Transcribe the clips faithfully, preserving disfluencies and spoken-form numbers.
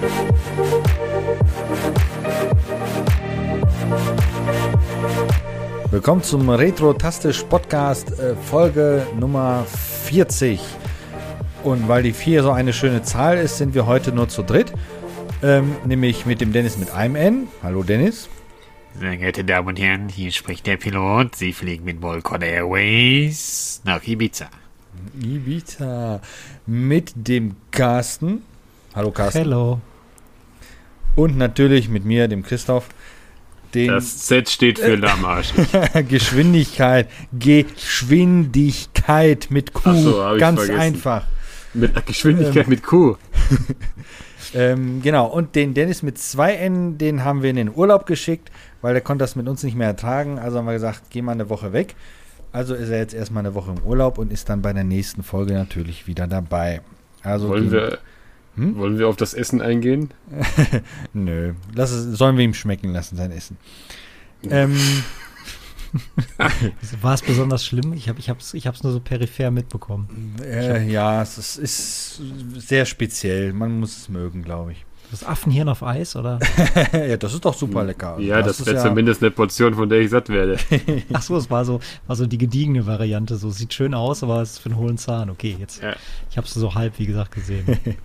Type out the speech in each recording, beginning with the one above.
Willkommen zum Retro-Tastisch Podcast, äh, Folge Nummer vierzig. Und weil die vier so eine schöne Zahl ist, sind wir heute nur zu dritt. Ähm, nämlich mit dem Dennis mit einem N. Hallo Dennis. Sehr geehrte Damen und Herren, hier spricht der Pilot. Sie fliegen mit Volcon Airways nach Ibiza. Ibiza. Mit dem Carsten. Hallo Carsten. Hello. Und natürlich mit mir, dem Christoph. Den Das Z steht für Lahmarsch. Geschwindigkeit. Geschwindigkeit mit Q. Ach so, hab ich Ganz vergessen. einfach. Mit Geschwindigkeit ähm, mit Q. ähm, genau, und den Dennis mit zwei N, den haben wir in den Urlaub geschickt, weil der konnte das mit uns nicht mehr ertragen. Also haben wir gesagt, geh mal eine Woche weg. Also ist er jetzt erstmal eine Woche im Urlaub und ist dann bei der nächsten Folge natürlich wieder dabei. Also wollen, die, wir, hm? wollen wir auf das Essen eingehen? Nö, lass es, sollen wir ihm schmecken lassen, sein Essen. ähm, War es besonders schlimm? Ich habe es ich hab's, ich hab's nur so peripher mitbekommen. Äh, ja, es ist, ist sehr speziell. Man muss es mögen, glaube ich. Das Affenhirn auf Eis, oder? Ja, das ist doch super lecker. Ja, das, das wäre ja zumindest eine Portion, von der ich satt werde. Ach so, es war so, war so die gediegene Variante. So sieht schön aus, aber es ist für einen hohlen Zahn. Okay, jetzt. Ja. Ich habe es so halb, wie gesagt, gesehen.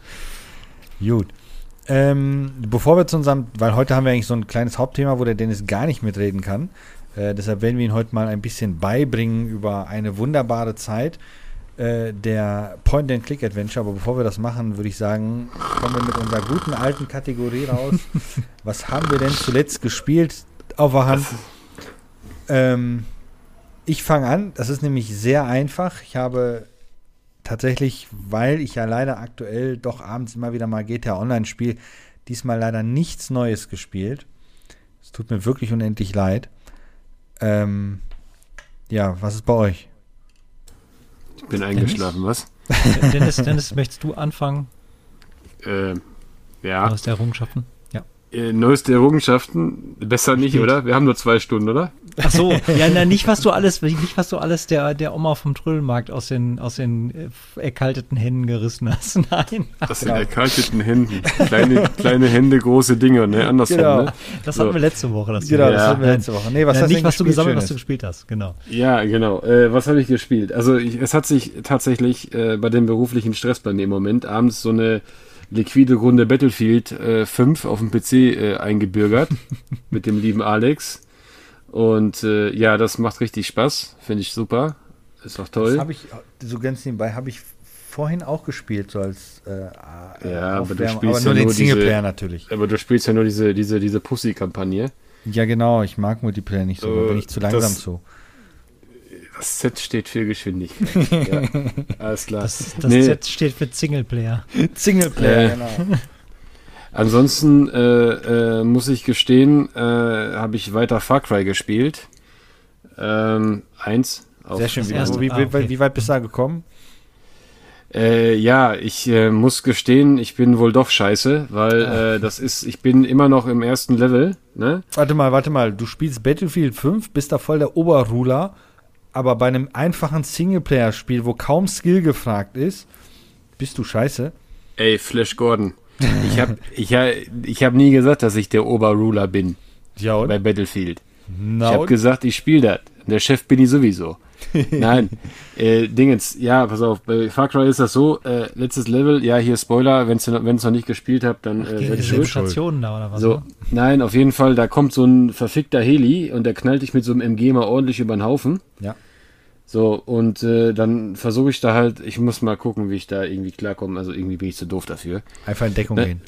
Gut. Ähm, bevor wir zu unserem, weil heute haben wir eigentlich so ein kleines Hauptthema, wo der Dennis gar nicht mitreden kann. Äh, deshalb werden wir ihn heute mal ein bisschen beibringen über eine wunderbare Zeit äh, der Point-and-Click-Adventure. Aber bevor wir das machen, würde ich sagen, kommen wir mit unserer guten alten Kategorie raus. Was haben wir denn zuletzt gespielt auf der Hand? Ähm, ich fange an. Das ist nämlich sehr einfach. Ich habe tatsächlich, weil ich ja leider aktuell doch abends immer wieder mal G T A Online spiele, diesmal leider nichts Neues gespielt. Es tut mir wirklich unendlich leid. Ähm, ja, was ist bei euch? Ich bin eingeschlafen, was? Dennis, Dennis, möchtest du anfangen? Äh, ja. Aus der Errungenschaften? Ja. Äh, neueste Errungenschaften, besser nicht, Spielt. Oder? Wir haben nur zwei Stunden, oder? Ach so, ja, na, nicht was du alles, nicht was du alles der, der Oma vom Trödelmarkt aus den, aus den äh, erkalteten Händen gerissen hast. Nein. Das sind erkalteten Händen. Kleine, kleine Hände, große Dinge, ne? Andersrum, Genau. ne? Das So. hatten wir letzte Woche. Das Genau, ja. das hatten wir letzte Woche. Nee, was ja, hast nicht, du was du gespielt, gesammelt, Schönes? was du gespielt hast, genau. Ja, genau. Äh, was habe ich gespielt? Also ich, es hat sich tatsächlich äh, bei dem beruflichen Stress bei mir im Moment abends so eine liquide Runde Battlefield äh, fünf auf dem P C äh, eingebürgert mit dem lieben Alex. Und äh, ja, das macht richtig Spaß. Finde ich super. Ist auch toll. Das habe ich, so ganz nebenbei, habe ich vorhin auch gespielt, so als äh, ja, aber du Aufwärm, spielst aber nur ja den nur Singleplayer diese, natürlich. Aber du spielst ja nur diese, diese, diese Pussy-Kampagne. Ja, genau, ich mag Multiplayer nicht so, da Äh, bin ich zu langsam das- zu. Das Z steht für Geschwindigkeit. Ja, alles klar. Das, das Nee. Z steht für Singleplayer. Singleplayer, Äh, genau. Ansonsten äh, äh, muss ich gestehen, äh, habe ich weiter Far Cry gespielt. Ähm, eins. Auf Sehr schön. Wie, erste- wie, ah, wie, okay. wie weit bist du da gekommen? Äh, ja, ich äh, muss gestehen, ich bin wohl doch scheiße, weil Ah. äh, das ist, ich bin immer noch im ersten Level, ne? Warte mal, warte mal. Du spielst Battlefield fünf, bist da voll der Oberruler, aber bei einem einfachen Singleplayer-Spiel, wo kaum Skill gefragt ist, bist du scheiße. Ey, Flash Gordon. Ich habe ich hab, ich hab nie gesagt, dass ich der Oberruler bin Ja, bei Battlefield. Na, Ich habe und? gesagt, ich spiele das. Der Chef bin ich sowieso. Nein, äh, Dingens, ja, pass auf, bei Far Cry ist das so, äh, letztes Level, ja, hier Spoiler, wenn es noch nicht gespielt habt, dann äh, Gegen seid ihr diese schuld. Stationen da oder was? So, ne? nein, auf jeden Fall, da kommt so ein verfickter Heli und der knallt dich mit so einem M G mal ordentlich über den Haufen. Ja. So, und äh, dann versuche ich da halt, ich muss mal gucken, wie ich da irgendwie klarkomme, also irgendwie bin ich zu doof dafür. Einfach in Deckung Ne? gehen.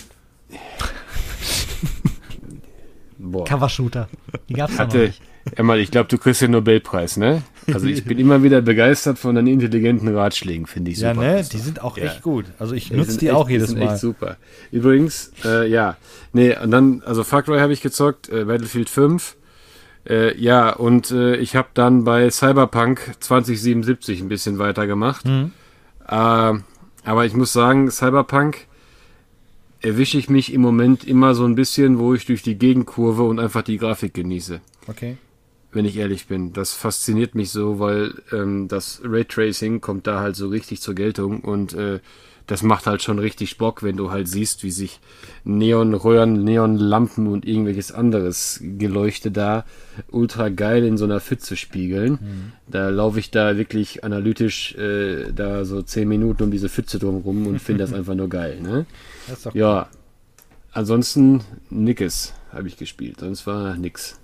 Boah. Cover-Shooter. Die gab's da noch Hatte, nicht. Emma, ich glaube, du kriegst den Nobelpreis, ne? Also ich bin immer wieder begeistert von deinen intelligenten Ratschlägen, finde ich super. Ja, ne? Christoph. Die sind auch Ja. echt gut. Also ich Die nutze sind die echt, auch jedes die sind Mal. echt super. Übrigens, äh, ja, nee, und dann, also Far Cry habe ich gezockt, äh, Battlefield fünf, äh, ja, und äh, ich habe dann bei Cyberpunk zwanzig siebenundsiebzig ein bisschen weitergemacht. Mhm. Äh, aber ich muss sagen, Cyberpunk erwische ich mich im Moment immer so ein bisschen, wo ich durch die Gegend kurve und einfach die Grafik genieße. Okay. wenn ich ehrlich bin. Das fasziniert mich so, weil ähm, das Raytracing kommt da halt so richtig zur Geltung und äh, das macht halt schon richtig Bock, wenn du halt siehst, wie sich Neonröhren, Neonlampen und irgendwelches anderes Geleuchte da ultra geil in so einer Pfütze spiegeln. Mhm. Da laufe ich da wirklich analytisch äh, da so zehn Minuten um diese Pfütze drumrum und finde das einfach nur geil. Ne? Das ist doch ja, cool. Ansonsten Nickes habe ich gespielt, sonst war nix.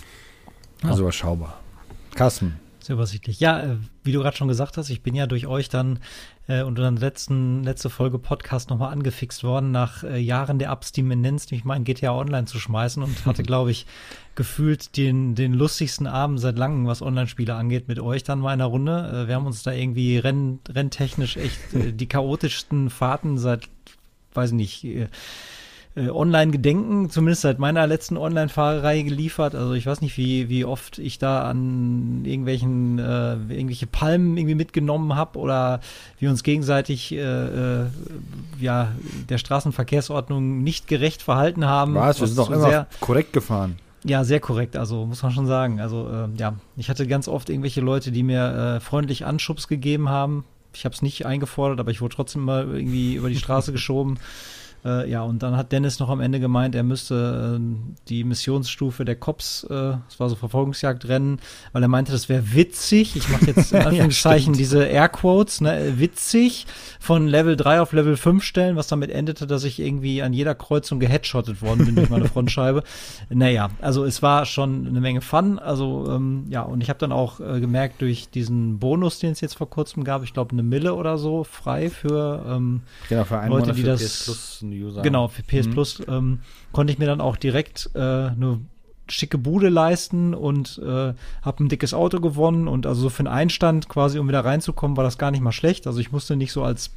Also überschaubar. Carsten. Sehr übersichtlich. Ja, äh, wie du gerade schon gesagt hast, ich bin ja durch euch dann äh, unter der letzten letzte Folge Podcast nochmal angefixt worden, nach äh, Jahren der Abstinenz, mich mein G T A Online zu schmeißen und hatte, glaube ich, gefühlt den, den lustigsten Abend seit langem, was Online-Spiele angeht, mit euch dann mal in der Runde. Äh, wir haben uns da irgendwie renn, renntechnisch echt äh, die chaotischsten Fahrten seit, weiß ich nicht, äh, Äh, Online-Gedenken, zumindest seit meiner letzten Online-Fahrerei geliefert. Also ich weiß nicht, wie, wie oft ich da an irgendwelchen äh, irgendwelche Palmen irgendwie mitgenommen habe oder wir uns gegenseitig äh, äh, ja der Straßenverkehrsordnung nicht gerecht verhalten haben. Was? Wir sind doch immer sehr, korrekt gefahren. Ja, sehr korrekt, also muss man schon sagen. Also äh, ja, ich hatte ganz oft irgendwelche Leute, die mir äh, freundlich Anschubs gegeben haben. Ich habe es nicht eingefordert, aber ich wurde trotzdem mal irgendwie über die Straße geschoben. Äh, ja, und dann hat Dennis noch am Ende gemeint, er müsste äh, die Missionsstufe der Cops, äh, das war so Verfolgungsjagdrennen, weil er meinte, das wäre witzig, ich mache jetzt in Anführungszeichen ja, diese Airquotes, ne, witzig, von Level drei auf Level fünf stellen, was damit endete, dass ich irgendwie an jeder Kreuzung geheadshottet worden bin durch meine Frontscheibe. Naja, also es war schon eine Menge Fun, also ähm, ja, und ich habe dann auch äh, gemerkt, durch diesen Bonus, den es jetzt vor kurzem gab, ich glaube eine Mille oder so, frei für, ähm, genau, für einen Leute, Monat die für das P S Plus User. Genau, für P S mhm. Plus ähm, konnte ich mir dann auch direkt äh, eine schicke Bude leisten und äh, habe ein dickes Auto gewonnen und also so für einen Einstand quasi, um wieder reinzukommen, war das gar nicht mal schlecht. Also ich musste nicht so als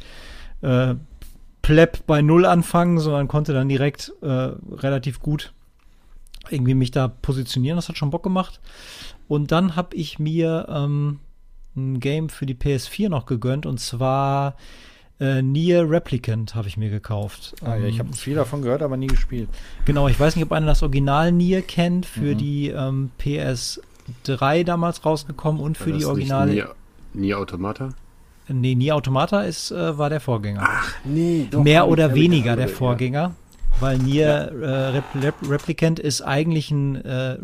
äh, Pleb bei Null anfangen, sondern konnte dann direkt äh, relativ gut irgendwie mich da positionieren. Das hat schon Bock gemacht. Und dann habe ich mir ähm, ein Game für die P S vier noch gegönnt und zwar Äh, Nier Replicant habe ich mir gekauft. Ah, ja, ich habe viel davon gehört, aber nie gespielt. Genau, ich weiß nicht, ob einer das Original Nier kennt, für mhm. die ähm, P S drei damals rausgekommen und für war die das Originale. Nier, Nier Automata? Nee, Nier Automata ist, äh, war der Vorgänger. Ach, nee, doch. Mehr oder weniger andere, der Vorgänger, ja. Weil Nier ja. äh, Rep Rep Replicant ist eigentlich ein äh,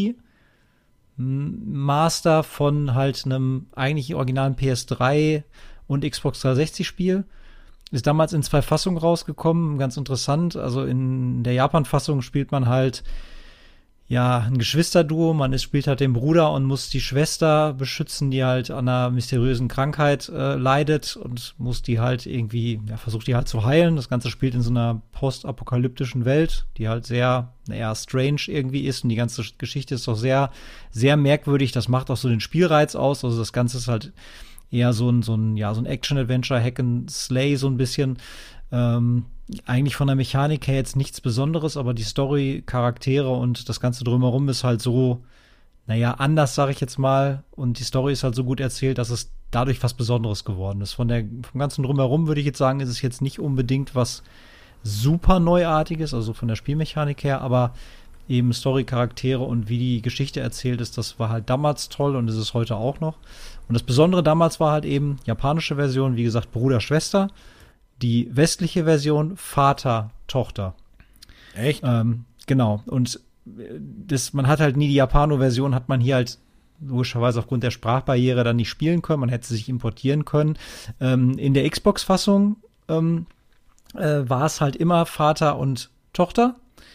Remaster von halt einem eigentlich originalen P S drei und Xbox dreihundertsechzig Spiel. Ist damals in zwei Fassungen rausgekommen, ganz interessant. Also in der Japan-Fassung spielt man halt ja ein Geschwisterduo. Man ist, spielt halt den Bruder und muss die Schwester beschützen, die halt an einer mysteriösen Krankheit äh, leidet und muss die halt irgendwie, ja, versucht die halt zu heilen. Das Ganze spielt in so einer postapokalyptischen Welt, die halt sehr, naja, strange irgendwie ist und die ganze Geschichte ist doch sehr, sehr merkwürdig. Das macht auch so den Spielreiz aus. Also das Ganze ist halt eher so ein, so ein, ja, so ein Action-Adventure, Hack and Slay so ein bisschen. Ähm, eigentlich von der Mechanik her jetzt nichts Besonderes, aber die Story, Charaktere und das Ganze drumherum ist halt so, naja, anders, sage ich jetzt mal. Und die Story ist halt so gut erzählt, dass es dadurch was Besonderes geworden ist. Von der, vom ganzen Drumherum würde ich jetzt sagen, ist es jetzt nicht unbedingt was super Neuartiges, also von der Spielmechanik her, aber eben Story, Charaktere und wie die Geschichte erzählt ist, das war halt damals toll und ist es heute auch noch. Und das Besondere damals war halt eben japanische Version, wie gesagt, Bruder, Schwester. Die westliche Version Vater, Tochter. Echt? Ähm, genau. Und das, man hat halt nie die Japano-Version, hat man hier halt logischerweise aufgrund der Sprachbarriere dann nicht spielen können. Man hätte sie sich importieren können. Ähm, in der Xbox-Fassung ähm, äh, war es halt immer Vater und Tochter.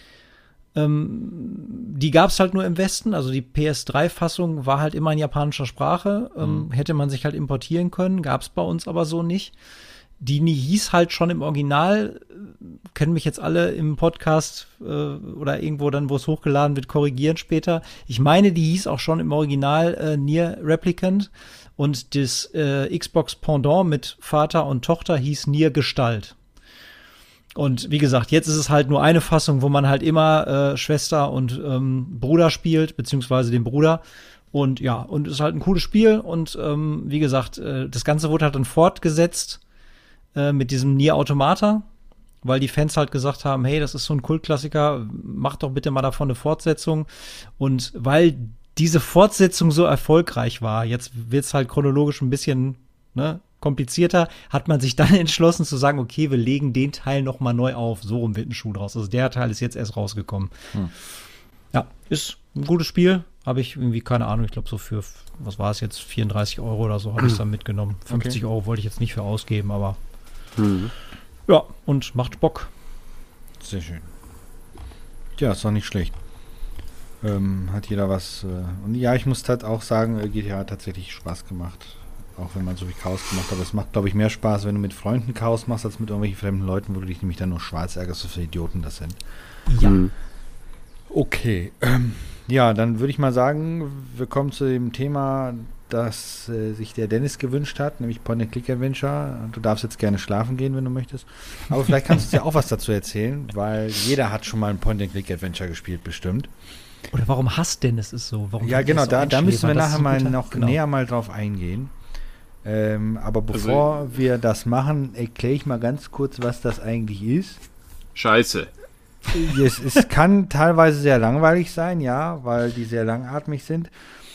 Ähm, die gab es halt nur im Westen, also die P S drei Fassung war halt immer in japanischer Sprache, ähm, mhm. hätte man sich halt importieren können, gab es bei uns aber so nicht. Die hieß halt schon im Original, kennen mich jetzt alle im Podcast äh, oder irgendwo dann, wo es hochgeladen wird, korrigieren später. Ich meine, die hieß auch schon im Original äh, Nier Replicant und das äh, Xbox Pendant mit Vater und Tochter hieß Nier Gestalt. Und wie gesagt, jetzt ist es halt nur eine Fassung, wo man halt immer äh, Schwester und ähm, Bruder spielt, beziehungsweise den Bruder. Und ja, und es ist halt ein cooles Spiel. Und ähm, wie gesagt, äh, das Ganze wurde halt dann fortgesetzt äh, mit diesem Nier Automata, weil die Fans halt gesagt haben, hey, das ist so ein Kultklassiker, mach doch bitte mal davon eine Fortsetzung. Und weil diese Fortsetzung so erfolgreich war, jetzt wird es halt chronologisch ein bisschen ne, komplizierter, hat man sich dann entschlossen zu sagen, okay, wir legen den Teil noch mal neu auf. So rum wird ein Schuh draus. Also der Teil ist jetzt erst rausgekommen. Hm. Ja, ist ein gutes Spiel. Habe ich irgendwie, keine Ahnung, ich glaube so für, was war es jetzt, vierunddreißig Euro oder so habe ich es dann mitgenommen. fünfzig okay. Euro wollte ich jetzt nicht für ausgeben, aber hm. ja, und macht Bock. Sehr schön. Ja, ist doch nicht schlecht. Ähm, hat jeder was. Äh, und ja, ich muss halt auch sagen, G T A hat tatsächlich Spaß gemacht. Auch wenn man so viel Chaos gemacht hat. Aber es macht, glaube ich, mehr Spaß, wenn du mit Freunden Chaos machst, als mit irgendwelchen fremden Leuten, wo du dich nämlich dann nur schwarz ärgerst, so viele Idioten das sind. Ja. Mhm. Okay. Ähm, ja, dann würde ich mal sagen, wir kommen zu dem Thema, das äh, sich der Dennis gewünscht hat, nämlich Point-and-Click-Adventure. Du darfst jetzt gerne schlafen gehen, wenn du möchtest. Aber vielleicht kannst du uns ja auch was dazu erzählen, weil jeder hat schon mal ein Point-and-Click-Adventure gespielt, bestimmt. Oder warum hasst Dennis es so? Warum ja, genau, so da, da müssen wir nachher so mal guter, noch genau. näher mal drauf eingehen. Ähm, aber bevor also, wir das machen, erkläre ich mal ganz kurz, was das eigentlich ist. Scheiße. Es, es kann teilweise sehr langweilig sein, ja, weil die sehr langatmig sind.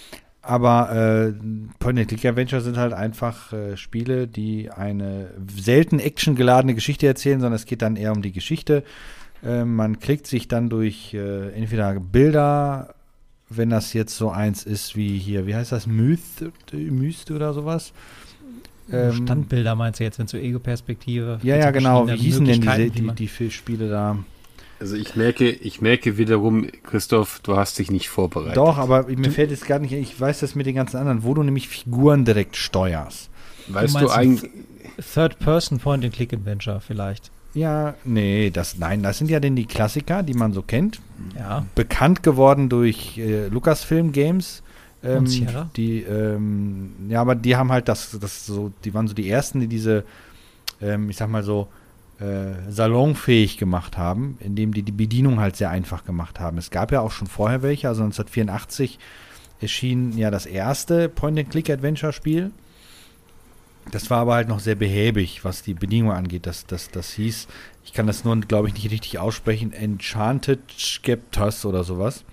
Aber äh, Point-and-Click-Adventure sind halt einfach äh, Spiele, die eine selten actiongeladene Geschichte erzählen, sondern es geht dann eher um die Geschichte. Äh, man klickt sich dann durch äh, entweder Bilder, wenn das jetzt so eins ist wie hier, wie heißt das, Myth, Myst oder sowas? Ähm, Standbilder meinst du jetzt, wenn zur Ego-Perspektive? Ja, ja, genau. Wie hießen denn diese, die, die vier Spiele da? Also ich merke, ich merke wiederum, Christoph, du hast dich nicht vorbereitet. Doch, aber mir du, fällt jetzt gar nicht, ich weiß das mit den ganzen anderen, wo du nämlich Figuren direkt steuerst. Weißt du, du eigentlich... Third-Person Point-and-Click-Adventure vielleicht. Ja, nee, das, nein, das sind ja denn die Klassiker, die man so kennt. Ja. Bekannt geworden durch äh, Lucasfilm Games. Ähm, Und Sierra. Die, ähm, ja, aber die haben halt das, das so, die waren so die ersten, die diese, ähm, ich sag mal so, äh, salonfähig gemacht haben, indem die die Bedienung halt sehr einfach gemacht haben. Es gab ja auch schon vorher welche, also neunzehnhundertvierundachtzig erschien ja das erste Point-and-Click-Adventure-Spiel. Das war aber halt noch sehr behäbig, was die Bedienung angeht. Das, das, das hieß, ich kann das nur, glaube ich, nicht richtig aussprechen, Enchanted Skeptas oder sowas.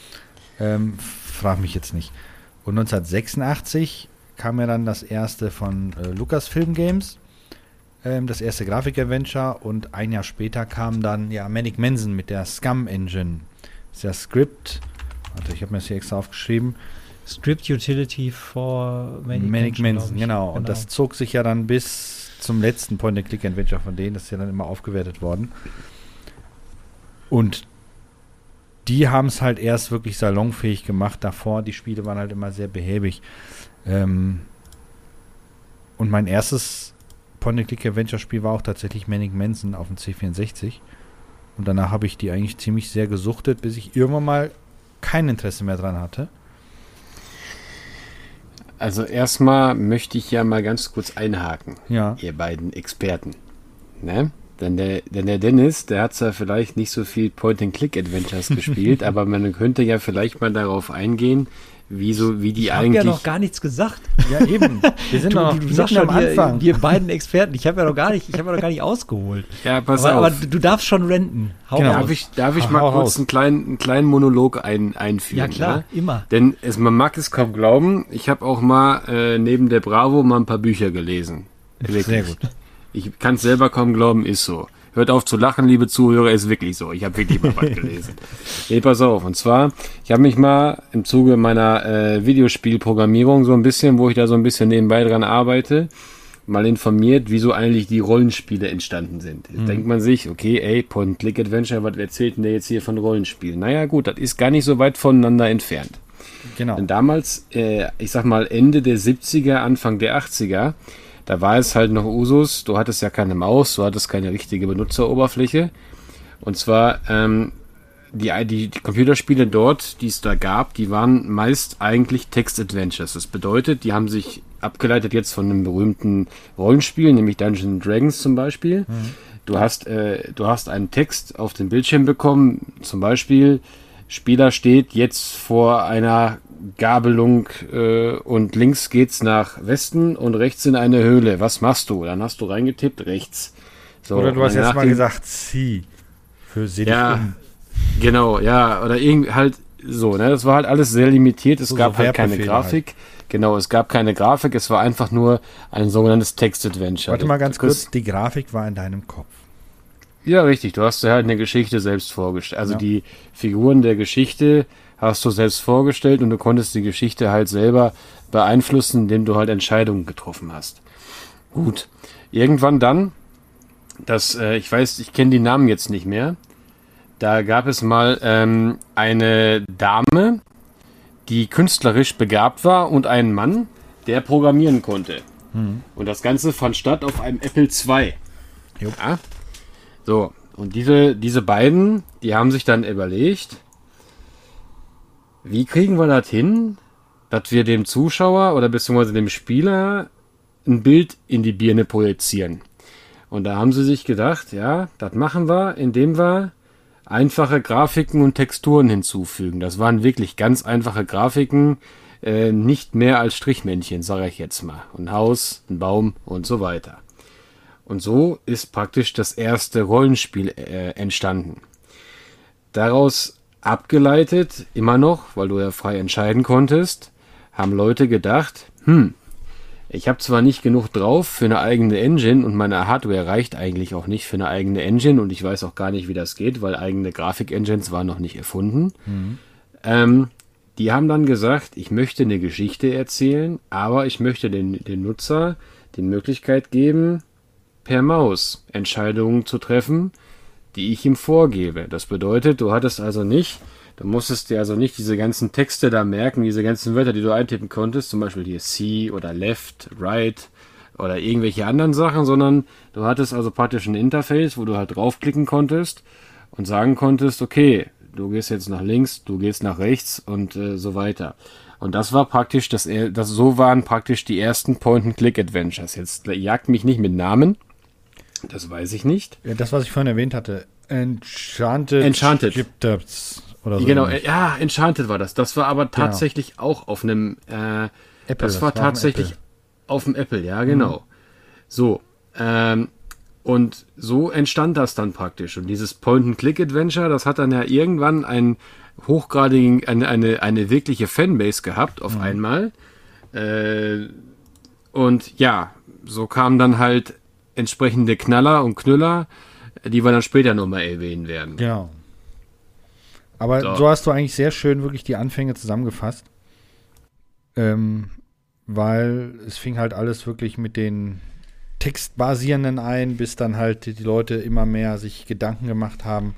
Ähm, frag mich jetzt nicht. Und neunzehnhundertsechsundachtzig kam ja dann das erste von äh, Lucasfilm Games, ähm, das erste Grafik-Adventure, und ein Jahr später kam dann ja Manic Mansion mit der Scum Engine. Das ist ja Script, warte, ich habe mir das hier extra aufgeschrieben. Script Utility for Manic, Manic Mansion, genau. genau. Und das zog sich ja dann bis zum letzten Point-and-Click-Adventure von denen, das ist ja dann immer aufgewertet worden. Und die haben es halt erst wirklich salonfähig gemacht. Davor, die Spiele waren halt immer sehr behäbig. Ähm und mein erstes Point-and-Click-Adventure-Spiel war auch tatsächlich Manic Mansion auf dem C vierundsechzig. Und danach habe ich die eigentlich ziemlich sehr gesuchtet, bis ich irgendwann mal kein Interesse mehr dran hatte. Also erstmal möchte ich ja mal ganz kurz einhaken, ja. Ihr beiden Experten. Ne? Denn der, denn der Dennis, der hat zwar vielleicht nicht so viel Point-and-Click-Adventures gespielt, aber man könnte ja vielleicht mal darauf eingehen, wie, so, wie die ich eigentlich... Ich habe ja noch gar nichts gesagt. Ja, eben. Wir sind du, noch, du, du sagst schon, am Anfang. Wir, wir beiden Experten. Ich habe ja noch gar nicht, ich habe ja noch gar nicht ausgeholt. Ja, pass aber, auf. Aber du darfst schon renten. Hau genau. Darf ich, darf ich mal hau kurz raus. einen kleinen, einen kleinen Monolog ein, einführen? Ja, klar, ja? immer. Denn es, man mag es kaum glauben, ich habe auch mal äh, neben der Bravo mal ein paar Bücher gelesen. Wirklich. Sehr gut. Ich kann es selber kaum glauben, ist so. Hört auf zu lachen, liebe Zuhörer, ist wirklich so. Ich habe wirklich mal was gelesen. Nee, pass auf. Und zwar, ich habe mich mal im Zuge meiner äh, Videospielprogrammierung so ein bisschen, wo ich da so ein bisschen nebenbei dran arbeite, mal informiert, wieso eigentlich die Rollenspiele entstanden sind. Jetzt mhm. denkt man sich, okay, ey, Point-Click-Adventure, was erzählt denn der jetzt hier von Rollenspielen? Naja, gut, das ist gar nicht so weit voneinander entfernt. Genau. Denn damals, äh, ich sag mal Ende der siebziger, Anfang der achtziger, da war es halt noch Usus, du hattest ja keine Maus, du hattest keine richtige Benutzeroberfläche. Und zwar, ähm, die, die, die Computerspiele dort, die es da gab, die waren meist eigentlich Text-Adventures. Das bedeutet, die haben sich abgeleitet jetzt von einem berühmten Rollenspiel, nämlich Dungeons and Dragons zum Beispiel. Mhm. Du hast, äh, du hast einen Text auf den Bildschirm bekommen, zum Beispiel, Spieler steht jetzt vor einer Gabelung äh, und links geht's nach Westen und rechts in eine Höhle. Was machst du? Dann hast du reingetippt, rechts. So, oder du hast jetzt mal gesagt, zieh. Für sie ja, um. Genau, ja. Oder irgendwie halt so, ne, das war halt alles sehr limitiert. Es So- gab so halt keine Werbefehle Grafik. Genau, es gab keine Grafik. Es war einfach nur ein sogenanntes Text-Adventure. Warte mal ganz Das- kurz, die Grafik war in deinem Kopf. Ja, richtig. Du hast dir halt eine Geschichte selbst vorgestellt. Also Ja. die Figuren der Geschichte hast du selbst vorgestellt und du konntest die Geschichte halt selber beeinflussen, indem du halt Entscheidungen getroffen hast. Gut. Irgendwann dann, das, äh, ich weiß, ich kenne die Namen jetzt nicht mehr. Da gab es mal ähm, eine Dame, die künstlerisch begabt war und einen Mann, der programmieren konnte. Und das Ganze fand statt auf einem Apple zwei. Jo. Ja. So, und diese, diese beiden, die haben sich dann überlegt, wie kriegen wir das hin, dass wir dem Zuschauer oder beziehungsweise dem Spieler ein Bild in die Birne projizieren. Und da haben sie sich gedacht, ja, das machen wir, indem wir einfache Grafiken und Texturen hinzufügen. Das waren wirklich ganz einfache Grafiken, äh, nicht mehr als Strichmännchen, sage ich jetzt mal. Ein Haus, ein Baum und so weiter. Und so ist praktisch das erste Rollenspiel äh, entstanden. Daraus abgeleitet, immer noch, weil du ja frei entscheiden konntest, haben Leute gedacht, hm, ich habe zwar nicht genug drauf für eine eigene Engine und meine Hardware reicht eigentlich auch nicht für eine eigene Engine und ich weiß auch gar nicht, wie das geht, weil eigene Grafik-Engines waren noch nicht erfunden. Mhm. Ähm, die haben dann gesagt, ich möchte eine Geschichte erzählen, aber ich möchte den, den Nutzer die Möglichkeit geben, per Maus Entscheidungen zu treffen, die ich ihm vorgebe. Das bedeutet, du hattest also nicht, du musstest dir also nicht diese ganzen Texte da merken, diese ganzen Wörter, die du eintippen konntest, zum Beispiel hier C oder Left, Right oder irgendwelche anderen Sachen, sondern du hattest also praktisch ein Interface, wo du halt draufklicken konntest und sagen konntest, okay, du gehst jetzt nach links, du gehst nach rechts und äh, so weiter. Und das war praktisch, das, das so waren praktisch die ersten Point-and-Click-Adventures. Jetzt jagt mich nicht mit Namen, das weiß ich nicht. Ja, das, was ich vorhin erwähnt hatte. Enchanted. Enchanted. Gypters oder so. Genau, äh, ja, Enchanted war das. Das war aber tatsächlich genau. auch auf einem, äh, Apple, das, das war, war tatsächlich auf dem Apple, ja, genau. Mhm. So, ähm, und so entstand das dann praktisch. Und dieses Point-and-Click-Adventure, das hat dann ja irgendwann einen hochgradigen, eine, eine, eine wirkliche Fanbase gehabt, auf mhm. einmal. Äh, und ja, so kamen dann halt entsprechende Knaller und Knüller, die wir dann später nochmal erwähnen werden. Genau. Aber so. so hast du eigentlich sehr schön wirklich die Anfänge zusammengefasst. Ähm, weil es fing halt alles wirklich mit den Textbasierenden ein, bis dann halt die Leute immer mehr sich Gedanken gemacht haben.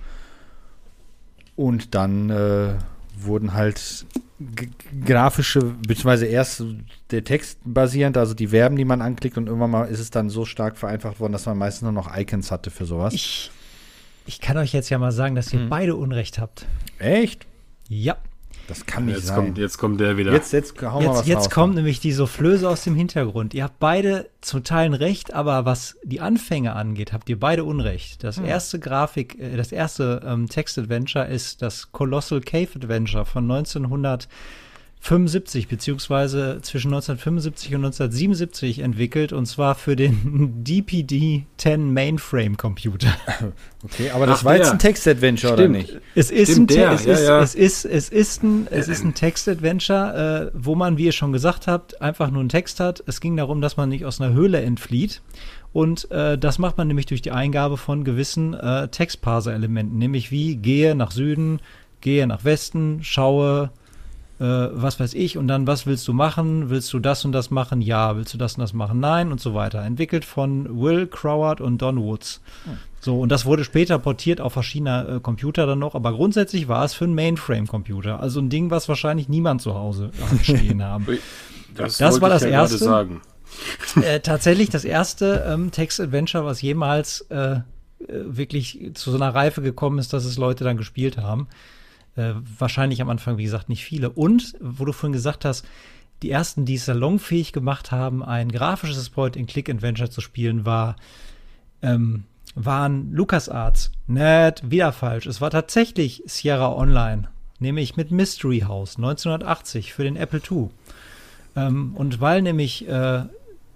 Und dann äh, wurden halt g- grafische, beziehungsweise erst der Text basierend, also die Verben, die man anklickt, und irgendwann mal ist es dann so stark vereinfacht worden, dass man meistens nur noch Icons hatte für sowas. Ich, ich kann euch jetzt ja mal sagen, dass ihr hm. beide Unrecht habt. Echt? Ja. Das kann nicht jetzt sein. Kommt, jetzt kommt der wieder. Jetzt, jetzt, hauen wir jetzt, was jetzt raus. kommt nämlich die Soufflöse aus dem Hintergrund. Ihr habt beide zum Teil recht, aber was die Anfänge angeht, habt ihr beide Unrecht. Das hm. erste Grafik, äh, das erste ähm, Text-Adventure ist das Colossal Cave Adventure von neunzehnhundertfünfundsiebzig, beziehungsweise zwischen neunzehnhundertfünfundsiebzig und neunzehnhundertsiebenundsiebzig entwickelt, und zwar für den D P D zehn Mainframe Computer. Okay, aber das Ach, war jetzt der. ein Text-Adventure, oder nicht? Es ist Stimmt, ein, der. es Ja, ist, ja. es ist, es ist ein, es ist ein Text-Adventure, äh, wo man, wie ihr schon gesagt habt, einfach nur einen Text hat. Es ging darum, dass man nicht aus einer Höhle entflieht. Und äh, das macht man nämlich durch die Eingabe von gewissen äh, Textparser-Elementen, nämlich wie gehe nach Süden, gehe nach Westen, schaue, äh, was weiß ich, und dann, was willst du machen? Willst du das und das machen? Ja. Willst du das und das machen? Nein, und so weiter. Entwickelt von Will Croward und Don Woods. Hm. So, und das wurde später portiert auf verschiedene äh, Computer dann noch, aber grundsätzlich war es für einen Mainframe-Computer. Also ein Ding, was wahrscheinlich niemand zu Hause stehen haben. Das, das war das ja erste. Sagen. Äh, tatsächlich das erste ähm, Text-Adventure, was jemals äh, wirklich zu so einer Reife gekommen ist, dass es Leute dann gespielt haben. Äh, wahrscheinlich am Anfang, wie gesagt, nicht viele. Und, wo du vorhin gesagt hast, die ersten, die es salonfähig gemacht haben, ein grafisches Point-and-Click-Adventure zu spielen, war ähm, waren LucasArts. Nett, wieder falsch. Es war tatsächlich Sierra Online, nämlich mit Mystery House neunzehnhundertachtzig für den Apple zwei. Ähm, und weil nämlich äh,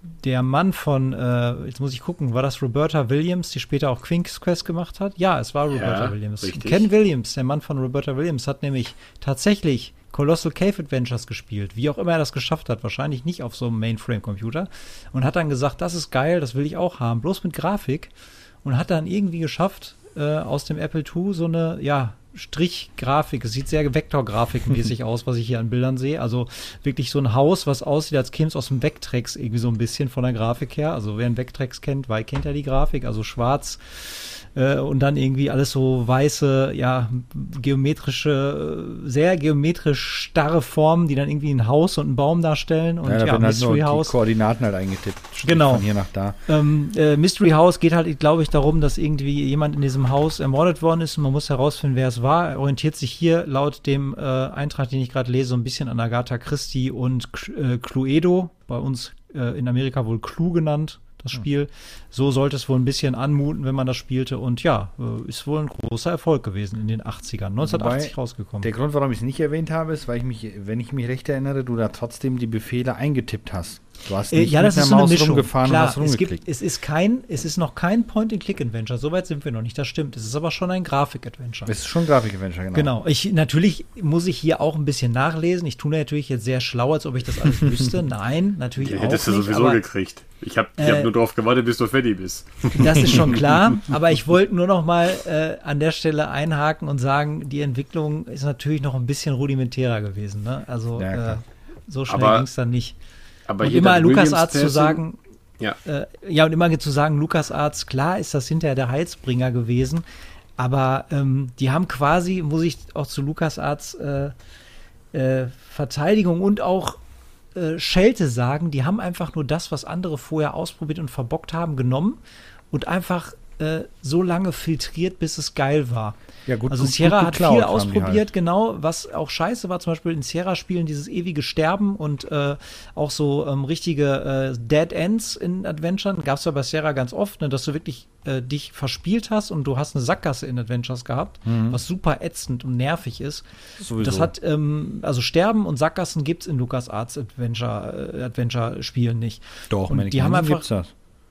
der Mann von, äh, jetzt muss ich gucken, war das Roberta Williams, die später auch Queen's Quest gemacht hat? Ja, es war Roberta Ja, Williams. richtig. Ken Williams, der Mann von Roberta Williams, hat nämlich tatsächlich Colossal Cave Adventures gespielt, wie auch immer er das geschafft hat, wahrscheinlich nicht auf so einem Mainframe-Computer, und hat dann gesagt, das ist geil, das will ich auch haben, bloß mit Grafik, und hat dann irgendwie geschafft, äh, aus dem Apple zwei so eine, ja, Strichgrafik, es sieht sehr Vektorgrafikmäßig aus, was ich hier an Bildern sehe, also wirklich so ein Haus, was aussieht, als käme es aus dem Vectrex irgendwie so ein bisschen von der Grafik her, also wer einen Vectrex kennt, weil kennt ja die Grafik, also schwarz, äh, und dann irgendwie alles so weiße, ja, geometrische, sehr geometrisch starre Formen, die dann irgendwie ein Haus und einen Baum darstellen, und Ja, da ja, werden halt nur Mystery die House. Koordinaten halt eingetippt. Strich Genau. Von hier nach da. Ähm, äh, Mystery House geht halt, glaube ich, darum, dass irgendwie jemand in diesem Haus ermordet worden ist und man muss herausfinden, wer es war. Er orientiert sich hier laut dem äh, Eintrag, den ich gerade lese, so ein bisschen an Agatha Christie und äh, Cluedo, bei uns äh, in Amerika wohl Clue genannt, das Spiel. So sollte es wohl ein bisschen anmuten, wenn man das spielte, und ja, äh, ist wohl ein großer Erfolg gewesen in den achtzigern, neunzehnhundertachtzig Wobei, rausgekommen. Der Grund, warum ich es nicht erwähnt habe, ist, weil ich mich, wenn ich mich recht erinnere, du da trotzdem die Befehle eingetippt hast. Du hast Äh, nicht ja, mit das der ist so eine Maus Mischung. rumgefahren Klar, und hast es, rumgeklickt. gibt, es, ist kein, es ist noch kein Point-and-Click-Adventure, soweit sind wir noch nicht, das stimmt. Es ist aber schon ein Grafik-Adventure. Es ist schon Grafik-Adventure, genau. Genau. Ich, natürlich muss ich hier auch ein bisschen nachlesen. Ich tue natürlich jetzt sehr schlau, als ob ich das alles wüsste. Nein, natürlich Die auch hättest du nicht. sowieso Aber gekriegt. Ich habe ich Äh, hab nur darauf gewartet, bis du fertig bist. das ist schon klar. Aber ich wollte nur noch mal äh, an der Stelle einhaken und sagen, die Entwicklung ist natürlich noch ein bisschen rudimentärer gewesen. Ne? Also Ja, äh, klar. so schnell Aber- ging es dann nicht. Aber Und hier immer das LucasArts zu Williams-Pärchen- sagen, Ja. Äh, ja, und immer zu sagen, LucasArts, klar ist das hinterher der Heilsbringer gewesen, aber ähm, die haben quasi, muss ich auch zu LucasArts äh, äh, Verteidigung und auch äh, Schelte sagen, die haben einfach nur das, was andere vorher ausprobiert und verbockt haben, genommen und einfach äh, so lange filtriert, bis es geil war. Ja, gut, Also gut- Sierra gut hat geklaut viel haben die ausprobiert, halt. genau, was auch scheiße war, zum Beispiel in Sierra-Spielen dieses ewige Sterben und äh, auch so ähm, richtige äh, Dead Ends in Adventuren, gab es ja bei Sierra ganz oft, ne, dass du wirklich äh, dich verspielt hast und du hast eine Sackgasse in Adventures gehabt, was super ätzend und nervig ist. Sowieso. Das hat, ähm, also Sterben und Sackgassen gibt es in LucasArts Adventure, äh, Adventure-Spielen nicht. Doch, und Manic die haben Mansion einfach gibt's das.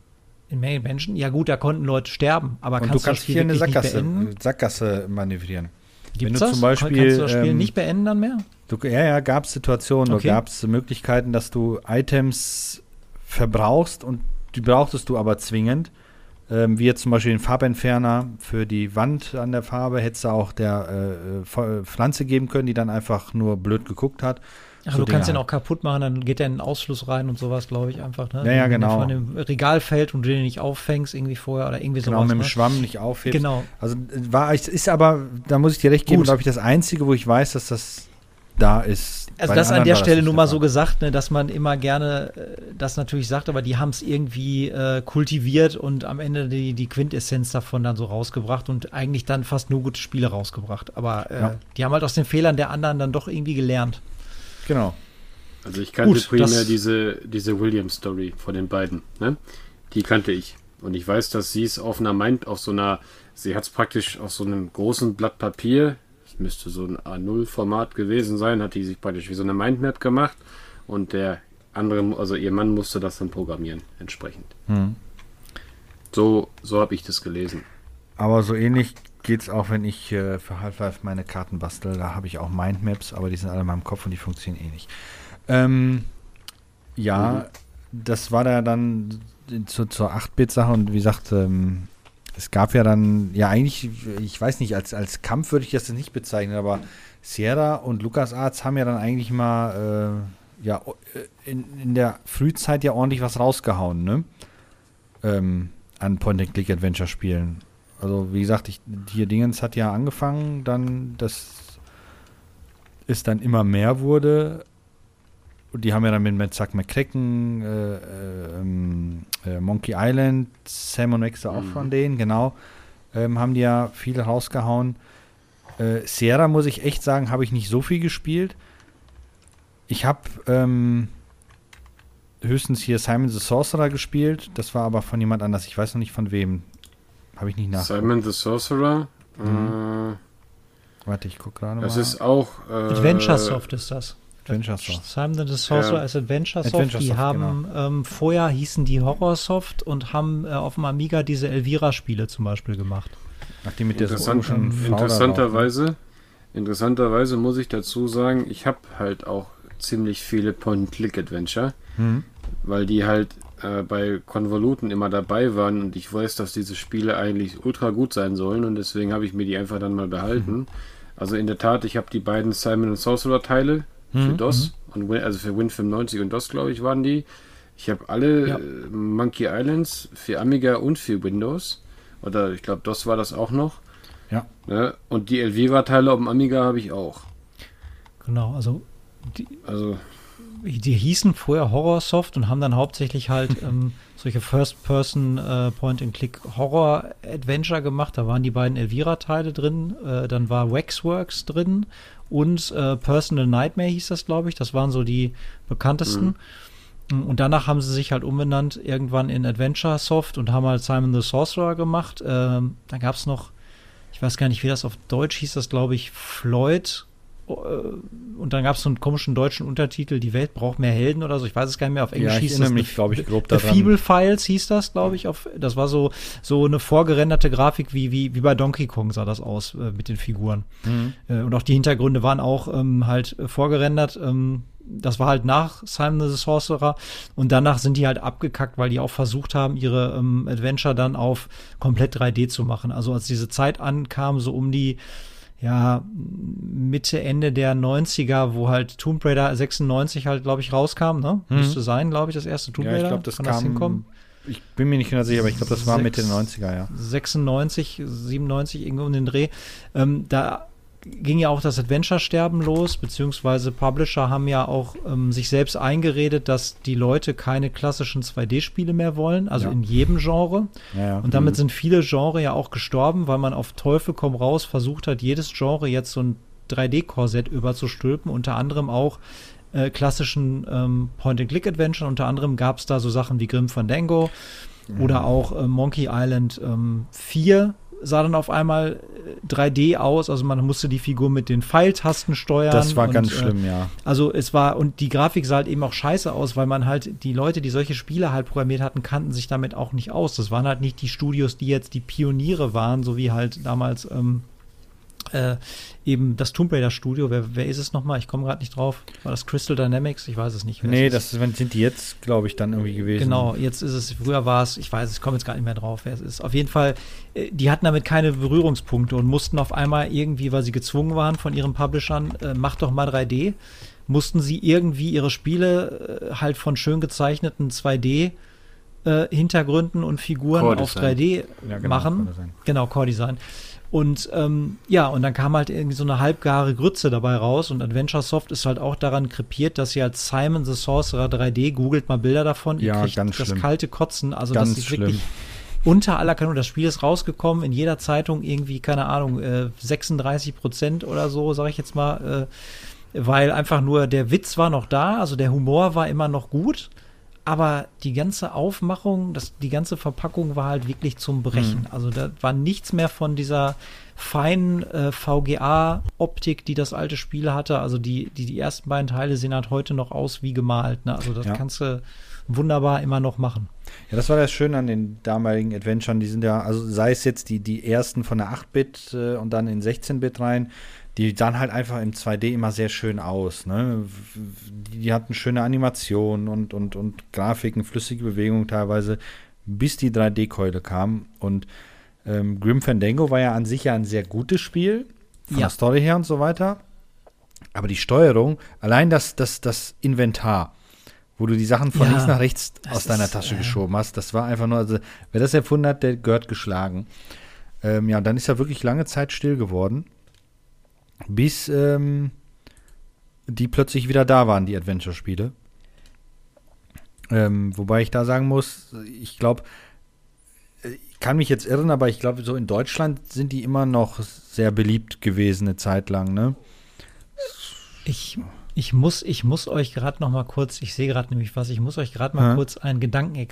in Manic Mansion, ja gut, da konnten Leute sterben, aber Und kannst du du kannst das Spiel hier eine wirklich nicht Sackgasse, beenden? Sackgasse manövrieren. Gibt's du das? zum Beispiel, Kannst du das Spiel ähm, nicht beenden dann mehr? Du, ja, ja, gab es Situationen, Okay. da gab es Möglichkeiten, dass du Items verbrauchst und die brauchtest du aber zwingend. Ähm, wie jetzt zum Beispiel den Farbentferner für die Wand an der Farbe, hättest du auch der äh, Pf- Pflanze geben können, die dann einfach nur blöd geguckt hat. Ach, So du kannst Dinge den halt. auch kaputt machen, dann geht der in den Ausschluss rein und sowas, glaube ich, einfach, ne? Ja, ja, Wenn der genau. von dem Regal fällt und du den nicht auffängst irgendwie vorher oder irgendwie Genau, sowas. mit dem ne? Schwamm nicht aufhebst. Genau. Also äh, war, es ist aber, da muss ich dir recht geben, Gut. glaube ich, das Einzige, wo ich weiß, dass das da ist. Also Bei das den an anderen der war das Stelle nicht nur der mal Fall. so gesagt, ne, dass man immer gerne äh, das natürlich sagt, aber die haben es irgendwie äh, kultiviert und am Ende die, die Quintessenz davon dann so rausgebracht und eigentlich dann fast nur gute Spiele rausgebracht. Aber äh, Ja. die haben halt aus den Fehlern der anderen dann doch irgendwie gelernt. Genau. Also ich kannte Gut, primär das- diese, diese Williams-Story von den beiden. Ne? Die kannte ich. Und ich weiß, dass sie es auf einer Mind, auf so einer, sie hat es praktisch auf so einem großen Blatt Papier, das müsste so ein A null Format gewesen sein, hat die sich praktisch wie so eine Mindmap gemacht und der andere, also ihr Mann musste das dann programmieren, entsprechend. Hm. So, so habe ich das gelesen. Aber so ähnlich geht es auch, wenn ich äh, für Half-Life meine Karten bastel. Da habe ich auch Mindmaps, aber die sind alle in meinem Kopf und die funktionieren eh nicht. Ähm, ja, das war da dann zu, zur acht-Bit-Sache und wie gesagt, ähm, es gab ja dann, ja eigentlich, ich weiß nicht, als, als Kampf würde ich das nicht bezeichnen, aber Sierra und LucasArts haben ja dann eigentlich mal äh, ja, in, in der Frühzeit ja ordentlich was rausgehauen, ne? Ähm, an Point-and-Click-Adventure-Spielen. Also wie gesagt, ich, hier Dingens hat ja angefangen, dann, dass es dann immer mehr wurde. Und die haben ja dann mit, mit Zack McCracken, äh, ähm, äh, Monkey Island, Sam und Max auch Mhm. von denen, genau, ähm, haben die ja viel rausgehauen. Äh, Sierra, muss ich echt sagen, habe ich nicht so viel gespielt. Ich habe ähm, höchstens hier Simon the Sorcerer gespielt. Das war aber von jemand anders. Ich weiß noch nicht von wem. Habe ich nicht nach. Simon the Sorcerer. Mhm. Äh, Warte, ich gucke gerade mal. das ist auch. Äh, Adventure Soft ist das. Adventure Soft. Simon the Sorcerer Ja. ist Adventure Soft. Adventure Die Soft, haben, ähm, vorher hießen die Horror Soft und haben äh, auf dem Amiga diese Elvira-Spiele zum Beispiel gemacht. Ach, die mit der Interessant, Ocean Flower interessanterweise, interessanterweise muss ich dazu sagen, ich habe halt auch ziemlich viele Point-and-Click-Adventure, drauf. Mhm. weil die halt äh, bei Konvoluten immer dabei waren und ich weiß, dass diese Spiele eigentlich ultra gut sein sollen und deswegen habe ich mir die einfach dann mal behalten. Mhm. Also in der Tat, ich habe die beiden Simon and Sorcerer Teile für Mhm. DOS, und Win, also für Win fünfundneunzig und DOS, glaube ich, waren die. Ich habe alle Ja. äh, Monkey Islands für Amiga und für Windows. Oder ich glaube, DOS war das auch noch. Ja. Ne? Und die Elvira-Teile auf dem Amiga habe ich auch. Genau, also die, Also, die hießen vorher Horrorsoft und haben dann hauptsächlich halt ähm, solche First-Person äh, Point-and-Click-Horror-Adventure gemacht. Da waren die beiden Elvira-Teile drin, äh, dann war Waxworks drin und äh, Personal Nightmare hieß das, glaube ich. Das waren so die bekanntesten. Mhm. Und danach haben sie sich halt umbenannt irgendwann in Adventure Soft und haben halt Simon the Sorcerer gemacht. Ähm, dann gab es noch, ich weiß gar nicht, wie das auf Deutsch hieß, das glaube ich Floyd. Und dann gab es so einen komischen deutschen Untertitel, die Welt braucht mehr Helden oder so. Ich weiß es gar nicht mehr. Auf Englisch Ja, ich hieß erinnere das. mich, glaube ich, grob The daran. Feeble Files hieß das, glaube ich. Auf, das war so, so eine vorgerenderte Grafik, wie, wie, wie bei Donkey Kong sah das aus äh, mit den Figuren. Mhm. Äh, und auch die Hintergründe waren auch ähm, halt äh, vorgerendert. Ähm, das war halt nach Simon the Sorcerer. Und danach sind die halt abgekackt, weil die auch versucht haben, ihre ähm, Adventure dann auf komplett drei D zu machen. Also als diese Zeit ankam, so um die ja, Mitte, Ende der neunziger, wo halt Tomb Raider sechsundneunzig halt, glaube ich, rauskam, ne? Mhm. Müsste sein, glaube ich, das erste Tomb Ja, Raider. ich glaube, das Kann kam. das hinkommen? Ich bin mir nicht genau sicher, aber ich glaube, das war Sechs- Mitte der neunziger, ja. sechsundneunzig, siebenundneunzig, irgendwo um den Dreh. Ähm, da ging ja auch das Adventure-Sterben los, beziehungsweise Publisher haben ja auch ähm, sich selbst eingeredet, dass die Leute keine klassischen zwei D-Spiele mehr wollen, also Ja. in jedem Genre. Ja, ja. Und damit sind viele Genre ja auch gestorben, weil man auf Teufel komm raus versucht hat, jedes Genre jetzt so ein drei D-Korsett überzustülpen, unter anderem auch äh, klassischen ähm, Point-and-Click-Adventure. Unter anderem gab es da so Sachen wie Grim Fandango Mhm. oder auch äh, Monkey Island ähm, vier sah dann auf einmal drei D aus, also man musste die Figur mit den Pfeiltasten steuern. Das war und, ganz äh, schlimm, ja. Also es war, und die Grafik sah halt eben auch scheiße aus, weil man halt, die Leute, die solche Spiele halt programmiert hatten, kannten sich damit auch nicht aus. Das waren halt nicht die Studios, die jetzt die Pioniere waren, so wie halt damals ähm, äh, eben das Tomb Raider Studio. Wer, wer ist es nochmal? Ich komme gerade nicht drauf. War das Crystal Dynamics? Ich weiß es nicht. wer Nee, es ist. das sind die jetzt, glaube ich, dann irgendwie gewesen. Genau, jetzt ist es, früher war es, ich weiß, ich komme jetzt gar nicht mehr drauf, wer es ist. Auf jeden Fall, äh, die hatten damit keine Berührungspunkte und mussten auf einmal irgendwie, weil sie gezwungen waren von ihren Publishern, äh, mach doch mal drei D, mussten sie irgendwie ihre Spiele äh, halt von schön gezeichneten zwei D äh, Hintergründen und Figuren Core auf Design. drei D Ja, genau, machen. Core Design. Genau, Core Design. Und ähm, ja, und dann kam halt irgendwie so eine halbgare Grütze dabei raus und Adventure Soft ist halt auch daran krepiert, dass sie als Simon the Sorcerer drei D, googelt mal Bilder davon, ihr Ja, kriegt ganz das schlimm. kalte Kotzen, also Ganz das ist schlimm. wirklich unter aller Kanone. Das Spiel ist rausgekommen, in jeder Zeitung irgendwie, keine Ahnung, äh, sechsunddreißig Prozent oder so, sage ich jetzt mal, äh, weil einfach nur der Witz war noch da, also der Humor war immer noch gut, aber die ganze Aufmachung, das, die ganze Verpackung war halt wirklich zum Brechen. Also da war nichts mehr von dieser feinen äh, V G A-Optik, die das alte Spiel hatte. Also die, die, die ersten beiden Teile sehen halt heute noch aus wie gemalt. Ne? Also das Ja. kannst du wunderbar immer noch machen. Ja, das war das Schöne an den damaligen Adventuren. Die sind ja, also sei es jetzt die, die ersten von der acht Bit äh, und dann in sechzehn Bit rein, die sahen halt einfach im zwei D immer sehr schön aus. Ne? Die, die hatten schöne Animationen und, und, und Grafiken, flüssige Bewegungen teilweise, bis die drei D-Keule kam. Und ähm, Grim Fandango war ja an sich ja ein sehr gutes Spiel, von Ja. der Story her und so weiter. Aber die Steuerung, allein das, das, das Inventar, wo du die Sachen von Ja, links nach rechts das aus deiner ist, Tasche äh, geschoben hast, das war einfach nur, also wer das erfunden hat, der gehört geschlagen. Ähm, ja, dann ist er wirklich lange Zeit still geworden, bis ähm, die plötzlich wieder da waren, die Adventure-Spiele. Ähm, wobei ich da sagen muss, ich glaube, ich kann mich jetzt irren, aber ich glaube, so in Deutschland sind die immer noch sehr beliebt gewesen, eine Zeit lang, ne? Ich, ich, muss, ich muss euch gerade noch mal kurz, ich sehe gerade nämlich was, ich muss euch gerade mal Ja. kurz ein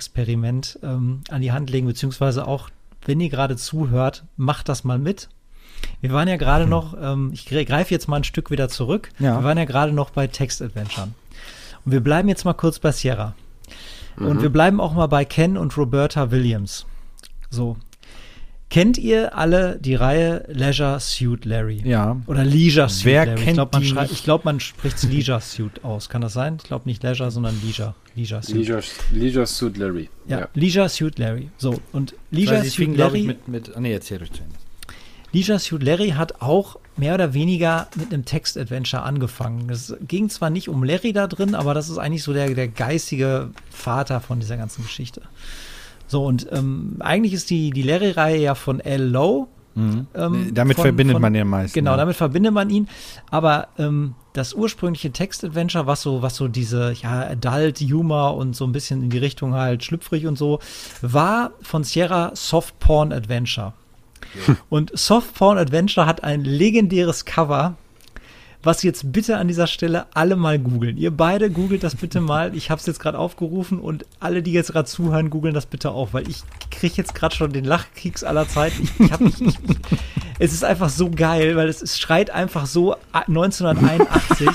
Gedankenexperiment ähm, an die Hand legen, beziehungsweise auch, wenn ihr gerade zuhört, macht das mal mit. Wir waren ja gerade noch, ähm, ich greife jetzt mal ein Stück wieder zurück. Ja. Wir waren ja gerade noch bei Text-Adventuren. Und wir bleiben jetzt mal kurz bei Sierra. Mhm. Und wir bleiben auch mal bei Ken und Roberta Williams. So. Kennt ihr alle die Reihe Leisure Suit Larry? Ja. Oder Leisure Suit Wer Larry? kennt ich glaube, man, die schrei- nicht? ich glaub, man spricht es Leisure Suit aus. Kann das sein? Ich glaube nicht Leisure, sondern Leisure. Leisure Suit. Leisure, Leisure Suit Larry. Ja, Ja. Leisure Suit Larry. So, und Leisure Weil sie Suit fing, glaub ich, Larry, mit, mit, ah, nee, erzähl ruhig zu Ende. Leisure Suit Larry hat auch mehr oder weniger mit einem Text-Adventure angefangen. Es ging zwar nicht um Larry da drin, aber das ist eigentlich so der, der geistige Vater von dieser ganzen Geschichte. So, und ähm, eigentlich ist die, die Larry-Reihe ja von Al Lowe. Mhm. Ähm, Damit von, verbindet von, man den meisten. Genau, ja. damit verbindet man ihn. Aber ähm, das ursprüngliche Text-Adventure, was so, was so diese ja, Adult-Humor und so ein bisschen in die Richtung halt schlüpfrig und so, war von Sierra Soft Porn Adventure. Ja. Und Soft Porn Adventure hat ein legendäres Cover, was jetzt bitte an dieser Stelle alle mal googeln. Ihr beide googelt das bitte mal. Ich habe es jetzt gerade aufgerufen und alle, die jetzt gerade zuhören, googeln das bitte auch, weil ich kriege jetzt gerade schon den Lachkeks aller Zeiten. Ich, ich hab, ich, ich, es ist einfach so geil, weil es, es schreit einfach so neunzehnhunderteinundachtzig.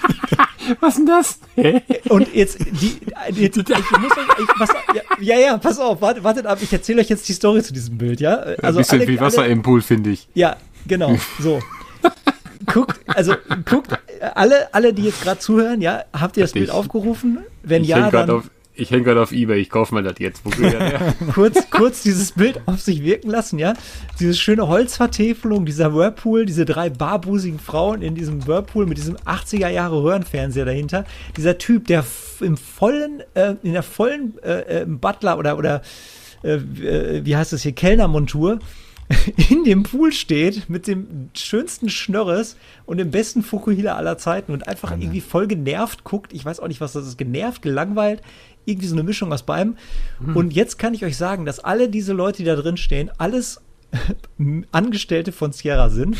Was denn das? Und jetzt, die, jetzt ich muss euch, ich, pass, ja, ja, ja, pass auf, wartet, wartet ab, ich erzähle euch jetzt die Story zu diesem Bild, ja? Also ein bisschen alle, wie Wasser alle, im Pool, finde ich. Ja, genau, so. Guckt, also guckt, alle, alle, die jetzt gerade zuhören, ja, habt ihr das Bild Ich- aufgerufen? Wenn Ich ja, häng grad dann auf, ich hänge gerade auf Ebay, ich kaufe mir das jetzt. Wo geht der her? kurz, kurz dieses Bild auf sich wirken lassen, ja. Diese schöne Holzvertäfelung, dieser Whirlpool, diese drei barbusigen Frauen in diesem Whirlpool mit diesem achtziger Jahre Röhrenfernseher dahinter. Dieser Typ, der f- im vollen, äh, in der vollen äh, äh, Butler oder, oder äh, wie heißt das hier, Kellnermontur in dem Pool steht mit dem schönsten Schnörres und dem besten Fukuhila aller Zeiten und einfach irgendwie voll genervt guckt. Ich weiß auch nicht, was das ist. Genervt, gelangweilt. Irgendwie so eine Mischung aus beidem. Hm. Und jetzt kann ich euch sagen, dass alle diese Leute, die da drin stehen, alles Angestellte von Sierra sind.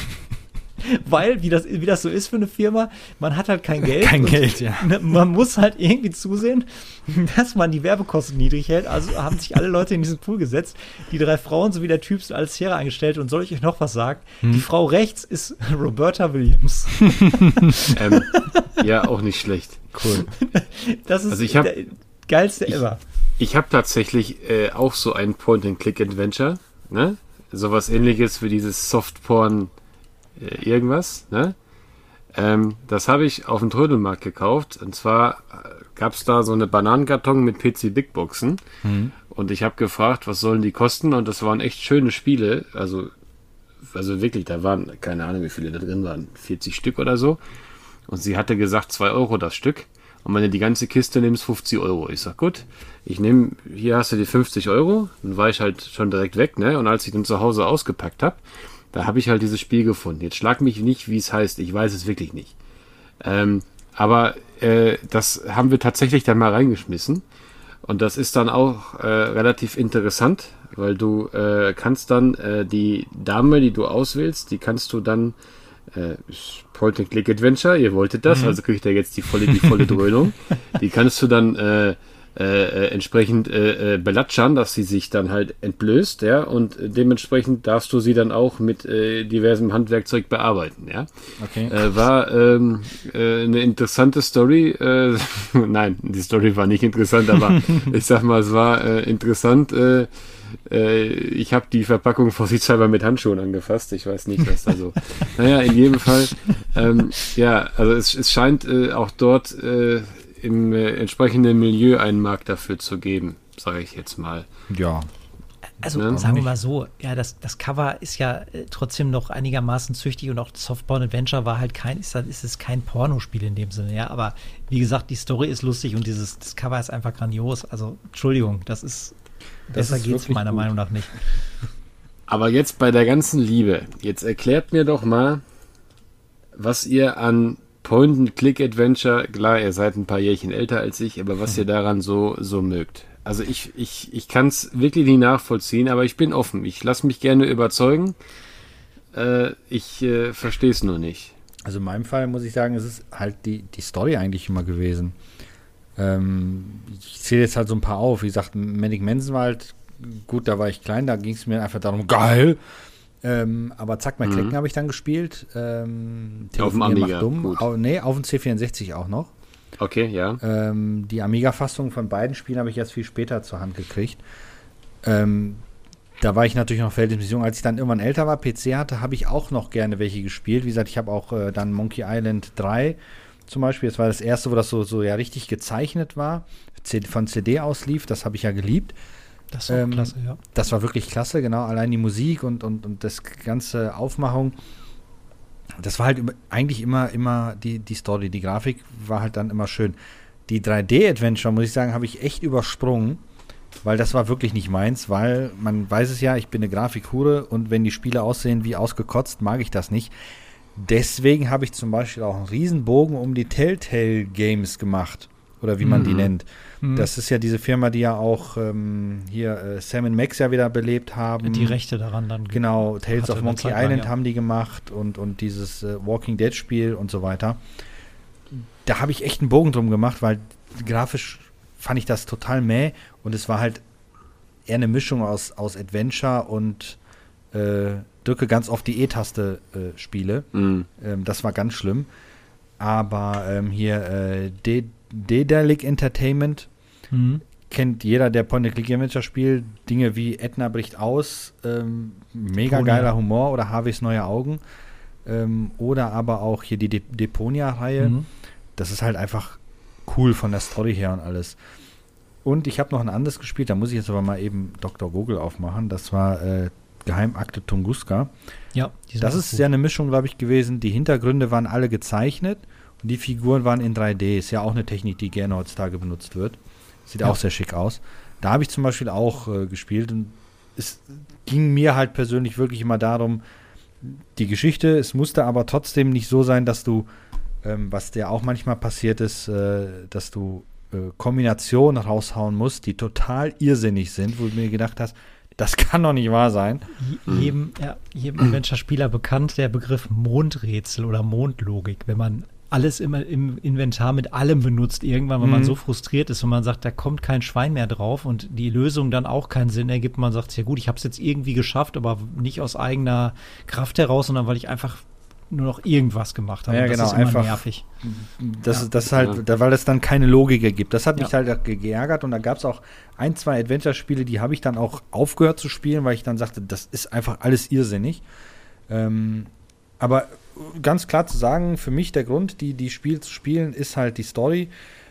Weil, wie das, wie das so ist für eine Firma, man hat halt kein Geld. Kein und, Geld, ja. ne, man muss halt irgendwie zusehen, dass man die Werbekosten niedrig hält. Also haben sich alle Leute in diesen Pool gesetzt. Die drei Frauen sowie der Typ sind als Sierra eingestellt. Und soll ich euch noch was sagen? Hm. Die Frau rechts ist Roberta Williams. ähm, ja, auch nicht schlecht. Cool. Das ist Also ich hab- der geilste ich- ever. Ich habe tatsächlich äh, auch so ein Point-and-Click-Adventure, ne? Sowas ähnliches wie dieses Softporn äh, irgendwas, ne? Ähm, das habe ich auf dem Trödelmarkt gekauft. Und zwar äh, gab es da so eine Bananenkarton mit P C Big Boxen. Mhm. Und ich habe gefragt, was sollen die kosten? Und das waren echt schöne Spiele. Also, also wirklich, da waren, keine Ahnung, wie viele da drin waren, vierzig Stück oder so. Und sie hatte gesagt, zwei Euro das Stück. Und wenn du die ganze Kiste nimmst, fünfzig Euro. Ich sag, gut, ich nehme, hier hast du die fünfzig Euro. Dann war ich halt schon direkt weg, ne? Und als ich dann zu Hause ausgepackt habe, da habe ich halt dieses Spiel gefunden. Jetzt schlag mich nicht, wie es heißt. Ich weiß es wirklich nicht. Ähm, aber äh, das haben wir tatsächlich dann mal reingeschmissen. Und das ist dann auch äh, relativ interessant, weil du äh, kannst dann äh, die Dame, die du auswählst, die kannst du dann äh, Point-and-Click-Adventure, ihr wolltet das, Mhm. also kriegt er jetzt die volle, die volle Dröhnung. Die kannst du dann äh, äh, entsprechend äh, äh, belatschern, dass sie sich dann halt entblößt, ja, und dementsprechend darfst du sie dann auch mit äh, diversem Handwerkzeug bearbeiten, ja. Okay. Äh, war ähm, äh, eine interessante Story. Äh, nein, die Story war nicht interessant, aber ich sag mal, es war äh, interessant. Äh, äh, ich habe die Verpackung vorsichtshalber mit Handschuhen angefasst. Ich weiß nicht, was da so. Naja, in jedem Fall. Ähm, ja, also es, es scheint äh, auch dort äh, im äh, entsprechenden Milieu einen Markt dafür zu geben, sage ich jetzt mal. Ja. Also Ne? sagen wir mal so, ja, das, das Cover ist ja äh, trotzdem noch einigermaßen züchtig und auch Softporn Adventure war halt kein, ist, ist es kein Pornospiel in dem Sinne, ja, aber wie gesagt, die Story ist lustig und dieses das Cover ist einfach grandios. Also Entschuldigung, das ist Das besser ist geht's wirklich meiner gut. Meinung nach nicht. Aber jetzt bei der ganzen Liebe, jetzt erklärt mir doch mal, was ihr an Point-and-Click-Adventure, klar, ihr seid ein paar Jährchen älter als ich, aber was ihr daran so, so mögt. Also ich, ich, ich kann es wirklich nicht nachvollziehen, aber ich bin offen. Ich lasse mich gerne überzeugen. Äh, ich äh, verstehe es nur nicht. Also in meinem Fall muss ich sagen, es ist halt die, die Story eigentlich immer gewesen. Ähm, ich zähle jetzt halt so ein paar auf. Wie gesagt, Manic Manson war halt gut, da war ich klein, da ging es mir einfach darum, geil. Ähm, aber Zack McCracken Mhm. habe ich dann gespielt. Ähm, Auf dem Telefonieren Amiga, macht dumm. gut. Au, nee, auf dem C vierundsechzig auch noch. Okay, ja. Ähm, die Amiga-Fassung von beiden Spielen habe ich erst viel später zur Hand gekriegt. Ähm, da war ich natürlich noch verhältnismäßig jung. Als ich dann irgendwann älter war, P C hatte, habe ich auch noch gerne welche gespielt. Wie gesagt, ich habe auch äh, dann Monkey Island drei zum Beispiel. Das war das erste, wo das so, so ja richtig gezeichnet war, C- von C D aus lief. Das habe ich ja geliebt. Das ist auch Ähm, klasse, ja. Das war wirklich klasse, genau. Allein die Musik und, und, und das ganze Aufmachung. Das war halt immer, eigentlich immer, immer die, die Story. Die Grafik war halt dann immer schön. Die drei D-Adventure, muss ich sagen, habe ich echt übersprungen, weil das war wirklich nicht meins, weil man weiß es ja, ich bin eine Grafikhure und wenn die Spiele aussehen wie ausgekotzt, mag ich das nicht. Deswegen habe ich zum Beispiel auch einen Riesenbogen um die Telltale Games gemacht. Oder wie man Mhm. die nennt. Mhm. Das ist ja diese Firma, die ja auch ähm, hier äh, Sam and Max ja wieder belebt haben. Die Rechte daran dann. Genau, Tales hatte of eine Monkey Zeit lang, Island ja. haben die gemacht und, und dieses äh, Walking Dead Spiel und so weiter. Da habe ich echt einen Bogen drum gemacht, weil grafisch fand ich das total mäh und es war halt eher eine Mischung aus, aus Adventure und äh, drücke ganz oft die E-Taste äh, Spiele. Mhm. Ähm, das war ganz schlimm. Aber ähm, hier äh, De- Daedalic Entertainment Mhm. kennt jeder, der Point-and-Click-Adventure spielt. Dinge wie Edna bricht aus, ähm, mega Deponia. geiler Humor oder Harveys neue Augen. Ähm, oder aber auch hier die De- Deponia-Reihe. Mhm. Das ist halt einfach cool von der Story her und alles. Und ich habe noch ein anderes gespielt, da muss ich jetzt aber mal eben Doktor Google aufmachen. Das war äh, Geheimakte Tunguska. Ja, die sind Das auch ist gut. ja eine Mischung, glaube ich, gewesen. Die Hintergründe waren alle gezeichnet und die Figuren waren in drei D. Ist ja auch eine Technik, die gerne heutzutage benutzt wird. Sieht Ja. auch sehr schick aus. Da habe ich zum Beispiel auch äh, gespielt und es ging mir halt persönlich wirklich immer darum, die Geschichte, es musste aber trotzdem nicht so sein, dass du, ähm, was dir auch manchmal passiert ist, äh, dass du äh, Kombinationen raushauen musst, die total irrsinnig sind, wo du mir gedacht hast, das kann doch nicht wahr sein. Je- jedem, ja, jedem Adventure-Spieler bekannt der Begriff Mondrätsel oder Mondlogik, wenn man alles immer im Inventar mit allem benutzt, irgendwann, wenn man Mhm. so frustriert ist und man sagt, da kommt kein Schwein mehr drauf und die Lösung dann auch keinen Sinn ergibt, man sagt, ja gut, ich habe es jetzt irgendwie geschafft, aber nicht aus eigener Kraft heraus, sondern weil ich einfach nur noch irgendwas gemacht habe. Ja, Und das genau, ist immer einfach- nervig. Das, Ja. ist- das ist halt, Ja. da, weil es dann keine Logik ergibt. Das hat mich Ja. halt ge- geärgert und da gab es auch ein, zwei Adventure-Spiele, die habe ich dann auch aufgehört zu spielen, weil ich dann sagte, das ist einfach alles irrsinnig. Ähm, aber ganz klar zu sagen, für mich der Grund, die, die Spiel zu spielen, ist halt die Story.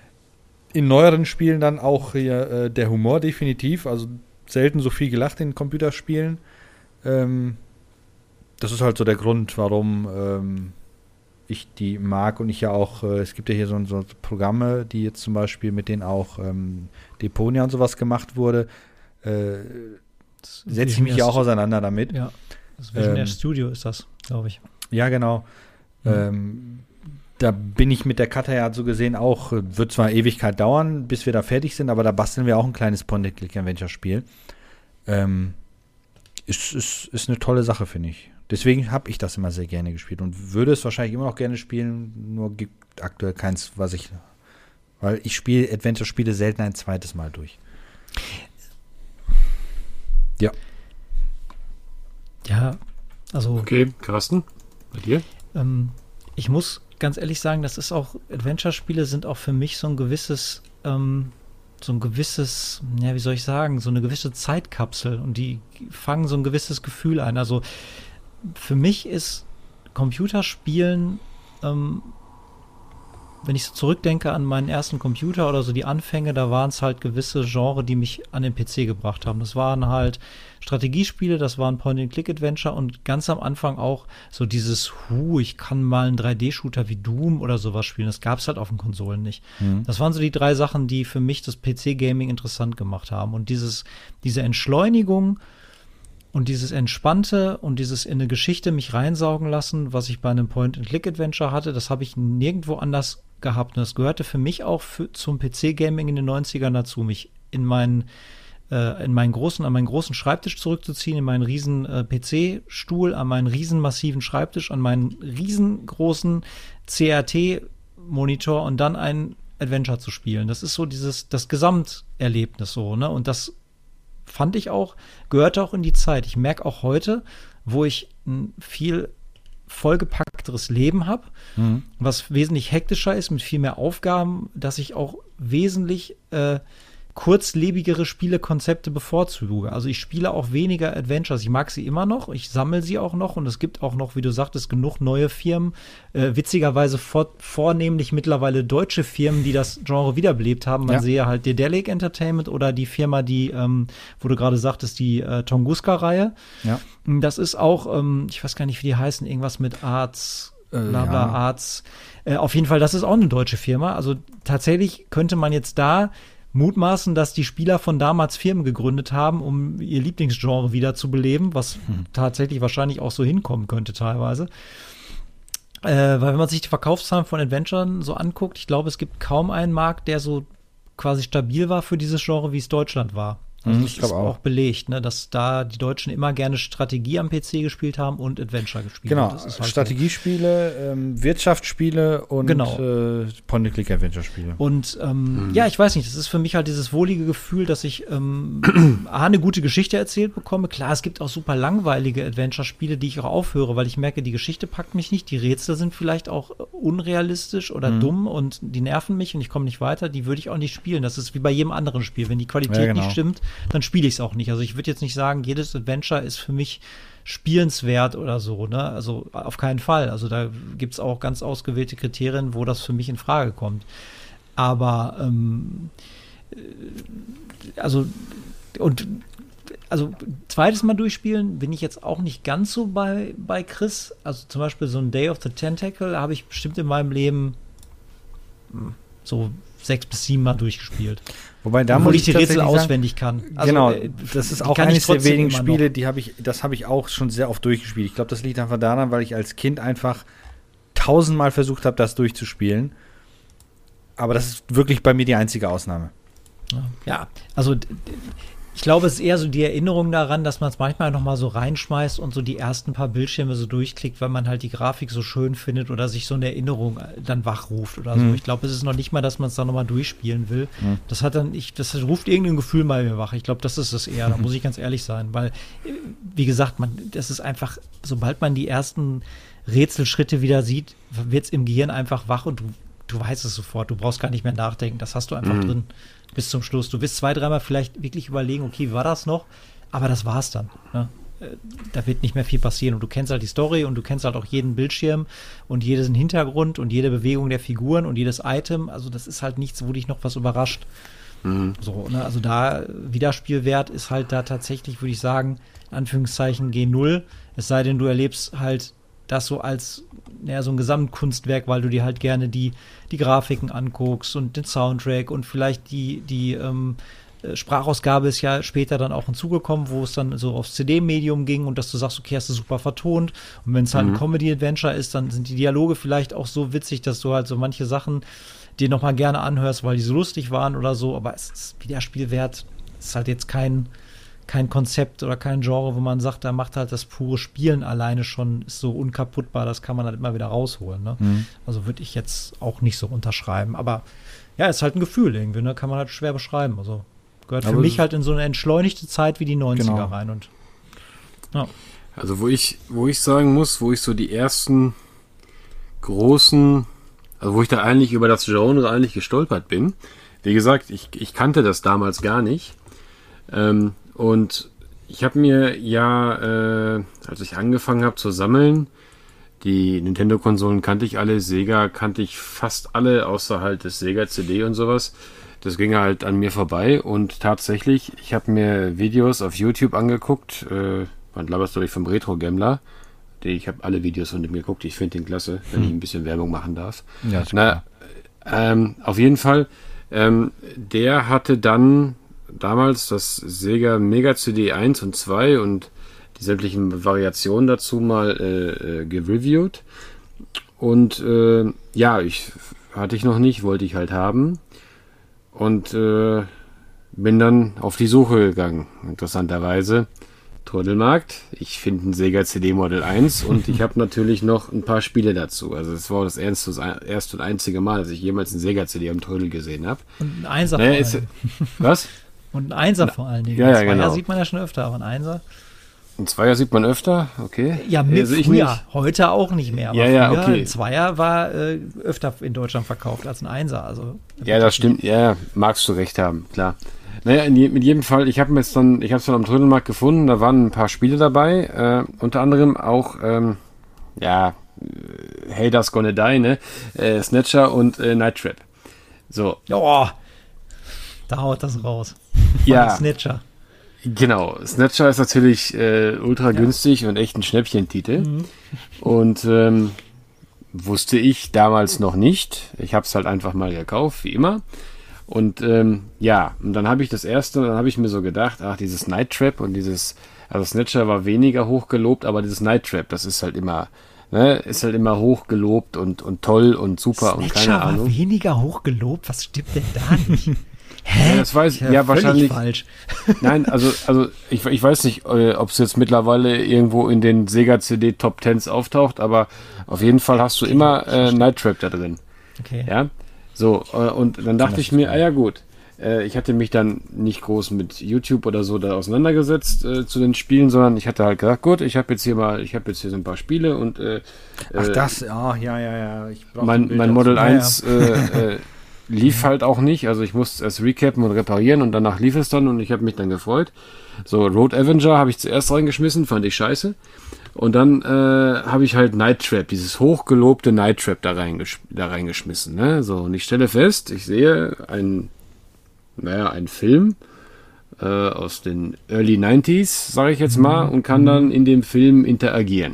In neueren Spielen dann auch hier äh, der Humor definitiv. Also selten so viel gelacht in Computerspielen. Ähm, das ist halt so der Grund, warum ähm, ich die mag und ich ja auch, äh, es gibt ja hier so, so Programme, die jetzt zum Beispiel mit denen auch ähm, Deponia und sowas gemacht wurde, äh, Das setze ich mich ja auch auseinander damit. Ja, das Visionary Ähm, Studio ist das, glaube ich. Ja, genau. Mhm. Ähm, da bin ich mit der Cutter ja so gesehen auch, äh, wird zwar Ewigkeit dauern, bis wir da fertig sind, aber da basteln wir auch ein kleines Point-and-Click-Adventure-Spiel. Ähm, ist, ist, ist eine tolle Sache, finde ich. Deswegen habe ich das immer sehr gerne gespielt und würde es wahrscheinlich immer noch gerne spielen, nur gibt aktuell keins, was ich, weil ich spiele Adventure-Spiele selten ein zweites Mal durch. Ja. Ja, also Okay, Carsten, bei dir? Ähm, ich muss ganz ehrlich sagen, das ist auch, Adventure-Spiele sind auch für mich so ein gewisses, ähm, so ein gewisses, ja, wie soll ich sagen, so eine gewisse Zeitkapsel und die fangen so ein gewisses Gefühl ein. Also für mich ist Computerspielen, ähm, wenn ich so zurückdenke an meinen ersten Computer oder so die Anfänge, da waren es halt gewisse Genre, die mich an den P C gebracht haben. Das waren halt Strategiespiele, das waren Point-and-Click-Adventure und ganz am Anfang auch so dieses, hu, ich kann mal einen drei D-Shooter wie Doom oder sowas spielen. Das gab es halt auf den Konsolen nicht. Mhm. Das waren so die drei Sachen, die für mich das P C-Gaming interessant gemacht haben. Und dieses, diese Entschleunigung und dieses Entspannte und dieses in eine Geschichte mich reinsaugen lassen, was ich bei einem Point-and-Click-Adventure hatte, das habe ich nirgendwo anders gehabt. Und das gehörte für mich auch für, zum P C-Gaming in den neunzigern dazu, mich in meinen äh, in meinen großen, an meinen großen Schreibtisch zurückzuziehen, in meinen riesen äh, P C-Stuhl, an meinen riesen massiven Schreibtisch, an meinen riesengroßen C R T-Monitor und dann ein Adventure zu spielen. Das ist so dieses, das Gesamterlebnis so, ne? Und das fand ich auch, gehörte auch in die Zeit. Ich merke auch heute, wo ich ein viel vollgepackteres Leben habe, mhm. was wesentlich hektischer ist, mit viel mehr Aufgaben, dass ich auch wesentlich äh, kurzlebigere Spielekonzepte bevorzuge. Also ich spiele auch weniger Adventures. Ich mag sie immer noch, ich sammle sie auch noch und es gibt auch noch, wie du sagtest, genug neue Firmen. Äh, witzigerweise vor, vornehmlich mittlerweile deutsche Firmen, die das Genre wiederbelebt haben. Man ja. sehe halt Dedelic Entertainment oder die Firma, die, ähm, wo du gerade sagtest, die äh, Tunguska-Reihe. Ja. Das ist auch, ähm, ich weiß gar nicht, wie die heißen, irgendwas mit Arts, bla bla, ja. Arts. Äh, auf jeden Fall, das ist auch eine deutsche Firma. Also tatsächlich könnte man jetzt da mutmaßen, dass die Spieler von damals Firmen gegründet haben, um ihr Lieblingsgenre wieder zu beleben, was hm. tatsächlich wahrscheinlich auch so hinkommen könnte teilweise. Äh, weil wenn man sich die Verkaufszahlen von Adventuren so anguckt, ich glaube, es gibt kaum einen Markt, der so quasi stabil war für dieses Genre, wie es Deutschland war. Also das ich glaube ist auch. auch belegt, ne, dass da die Deutschen immer gerne Strategie am P C gespielt haben und Adventure gespielt genau, haben. Das ist halt Strategiespiele, so. ähm, Wirtschaftsspiele und genau. äh, Point-and-Click-Adventure-Spiele. Und ähm, mhm. ja, ich weiß nicht, das ist für mich halt dieses wohlige Gefühl, dass ich ähm, A, eine gute Geschichte erzählt bekomme. Klar, es gibt auch super langweilige Adventure-Spiele, die ich auch aufhöre, weil ich merke, die Geschichte packt mich nicht, die Rätsel sind vielleicht auch unrealistisch oder mhm. dumm und die nerven mich und ich komme nicht weiter, die würde ich auch nicht spielen. Das ist wie bei jedem anderen Spiel. Wenn die Qualität ja, genau. nicht stimmt, dann spiele ich es auch nicht. Also ich würde jetzt nicht sagen, jedes Adventure ist für mich spielenswert oder so, ne? Also auf keinen Fall. Also da gibt es auch ganz ausgewählte Kriterien, wo das für mich in Frage kommt. Aber ähm, also und also zweites Mal durchspielen bin ich jetzt auch nicht ganz so bei, bei Chris. Also zum Beispiel so ein Day of the Tentacle habe ich bestimmt in meinem Leben so sechs bis sieben Mal durchgespielt. Wobei da Obwohl muss ich die Rätsel sagen, auswendig kann. Also, genau, äh, das ist die auch kann ich eines der trotzdem wenigen immer Spiele, noch. die habe ich, das habe ich auch schon sehr oft durchgespielt. Ich glaube, das liegt einfach daran, weil ich als Kind einfach tausendmal versucht habe, das durchzuspielen. Aber das ist wirklich bei mir die einzige Ausnahme. Ja, also d- d- ich glaube, es ist eher so die Erinnerung daran, dass man es manchmal noch mal so reinschmeißt und so die ersten paar Bildschirme so durchklickt, weil man halt die Grafik so schön findet oder sich so eine Erinnerung dann wachruft oder so. Mhm. Ich glaube, es ist noch nicht mal, dass man es dann noch mal durchspielen will. Mhm. Das hat dann, ich, das ruft irgendein Gefühl bei mir wach. Ich glaube, das ist es eher. Da muss ich ganz ehrlich sein, weil, wie gesagt, man, das ist einfach, sobald man die ersten Rätselschritte wieder sieht, wird es im Gehirn einfach wach und du, du weißt es sofort. Du brauchst gar nicht mehr nachdenken. Das hast du einfach mhm. drin. Bis zum Schluss. Du wirst zwei, dreimal vielleicht wirklich überlegen, okay, wie war das noch? Aber das war's dann. Ne? Da wird nicht mehr viel passieren. Und du kennst halt die Story und du kennst halt auch jeden Bildschirm und jeden Hintergrund und jede Bewegung der Figuren und jedes Item. Also das ist halt nichts, wo dich noch was überrascht. Mhm. So, ne? Also da, Wiederspielwert ist halt da tatsächlich, würde ich sagen, in Anführungszeichen G null. Es sei denn, du erlebst halt das so als ja, so ein Gesamtkunstwerk, weil du dir halt gerne die, die Grafiken anguckst und den Soundtrack und vielleicht die, die ähm, Sprachausgabe ist ja später dann auch hinzugekommen, wo es dann so aufs C D-Medium ging und dass du sagst, okay, hast du super vertont. Und wenn es halt Mhm. ein Comedy-Adventure ist, dann sind die Dialoge vielleicht auch so witzig, dass du halt so manche Sachen dir nochmal gerne anhörst, weil die so lustig waren oder so. Aber es ist Wiederspielwert, es ist halt jetzt kein kein Konzept oder kein Genre, wo man sagt, da macht halt das pure Spielen alleine schon, ist so unkaputtbar, das kann man halt immer wieder rausholen. Ne? Mhm. Also würde ich jetzt auch nicht so unterschreiben. Aber ja, ist halt ein Gefühl irgendwie, ne? Kann man halt schwer beschreiben. Also gehört für Aber mich halt in so eine entschleunigte Zeit wie die neunziger Genau. rein. Und ja. Also wo ich, wo ich sagen muss, wo ich so die ersten großen, also wo ich da eigentlich über das Genre eigentlich gestolpert bin. Wie gesagt, ich, ich kannte das damals gar nicht. Ähm, und ich habe mir ja, äh, als ich angefangen habe zu sammeln, die Nintendo-Konsolen kannte ich alle, Sega kannte ich fast alle, außer halt das Sega-C D und sowas. Das ging halt an mir vorbei und tatsächlich, ich habe mir Videos auf YouTube angeguckt, äh, wann laberst du dich vom Retro-Gambler? Ich habe alle Videos von dem geguckt, ich finde den klasse, wenn hm. ich ein bisschen Werbung machen darf. Ja, ist Na, ähm, auf jeden Fall, ähm, der hatte dann damals das Sega Mega C D eins und zwei und die sämtlichen Variationen dazu mal äh, äh, gereviewt. Und äh, ja, ich hatte ich noch nicht, wollte ich halt haben. Und äh, bin dann auf die Suche gegangen. Interessanterweise, Trödelmarkt. Ich finde ein Sega C D Model eins und ich habe natürlich noch ein paar Spiele dazu. Also es war das erste, das erste und einzige Mal, dass ich jemals ein Sega C D am Trödel gesehen habe. Und ein Einser naja, vor allem. Ist, was? Und ein Einser vor allen Dingen. Ja, ja, Zweier genau. sieht man ja schon öfter, aber ein Einser. Ein Zweier sieht man öfter, okay. Ja, mit also ich früher. nicht. Heute auch nicht mehr. Aber ja, ja, früher, okay. Ein Zweier war äh, öfter in Deutschland verkauft als ein Einser. Also, Ja, das stimmt. Ja, magst du recht haben, klar. Naja, in je, mit jedem Fall, ich habe jetzt dann, ich habe es dann am Trödelmarkt gefunden, da waren ein paar Spiele dabei, äh, unter anderem auch, ähm, ja, Haters Gonna Die, ne, äh, Snatcher und äh, Night Trap. So. Oh, da haut das raus. Ja. Snatcher. Genau, Snatcher ist natürlich äh, ultra ja. günstig und echt ein Schnäppchentitel. Mhm. Und ähm, wusste ich damals noch nicht. Ich habe es halt einfach mal gekauft, wie immer. Und ähm, ja, und dann habe ich das erste, dann habe ich mir so gedacht, ach, dieses Night Trap und dieses, also Snatcher war weniger hochgelobt, aber dieses Night Trap, das ist halt immer, ne, ist halt immer hochgelobt und, und toll und super Snatcher und keine Ahnung. War weniger hochgelobt? Was stimmt denn da nicht? Hä? Ja, das weiß ja, ja wahrscheinlich. Falsch. Nein, also, also ich, ich weiß nicht, äh, ob es jetzt mittlerweile irgendwo in den Sega C D Top Tens auftaucht, aber auf jeden Fall hast du okay, immer äh, Night Trap da drin. Okay. Ja. So, äh, und dann dachte ich mir, ah ja gut, äh, ich hatte mich dann nicht groß mit YouTube oder so da auseinandergesetzt äh, zu den Spielen, sondern ich hatte halt gesagt, gut, ich habe jetzt hier mal, ich habe jetzt hier so ein paar Spiele und äh, Ach das, oh, ja, ja, ja. Ich mein, mein Model dazu. eins ja, ja. Äh, äh, lief halt auch nicht, also ich musste erst recappen und reparieren und danach lief es dann und ich habe mich dann gefreut. So, Road Avenger habe ich zuerst reingeschmissen, fand ich scheiße. Und dann äh, habe ich halt Night Trap, dieses hochgelobte Night Trap da, reingesch- da reingeschmissen. Ne? So, und ich stelle fest, ich sehe einen, naja, einen Film äh, aus den Early nineties, sage ich jetzt mal, und kann dann in dem Film interagieren.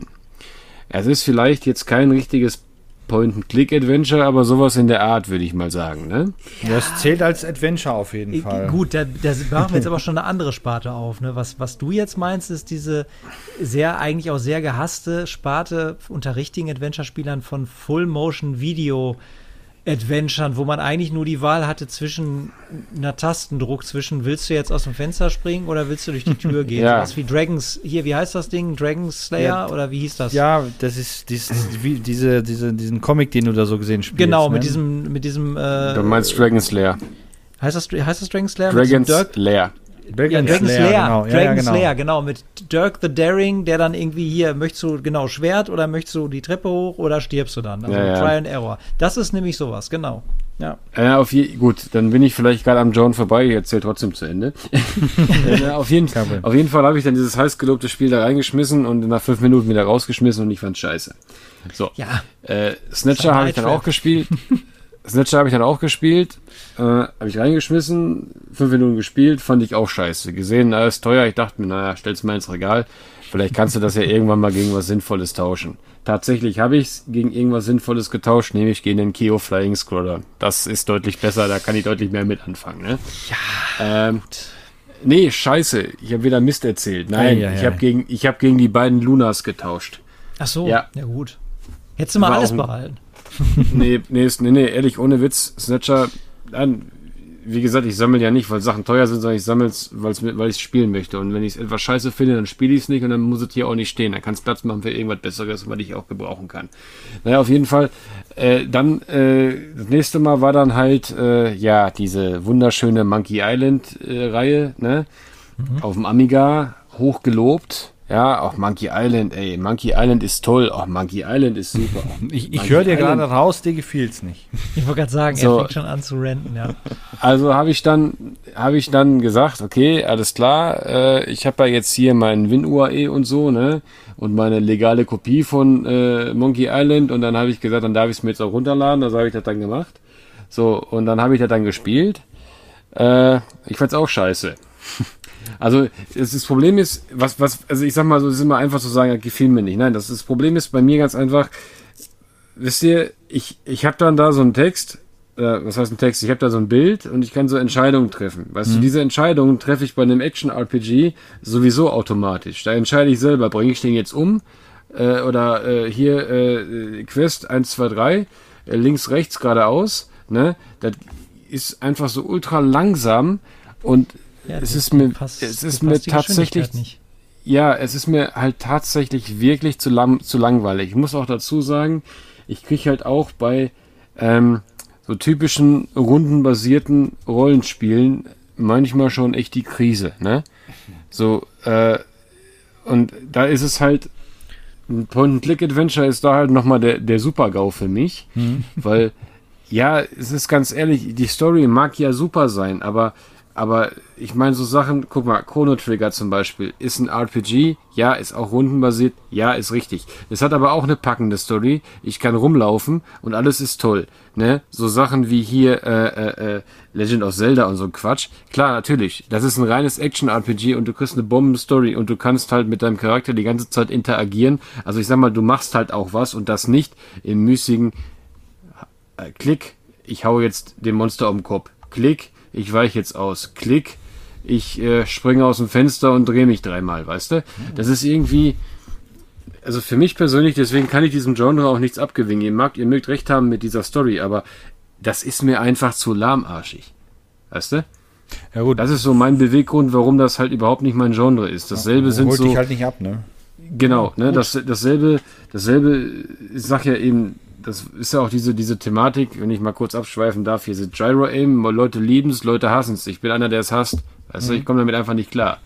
Es ist vielleicht jetzt kein richtiges Point-and-Click-Adventure, aber sowas in der Art, würde ich mal sagen, ne? Ja, das zählt als Adventure auf jeden Fall. Gut, da, da machen wir jetzt aber schon eine andere Sparte auf, ne? Was, was du jetzt meinst, ist diese sehr, eigentlich auch sehr gehasste Sparte unter richtigen Adventure-Spielern von Full-Motion-Video Adventuren, wo man eigentlich nur die Wahl hatte zwischen einer Tastendruck, zwischen willst du jetzt aus dem Fenster springen oder willst du durch die Tür gehen? Ja. Sowas wie Dragons, hier, wie heißt das Ding? Dragon Slayer ja. oder wie hieß das? Ja, das ist dies, wie, diese, diese, diesen Comic, den du da so gesehen spielst. Genau, ne? mit diesem, mit diesem äh, Du meinst Dragon Slayer. Heißt das, heißt das Dragon Slayer? Dragon Slayer. Dragon ja, Dragon Slayer, Slayer, genau. Dragon Ja, ja, genau. Slayer, genau, mit Dirk the Daring, der dann irgendwie hier, möchtest du genau Schwert oder möchtest du die Treppe hoch oder stirbst du dann? Also ja, ja. Try and Error. Das ist nämlich sowas, genau. Ja. Ja, auf je, gut, dann bin ich vielleicht gerade am John vorbei, ich erzähle trotzdem zu Ende. ja, auf, jeden, auf jeden Fall habe ich dann dieses heiß gelobte Spiel da reingeschmissen und nach fünf Minuten wieder rausgeschmissen und ich fand's scheiße. So. Ja. Äh, Snatcher habe ich dann auch gespielt. Snatcher habe ich dann auch gespielt, äh, habe ich reingeschmissen, fünf Minuten gespielt, fand ich auch scheiße. Gesehen, na, ist teuer, ich dachte mir, naja, stell's mal ins Regal, vielleicht kannst du das ja irgendwann mal gegen was Sinnvolles tauschen. Tatsächlich habe ich es gegen irgendwas Sinnvolles getauscht, nämlich gegen den Keo Flying Scroller. Das ist deutlich besser, da kann ich deutlich mehr mit anfangen. Ne? Ja. Ähm, nee, scheiße, ich habe wieder Mist erzählt. Nein, ja, ja, ich ja. habe gegen, ich hab gegen die beiden Lunas getauscht. Ach so, ja, ja gut. Hättest du mal War alles auch ein- behalten. nee, nee, nee, nee, ehrlich, ohne Witz, Snatcher, nein, wie gesagt, ich sammle ja nicht, weil Sachen teuer sind, sondern ich sammle es, weil ich es spielen möchte. Und wenn ich es etwas scheiße finde, dann spiele ich es nicht und dann muss es hier auch nicht stehen. Dann kann es Platz machen für irgendwas Besseres, was ich auch gebrauchen kann. Naja, auf jeden Fall. Äh, dann, äh, das nächste Mal war dann halt, äh, ja, diese wunderschöne Monkey Island äh, Reihe, ne? Mhm. Auf dem Amiga, hochgelobt. Ja, auch Monkey Island, ey, Monkey Island ist toll, auch Monkey Island ist super. Ich, ich höre dir gerade raus, dir gefiel's nicht. Ich wollte gerade sagen, So. er fängt schon an zu ranten, ja. Also habe ich dann habe ich dann gesagt, okay, alles klar, äh, ich habe ja jetzt hier meinen WinUAE U A E und so, ne, und meine legale Kopie von äh, Monkey Island und dann habe ich gesagt, dann darf ich es mir jetzt auch runterladen, also habe ich das dann gemacht. So, und dann habe ich das dann gespielt. Äh, ich fand's auch scheiße. Also das, das Problem ist, was, was, also ich sag mal so, es ist immer einfach zu sagen, das gefiel mir nicht. Nein, das, das Problem ist bei mir ganz einfach, wisst ihr, ich, ich habe dann da so einen Text, äh, was heißt ein Text, ich habe da so ein Bild und ich kann so Entscheidungen treffen. Weißt Mhm. du, diese Entscheidungen treffe ich bei einem Action-R P G sowieso automatisch. Da entscheide ich selber, bringe ich den jetzt um äh, oder äh, hier äh, Quest eins, zwei, drei, äh, links, rechts, geradeaus, ne? Das ist einfach so ultra langsam und Ja, es das ist mir, passt- es das ist passt mir die tatsächlich, Geschwindigkeit nicht. ja, es ist mir halt tatsächlich wirklich zu, lang, zu langweilig. Ich muss auch dazu sagen, ich kriege halt auch bei ähm, so typischen rundenbasierten Rollenspielen manchmal schon echt die Krise, ne? So, äh, und da ist es halt, ein Point-and-Click-Adventure ist da halt nochmal der, der Super-GAU für mich, mhm. weil, ja, es ist ganz ehrlich, die Story mag ja super sein, aber Aber ich meine, so Sachen, guck mal, Chrono Trigger zum Beispiel, ist ein R P G, ja, ist auch rundenbasiert, ja, ist richtig. Es hat aber auch eine packende Story, ich kann rumlaufen und alles ist toll, ne? So Sachen wie hier äh, äh, äh, Legend of Zelda und so Quatsch, klar, natürlich, das ist ein reines Action-R P G und du kriegst eine Bomben-Story und du kannst halt mit deinem Charakter die ganze Zeit interagieren, also ich sag mal, du machst halt auch was und das nicht im müßigen äh, Klick, ich hau jetzt dem Monster um den Kopf, Klick, ich weiche jetzt aus. Klick, ich äh, springe aus dem Fenster und drehe mich dreimal, weißt du? Das ist irgendwie, also für mich persönlich, deswegen kann ich diesem Genre auch nichts abgewinnen. Ihr mögt, ihr mögt recht haben mit dieser Story, aber das ist mir einfach zu lahmarschig. Weißt du? Ja gut. Das ist so mein Beweggrund, warum das halt überhaupt nicht mein Genre ist. Dasselbe ja, sind holt so... dich halt nicht ab, ne? Genau, ne? Das, dasselbe, dasselbe, ich sag ja eben, das ist ja auch diese, diese Thematik, wenn ich mal kurz abschweifen darf, hier sind Gyro-Aim, Leute lieben es, Leute hassen es. Ich bin einer, der es hasst. Weißt du, ich komme damit einfach nicht klar.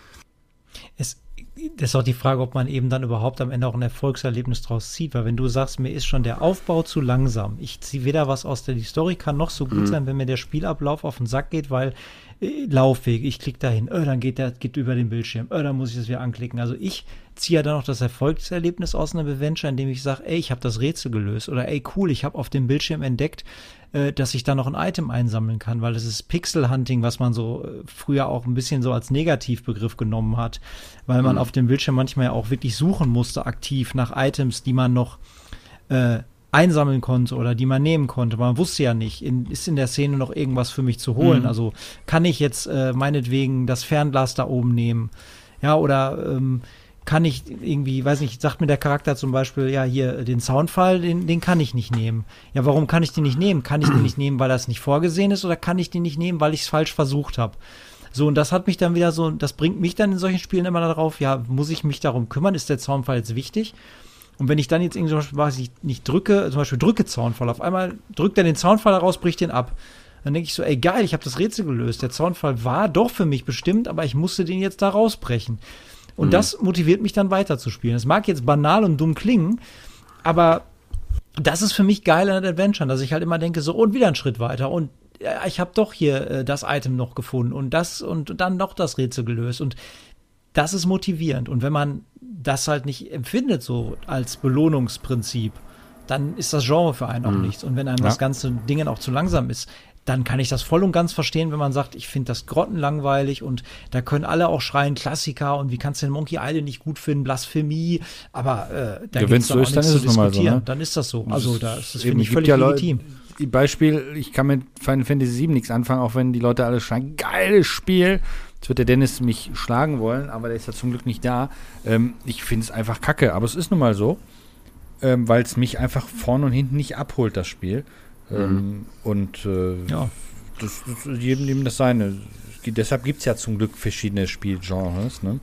Es das ist auch die Frage, ob man eben dann überhaupt am Ende auch ein Erfolgserlebnis draus zieht, weil wenn du sagst, mir ist schon der Aufbau zu langsam, ich ziehe weder was aus der, die Story kann noch so gut mhm. sein, wenn mir der Spielablauf auf den Sack geht, weil äh, Laufweg, ich klicke dahin, äh, dann geht der geht über den Bildschirm, äh, dann muss ich das wieder anklicken. Also ich ziehe ja dann noch das Erfolgserlebnis aus einem Adventure, indem ich sage, ey, ich habe das Rätsel gelöst oder ey, cool, ich habe auf dem Bildschirm entdeckt, äh, dass ich da noch ein Item einsammeln kann, weil das ist Pixel-Hunting, was man so äh, früher auch ein bisschen so als Negativbegriff genommen hat, weil man mhm. auf dem Bildschirm manchmal ja auch wirklich suchen musste, aktiv nach Items, die man noch äh, einsammeln konnte oder die man nehmen konnte. Man wusste ja nicht, in, ist in der Szene noch irgendwas für mich zu holen. Mhm. Also kann ich jetzt äh, meinetwegen das Fernglas da oben nehmen? Ja, oder ähm, kann ich irgendwie, weiß nicht, sagt mir der Charakter zum Beispiel, ja, hier, den Soundfall, den, den kann ich nicht nehmen. Ja, warum kann ich den nicht nehmen? Kann ich den nicht nehmen, weil das nicht vorgesehen ist, oder kann ich den nicht nehmen, weil ich es falsch versucht habe? So, und das hat mich dann wieder so, das bringt mich dann in solchen Spielen immer darauf, ja, muss ich mich darum kümmern? Ist der Soundfall jetzt wichtig? Und wenn ich dann jetzt irgendwie zum Beispiel, weiß ich, nicht drücke, zum Beispiel drücke Soundfall, auf einmal drückt er den Soundfall heraus, bricht den ab. Dann denke ich so, ey, geil, ich habe das Rätsel gelöst. Der Soundfall war doch für mich bestimmt, aber ich musste den jetzt da rausbrechen. Und mhm. das motiviert mich dann weiterzuspielen. Das mag jetzt banal und dumm klingen, aber das ist für mich geil an Adventure, dass ich halt immer denke, so, und wieder einen Schritt weiter und ja, ich habe doch hier äh, das Item noch gefunden und das und dann noch das Rätsel gelöst und das ist motivierend. Und wenn man das halt nicht empfindet so als Belohnungsprinzip, dann ist das Genre für einen auch mhm. nichts. Und wenn einem ja. das ganze Ding auch zu langsam ist, dann kann ich das voll und ganz verstehen, wenn man sagt, ich finde das grottenlangweilig und da können alle auch schreien, Klassiker und wie kannst du den Monkey Island nicht gut finden, Blasphemie, aber äh, da ja, gibt es so auch nichts zu diskutieren. So, ne? Dann ist das so. Also da ist das, finde ich, Eben, völlig ja legitim. Leute, Beispiel, ich kann mit Final Fantasy sieben nichts anfangen, auch wenn die Leute alle schreien, geiles Spiel. Jetzt wird der Dennis mich schlagen wollen, aber der ist ja zum Glück nicht da. Ähm, ich finde es einfach kacke, aber es ist nun mal so, ähm, weil es mich einfach vorne und hinten nicht abholt, das Spiel. Mhm. Ähm, und äh, ja. Das, das, jedem, jedem das seine. Deshalb gibt es ja zum Glück verschiedene Spielgenres. Ne?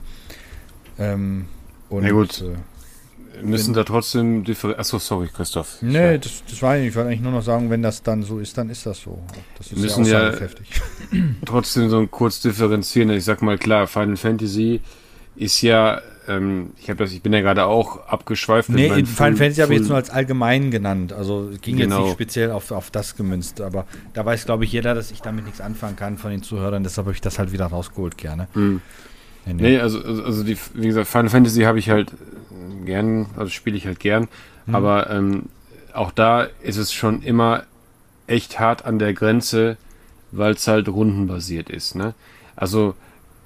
Ähm, und, Na gut. Äh, müssen da trotzdem differenzieren. Achso, sorry, Christoph. Nee, ja. das, das war nicht. Ich wollte eigentlich nur noch sagen, wenn das dann so ist, dann ist das so. Das ist müssen ja ja trotzdem so kurz differenzieren. Ich sag mal klar, Final Fantasy ist ja, ähm, ich habe das, ich bin ja gerade auch abgeschweift. Nee, in Final Fantasy habe ich jetzt nur als allgemein genannt. Also ging genau. jetzt nicht speziell auf, auf das gemünzt. Aber da weiß, glaube ich, jeder, dass ich damit nichts anfangen kann von den Zuhörern. Deshalb habe ich das halt wieder rausgeholt, gerne. Mhm. Nee, nee. nee, also, also die, wie gesagt, Final Fantasy habe ich halt gern, also spiele ich halt gern. Mhm. Aber ähm, auch da ist es schon immer echt hart an der Grenze, weil es halt rundenbasiert ist. Ne? Also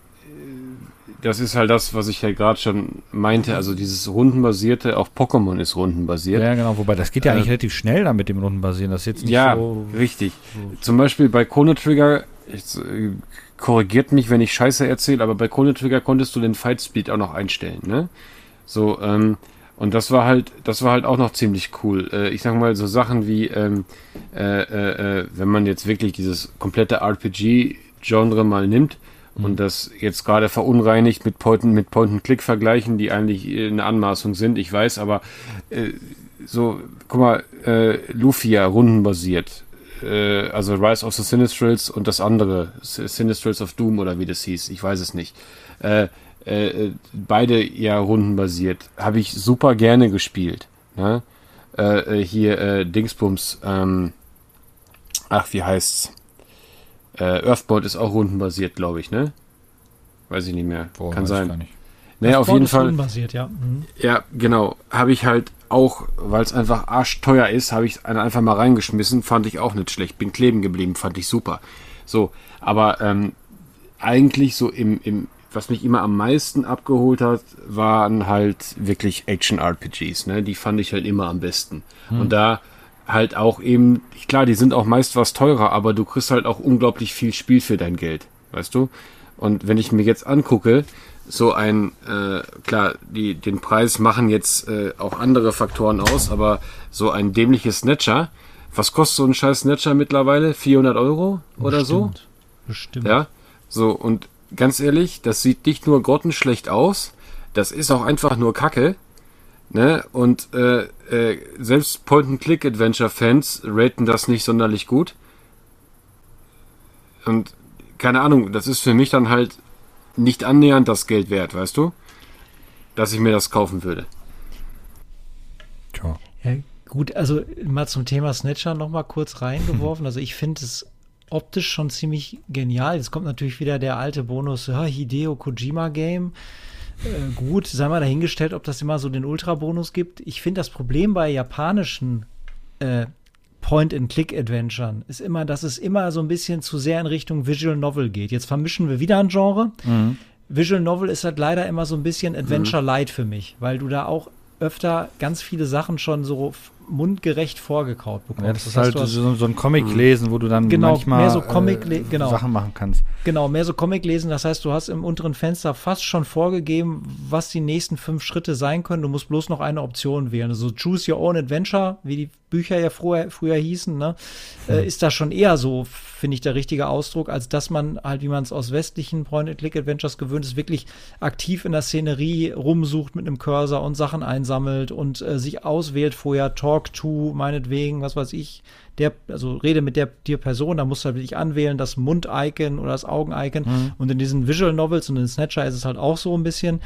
das ist halt das, was ich ja gerade schon meinte, also dieses rundenbasierte, auch Pokémon ist rundenbasiert. Ja, genau, wobei das geht ja eigentlich äh, relativ schnell dann mit dem rundenbasieren, das ist jetzt nicht ja, so... Ja, richtig. So. Zum Beispiel bei Chrono Trigger, jetzt, äh, korrigiert mich, wenn ich Scheiße erzähle, aber bei Chrono Trigger konntest du den Fight Speed auch noch einstellen, ne? So, ähm, und das war halt, das war halt auch noch ziemlich cool. Äh, ich sag mal, so Sachen wie, ähm, äh, äh, wenn man jetzt wirklich dieses komplette R P G-Genre mal nimmt, und das jetzt gerade verunreinigt mit Point, mit Point-and-Click-Vergleichen, die eigentlich eine Anmaßung sind, ich weiß, aber äh, so, guck mal, äh, Lufia, rundenbasiert, äh, also Rise of the Sinistrals und das andere, Sinistrals of Doom oder wie das hieß, ich weiß es nicht. Äh, äh, beide ja rundenbasiert, habe ich super gerne gespielt. Ne? Äh, hier äh, Dingsbums, ähm, ach, wie heißt's? Äh, Earthbound ist auch rundenbasiert, glaube ich, ne? Weiß ich nicht mehr. Boah, Kann weiß sein. ich gar nicht. Naja, auf jeden ist Fall. rundenbasiert, ja. Mhm. Ja, genau. Habe ich halt auch, weil es einfach arschteuer ist, habe ich einfach mal reingeschmissen. Fand ich auch nicht schlecht. Bin kleben geblieben, fand ich super. So, aber ähm, eigentlich so im, im, was mich immer am meisten abgeholt hat, waren halt wirklich Action-R P Gs. Ne? Die fand ich halt immer am besten. Hm. Und da halt auch eben, klar, die sind auch meist was teurer, aber du kriegst halt auch unglaublich viel Spiel für dein Geld. Weißt du? Und wenn ich mir jetzt angucke, so ein, äh, klar, die, den Preis machen jetzt äh, auch andere Faktoren aus, aber so ein dämliches Snatcher, was kostet so ein scheiß Snatcher mittlerweile? vierhundert Euro oder Bestimmt. so? Bestimmt. Ja, so, und ganz ehrlich, das sieht nicht nur grottenschlecht aus, das ist auch einfach nur Kacke, ne, und äh, äh, selbst Point-and-Click-Adventure-Fans raten das nicht sonderlich gut. Und keine Ahnung, das ist für mich dann halt nicht annähernd das Geld wert, weißt du? Dass ich mir das kaufen würde. Tja. Ja, gut, also mal zum Thema Snatcher noch mal kurz reingeworfen. Also ich finde es optisch schon ziemlich genial. Jetzt kommt natürlich wieder der alte Bonus, ja, Hideo Kojima Game. Äh, gut, sei mal dahingestellt, ob das immer so den Ultra-Bonus gibt. Ich finde das Problem bei japanischen äh, Point-and-Click-Adventuren ist immer, dass es immer so ein bisschen zu sehr in Richtung Visual Novel geht. Jetzt vermischen wir wieder ein Genre. Mhm. Visual Novel ist halt leider immer so ein bisschen Adventure Light für mich, weil du da auch öfter ganz viele Sachen schon so mundgerecht vorgekaut bekommst. Ja, das ist das heißt, halt so, so ein Comic lesen, wo du dann genau, manchmal mehr so Comic äh, genau. Sachen machen kannst. Genau, mehr so Comic lesen. Das heißt, du hast im unteren Fenster fast schon vorgegeben, was die nächsten fünf Schritte sein können. Du musst bloß noch eine Option wählen. Also Choose Your Own Adventure, wie die Bücher ja früher, früher hießen, ne, hm. äh, ist da schon eher so, finde ich, der richtige Ausdruck, als dass man halt, wie man es aus westlichen Point-and-Click-Adventures gewöhnt ist, wirklich aktiv in der Szenerie rumsucht mit einem Cursor und Sachen einsammelt und äh, sich auswählt vorher, Talk to, meinetwegen, was weiß ich, der, also rede mit der dir Person, da musst du halt wirklich anwählen, das Mund-Icon oder das Augen-Icon. Mhm. Und in diesen Visual Novels und in Snatcher ist es halt auch so ein bisschen,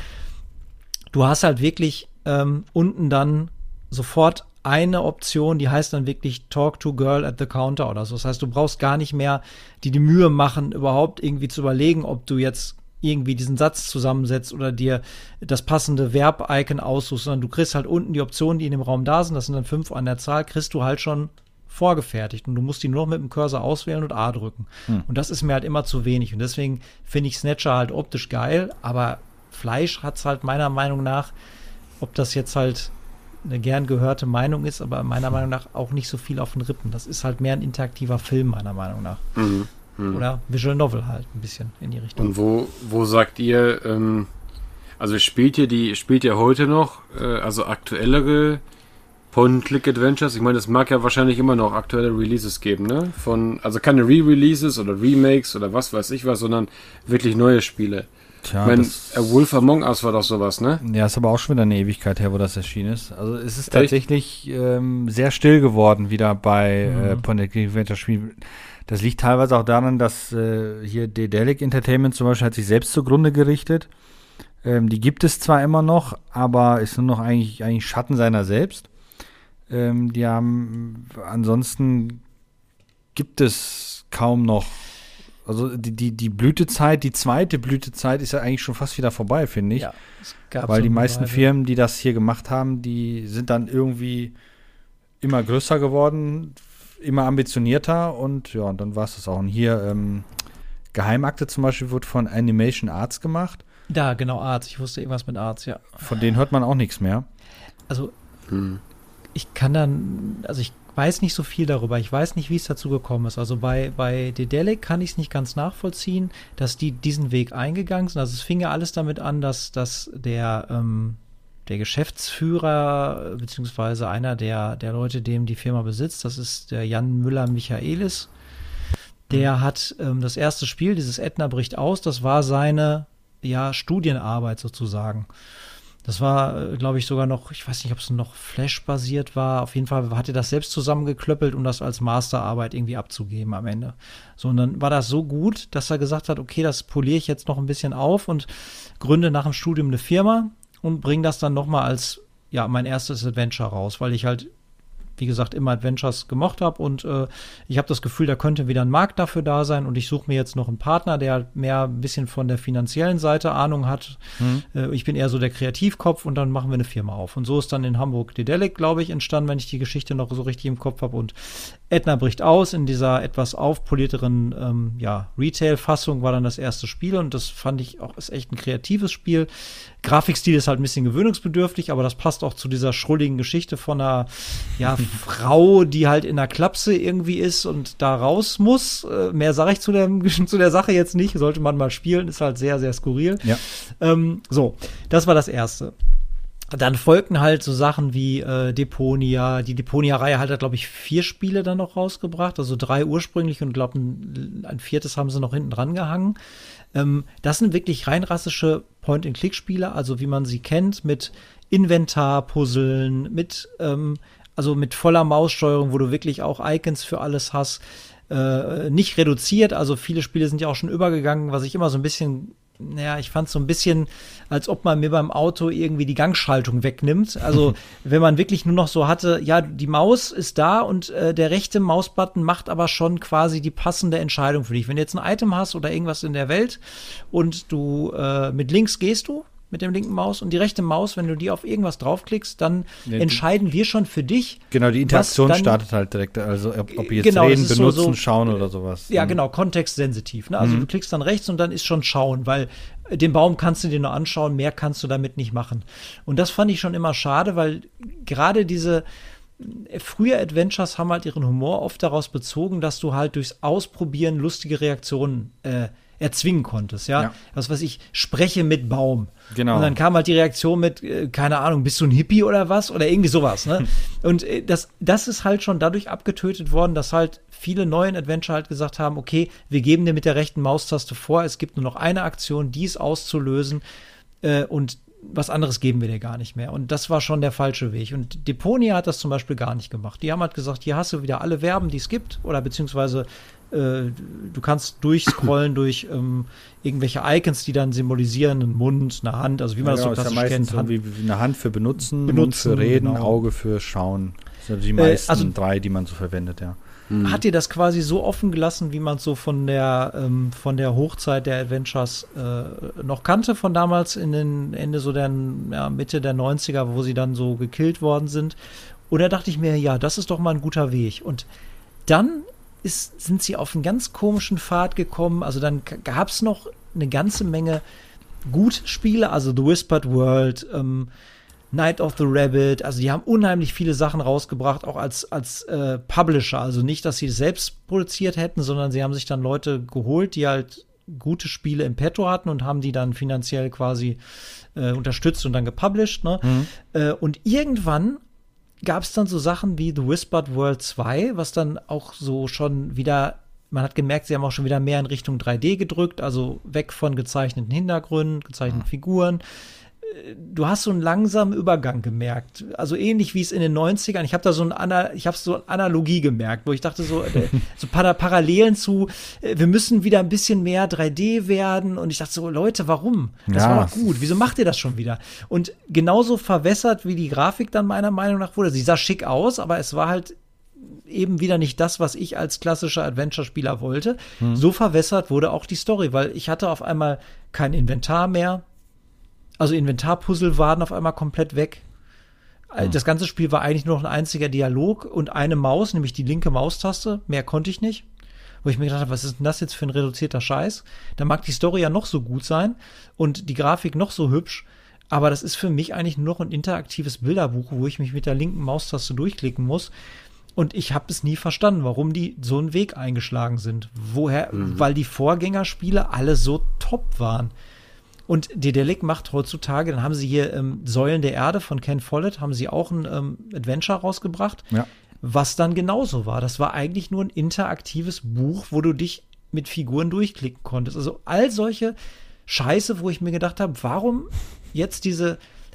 du hast halt wirklich ähm, unten dann sofort eine Option, die heißt dann wirklich Talk to Girl at the Counter oder so. Das heißt, du brauchst gar nicht mehr die die Mühe machen, überhaupt irgendwie zu überlegen, ob du jetzt irgendwie diesen Satz zusammensetzt oder dir das passende Verb-Icon aussuchst, sondern du kriegst halt unten die Optionen, die in dem Raum da sind, das sind dann fünf an der Zahl, kriegst du halt schon vorgefertigt und du musst die nur noch mit dem Cursor auswählen und A drücken. Hm. Und das ist mir halt immer zu wenig. Und deswegen finde ich Snatcher halt optisch geil, aber Fleisch hat's halt meiner Meinung nach, ob das jetzt halt eine gern gehörte Meinung ist, aber meiner Meinung nach auch nicht so viel auf den Rippen. Das ist halt mehr ein interaktiver Film, meiner Meinung nach. Mhm. Mhm. Oder Visual Novel halt ein bisschen in die Richtung. Und wo, wo sagt ihr, ähm, also spielt ihr die, spielt ihr heute noch, äh, also aktuellere Point-and-Click-Adventures? Ich meine, es mag ja wahrscheinlich immer noch aktuelle Releases geben, ne? Von, also keine Re-Releases oder Remakes oder was weiß ich was, sondern wirklich neue Spiele. Tja, ich meine, A Wolf Among Us war doch sowas, ne? Ja, ist aber auch schon wieder eine Ewigkeit her, wo das erschienen ist. Also es ist tatsächlich ähm, sehr still geworden wieder bei mhm. äh, Point-and-Click-Adventure-Spielen. Das liegt teilweise auch daran, dass äh, hier Daedalic Entertainment zum Beispiel hat sich selbst zugrunde gerichtet. Ähm, die gibt es zwar immer noch, aber ist nur noch eigentlich, eigentlich Schatten seiner selbst. Ähm, die haben, ansonsten gibt es kaum noch, also die, die, die Blütezeit, die zweite Blütezeit ist ja eigentlich schon fast wieder vorbei, finde ich. Ja, es gab weil so die meisten Weise. Firmen, die das hier gemacht haben, die sind dann irgendwie immer größer geworden, immer ambitionierter und ja, und dann war es das auch. Und hier ähm, Geheimakte zum Beispiel wird von Animation Arts gemacht. Da, genau, Arts. Ich wusste irgendwas mit Arts, ja. Von denen hört man auch nichts mehr. Also, hm. ich kann dann, also ich weiß nicht so viel darüber. Ich weiß nicht, wie es dazu gekommen ist. Also bei, bei Daedalic kann ich es nicht ganz nachvollziehen, dass die diesen Weg eingegangen sind. Also es fing ja alles damit an, dass, dass der, ähm, der Geschäftsführer, beziehungsweise einer der, der Leute, dem die Firma besitzt, das ist der Jan Müller-Michaelis, der mhm. hat ähm, das erste Spiel, dieses Ätna bricht aus, das war seine ja, Studienarbeit sozusagen. Das war, glaube ich, sogar noch, ich weiß nicht, ob es noch Flash-basiert war. Auf jeden Fall hat er das selbst zusammengeklöppelt, um das als Masterarbeit irgendwie abzugeben am Ende. So, und dann war das so gut, dass er gesagt hat, okay, das poliere ich jetzt noch ein bisschen auf und gründe nach dem Studium eine Firma und bringe das dann nochmal als, ja, mein erstes Adventure raus, weil ich halt, wie gesagt, immer Adventures gemocht habe und äh, ich habe das Gefühl, da könnte wieder ein Markt dafür da sein und ich suche mir jetzt noch einen Partner, der mehr ein bisschen von der finanziellen Seite Ahnung hat. Mhm. Äh, ich bin eher so der Kreativkopf und dann machen wir eine Firma auf. Und so ist dann in Hamburg Dedelic, glaube ich, entstanden, wenn ich die Geschichte noch so richtig im Kopf habe. Und Edna bricht aus in dieser etwas aufpolierteren ähm, ja, Retail-Fassung war dann das erste Spiel und das fand ich auch, ist echt ein kreatives Spiel. Grafikstil ist halt ein bisschen gewöhnungsbedürftig, aber das passt auch zu dieser schrulligen Geschichte von einer ja, Frau, die halt in einer Klapse irgendwie ist und da raus muss. Äh, mehr sage ich zu der, zu der Sache jetzt nicht. Sollte man mal spielen, ist halt sehr, sehr skurril. Ja. Ähm, so, das war das Erste. Dann folgten halt so Sachen wie äh, Deponia. Die Deponia-Reihe hat, glaube ich, vier Spiele dann noch rausgebracht. Also drei ursprünglich und glaube, ein, ein viertes haben sie noch hinten dran gehangen. Ähm, das sind wirklich rein rassische Point-and-Click-Spiele, also wie man sie kennt, mit Inventarpuzzeln, mit ähm, also mit voller Maussteuerung, wo du wirklich auch Icons für alles hast. Äh, nicht reduziert, also viele Spiele sind ja auch schon übergegangen, was ich immer so ein bisschen naja, ich fand es so ein bisschen, als ob man mir beim Auto irgendwie die Gangschaltung wegnimmt. Also, wenn man wirklich nur noch so hatte, ja, die Maus ist da und äh, der rechte Mausbutton macht aber schon quasi die passende Entscheidung für dich. Wenn du jetzt ein Item hast oder irgendwas in der Welt und du äh, mit links gehst du, mit dem linken Maus und die rechte Maus, wenn du die auf irgendwas draufklickst, dann ja, entscheiden wir schon für dich. Genau, die Interaktion dann, startet halt direkt, also ob, ob jetzt genau, reden, benutzen, so, so, schauen oder sowas. Ja, genau, kontextsensitiv. Ne? Also mhm. du klickst dann rechts und dann ist schon schauen, weil den Baum kannst du dir nur anschauen, mehr kannst du damit nicht machen. Und das fand ich schon immer schade, weil gerade diese frühe Adventures haben halt ihren Humor oft daraus bezogen, dass du halt durchs Ausprobieren lustige Reaktionen äh, erzwingen konntest, ja? ja. Was weiß ich, spreche mit Baum. Genau. Und dann kam halt die Reaktion mit, äh, keine Ahnung, bist du ein Hippie oder was? Oder irgendwie sowas, ne? Und äh, das, das ist halt schon dadurch abgetötet worden, dass halt viele neuen Adventure halt gesagt haben, okay, wir geben dir mit der rechten Maustaste vor, es gibt nur noch eine Aktion, dies auszulösen äh, und was anderes geben wir dir gar nicht mehr. Und das war schon der falsche Weg. Und Deponia hat das zum Beispiel gar nicht gemacht. Die haben halt gesagt, hier hast du wieder alle Verben, die es gibt, oder beziehungsweise äh, du kannst durchscrollen durch ähm, irgendwelche Icons, die dann symbolisieren, einen Mund, eine Hand, also wie man ja, das so klassisch ja kennt. Hand, wie, wie eine Hand für benutzen, benutzen Mund für reden, genau. Auge für schauen. Das sind die meisten äh, also, drei, die man so verwendet, ja. Hat dir das quasi so offen gelassen, wie man es so von der ähm, von der Hochzeit der Adventures äh, noch kannte, von damals in den Ende so der ja, Mitte der neunziger, wo sie dann so gekillt worden sind. Und da dachte ich mir, ja, das ist doch mal ein guter Weg. Und dann ist, sind sie auf einen ganz komischen Pfad gekommen. Also dann gab es noch eine ganze Menge Gutspiele, also The Whispered World, ähm, Night of the Rabbit, also die haben unheimlich viele Sachen rausgebracht, auch als, als äh, Publisher. Also nicht, dass sie es selbst produziert hätten, sondern sie haben sich dann Leute geholt, die halt gute Spiele im Petto hatten und haben die dann finanziell quasi äh, unterstützt und dann gepublished. Ne? Mhm. Äh, und irgendwann gab es dann so Sachen wie The Whispered World zwei, was dann auch so schon wieder, man hat gemerkt, sie haben auch schon wieder mehr in Richtung drei D gedrückt, also weg von gezeichneten Hintergründen, gezeichneten mhm. Figuren. Du hast so einen langsamen Übergang gemerkt. Also ähnlich wie es in den neunzigern. Ich habe da so eine Ana- ich habe so eine Analogie gemerkt, wo ich dachte so, äh, so Par- Parallelen zu, äh, wir müssen wieder ein bisschen mehr drei D werden. Und ich dachte so, Leute, warum? Das ja. war doch gut. Wieso macht ihr das schon wieder? Und genauso verwässert, wie die Grafik dann meiner Meinung nach wurde. Sie sah schick aus, aber es war halt eben wieder nicht das, was ich als klassischer Adventure-Spieler wollte. Hm. So verwässert wurde auch die Story, weil ich hatte auf einmal kein Inventar mehr. Also Inventarpuzzle waren auf einmal komplett weg. Hm. Das ganze Spiel war eigentlich nur noch ein einziger Dialog und eine Maus, nämlich die linke Maustaste. Mehr konnte ich nicht. Wo ich mir gedacht habe, was ist denn das jetzt für ein reduzierter Scheiß? Da mag die Story ja noch so gut sein und die Grafik noch so hübsch, aber das ist für mich eigentlich nur noch ein interaktives Bilderbuch, wo ich mich mit der linken Maustaste durchklicken muss. Und ich habe es nie verstanden, warum die so einen Weg eingeschlagen sind. Woher? Mhm. Weil die Vorgängerspiele alle so top waren. Und Dedelic macht heutzutage, dann haben sie hier ähm, Säulen der Erde von Ken Follett, haben sie auch ein ähm, Adventure rausgebracht, ja. was dann genauso war. Das war eigentlich nur ein interaktives Buch, wo du dich mit Figuren durchklicken konntest. Also all solche Scheiße, wo ich mir gedacht habe, warum jetzt diese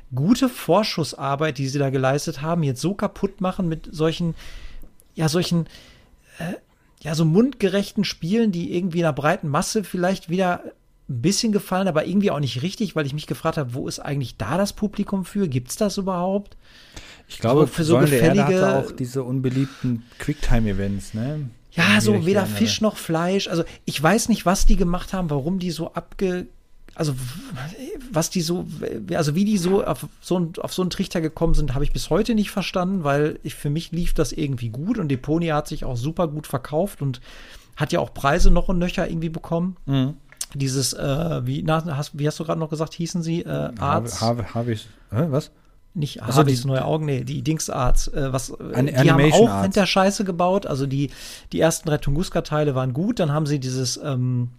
gute Vorschussarbeit, die sie da geleistet haben, jetzt so kaputt machen mit solchen, ja, solchen, äh, ja, so mundgerechten Spielen, die irgendwie einer breiten Masse vielleicht wieder ein bisschen gefallen, aber irgendwie auch nicht richtig, weil ich mich gefragt habe, wo ist eigentlich da das Publikum für? Gibt's das überhaupt? Ich glaube, für so gefällige hatte auch diese unbeliebten Quicktime-Events, ne? Ja, so weder Fisch noch Fleisch. Also ich weiß nicht, was die gemacht haben, warum die so abge... Also was die so... Also wie die so auf so, ein, auf so einen Trichter gekommen sind, habe ich bis heute nicht verstanden, weil ich, für mich lief das irgendwie gut und Deponia hat sich auch super gut verkauft und hat ja auch Preise noch und nöcher irgendwie bekommen. Mhm. Dieses, äh, wie, na, hast, wie hast du gerade noch gesagt, hießen sie? Äh, Arts? Habe, habe ich... Hä, was? Nicht also Harveys neue Augen, nee, die Dingsarts, äh, was, An die Animation haben auch Arts. hinter Scheiße gebaut, also die, die ersten drei Tunguska-Teile waren gut, dann haben sie dieses ähm,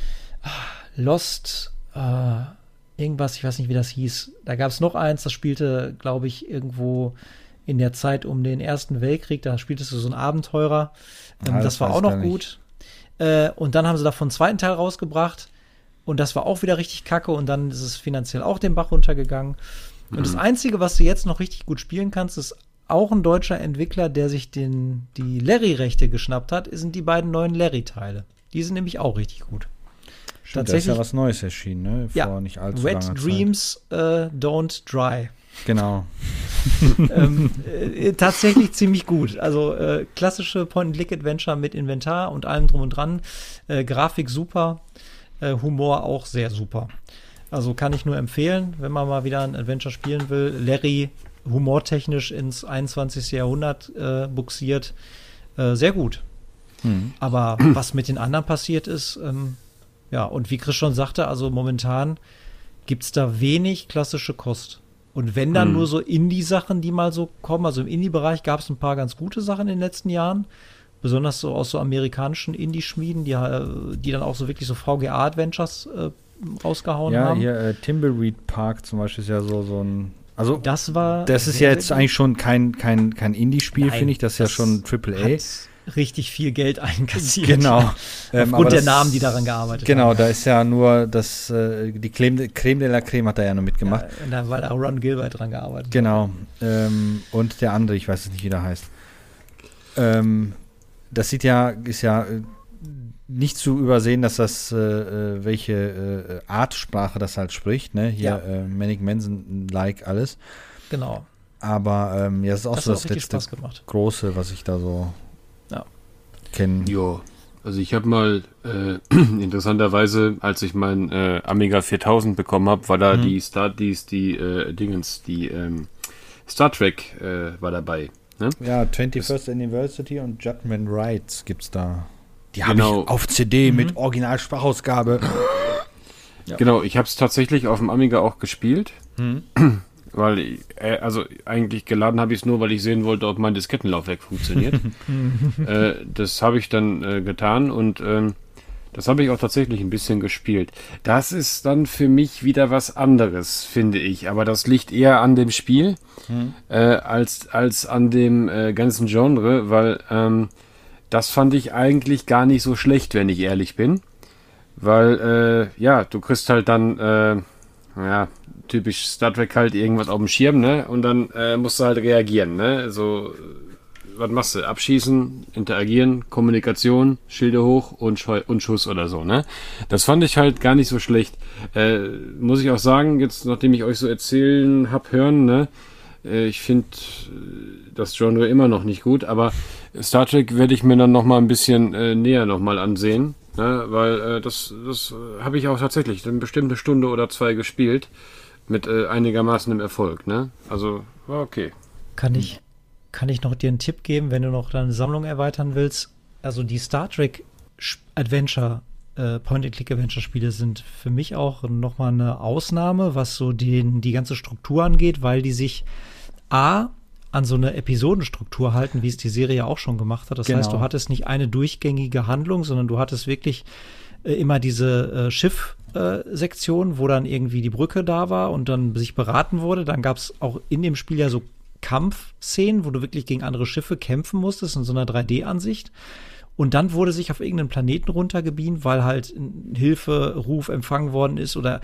Lost, äh, irgendwas, ich weiß nicht, wie das hieß, da gab es noch eins, das spielte, glaube ich, irgendwo in der Zeit um den Ersten Weltkrieg, da spieltest du so ein Abenteurer, ähm, ah, das, das war auch noch gut, äh, und dann haben sie davon einen zweiten Teil rausgebracht und das war auch wieder richtig kacke und dann ist es finanziell auch den Bach runtergegangen. Und das Einzige, was du jetzt noch richtig gut spielen kannst, ist auch ein deutscher Entwickler, der sich den, die Larry-Rechte geschnappt hat, sind die beiden neuen Larry-Teile. Die sind nämlich auch richtig gut. Stimmt, tatsächlich, da ist ja was Neues erschienen, ne? Vor ja, nicht allzu Wet langer Dreams äh, Don't Dry. Genau. ähm, äh, tatsächlich ziemlich gut. Also äh, klassische Point-and-Click-Adventure mit Inventar und allem drum und dran. Äh, Grafik super, äh, Humor auch sehr super. Also kann ich nur empfehlen, wenn man mal wieder ein Adventure spielen will. Larry humortechnisch ins einundzwanzigste Jahrhundert äh, buxiert. Äh, sehr gut. Mhm. Aber was mit den anderen passiert ist, ähm, ja, und wie Chris schon sagte, also momentan gibt es da wenig klassische Kost. Und wenn dann mhm. nur so Indie-Sachen, die mal so kommen, also im Indie-Bereich gab es ein paar ganz gute Sachen in den letzten Jahren. Besonders so aus so amerikanischen Indie-Schmieden, die, die dann auch so wirklich so V G A-Adventures äh, rausgehauen ja, haben. Ja, hier äh, Timbleweed Park zum Beispiel ist ja so, so ein. Also, das war. Das ist ja jetzt eigentlich schon kein, kein, kein Indie-Spiel, finde ich. Das ist ja schon Triple A. Richtig viel Geld einkassiert. Genau. ähm, Aufgrund der das, Namen, die daran gearbeitet genau, haben. Genau, da ist ja nur das, äh, die Creme, Creme de la Creme hat da ja noch mitgemacht. Ja, und da war da Ron Gilbert dran gearbeitet. Genau. Ähm, und der andere, ich weiß es nicht, wie der heißt. Ähm, das sieht ja, ist ja nicht zu übersehen, dass das, äh, welche äh, Artsprache das halt spricht, ne? Hier, ja. äh, Manic Manson-like alles. Genau. Aber ähm, ja, das ist auch das so das letzte große, was ich da so ja. kenne. Jo, also ich habe mal äh, interessanterweise, als ich mein äh, Amiga viertausend bekommen habe, war da mhm. die Star, die, die äh, Dingens, die ähm, Star Trek äh, war dabei. Ne? Ja, twenty-first Anniversary und Judgment Rights gibt's da. Die habe genau. ich auf C D mhm. mit Originalsprachausgabe. Ja. Genau, ich habe es tatsächlich auf dem Amiga auch gespielt. Mhm. Weil, ich, äh, also eigentlich geladen habe ich es nur, weil ich sehen wollte, ob mein Diskettenlaufwerk funktioniert. äh, das habe ich dann äh, getan und ähm, das habe ich auch tatsächlich ein bisschen gespielt. Das ist dann für mich wieder was anderes, finde ich. Aber das liegt eher an dem Spiel mhm. äh, als, als an dem äh, ganzen Genre, weil ähm, das fand ich eigentlich gar nicht so schlecht, wenn ich ehrlich bin. Weil, äh, ja, du kriegst halt dann, äh, ja, typisch Star Trek halt irgendwas auf dem Schirm, ne? Und dann äh, musst du halt reagieren, ne? So, was machst du? Abschießen, interagieren, Kommunikation, Schilde hoch und, Scheu- und Schuss oder so, ne? Das fand ich halt gar nicht so schlecht. Äh, muss ich auch sagen, jetzt, nachdem ich euch so erzählen hab hören, ne? Äh, ich finde das Genre immer noch nicht gut, aber Star Trek werde ich mir dann noch mal ein bisschen äh, näher noch mal ansehen, ne? Weil äh, das, das äh, habe ich auch tatsächlich eine bestimmte Stunde oder zwei gespielt mit äh, einigermaßen einem Erfolg, ne? Also war okay. Kann ich, kann ich noch dir einen Tipp geben, wenn du noch deine Sammlung erweitern willst? Also die Star Trek Adventure, äh, Point-and-Click-Adventure-Spiele sind für mich auch noch mal eine Ausnahme, was so den, die ganze Struktur angeht, weil die sich A an so eine Episodenstruktur halten, wie es die Serie auch schon gemacht hat. Das genau. heißt, du hattest nicht eine durchgängige Handlung, sondern du hattest wirklich äh, immer diese äh, Schiff-Sektion, äh, wo dann irgendwie die Brücke da war und dann sich beraten wurde. Dann gab es auch in dem Spiel ja so Kampfszenen, wo du wirklich gegen andere Schiffe kämpfen musstest, in so einer drei D-Ansicht. Und dann wurde sich auf irgendeinen Planeten runtergebeamt, weil halt ein Hilferuf empfangen worden ist oder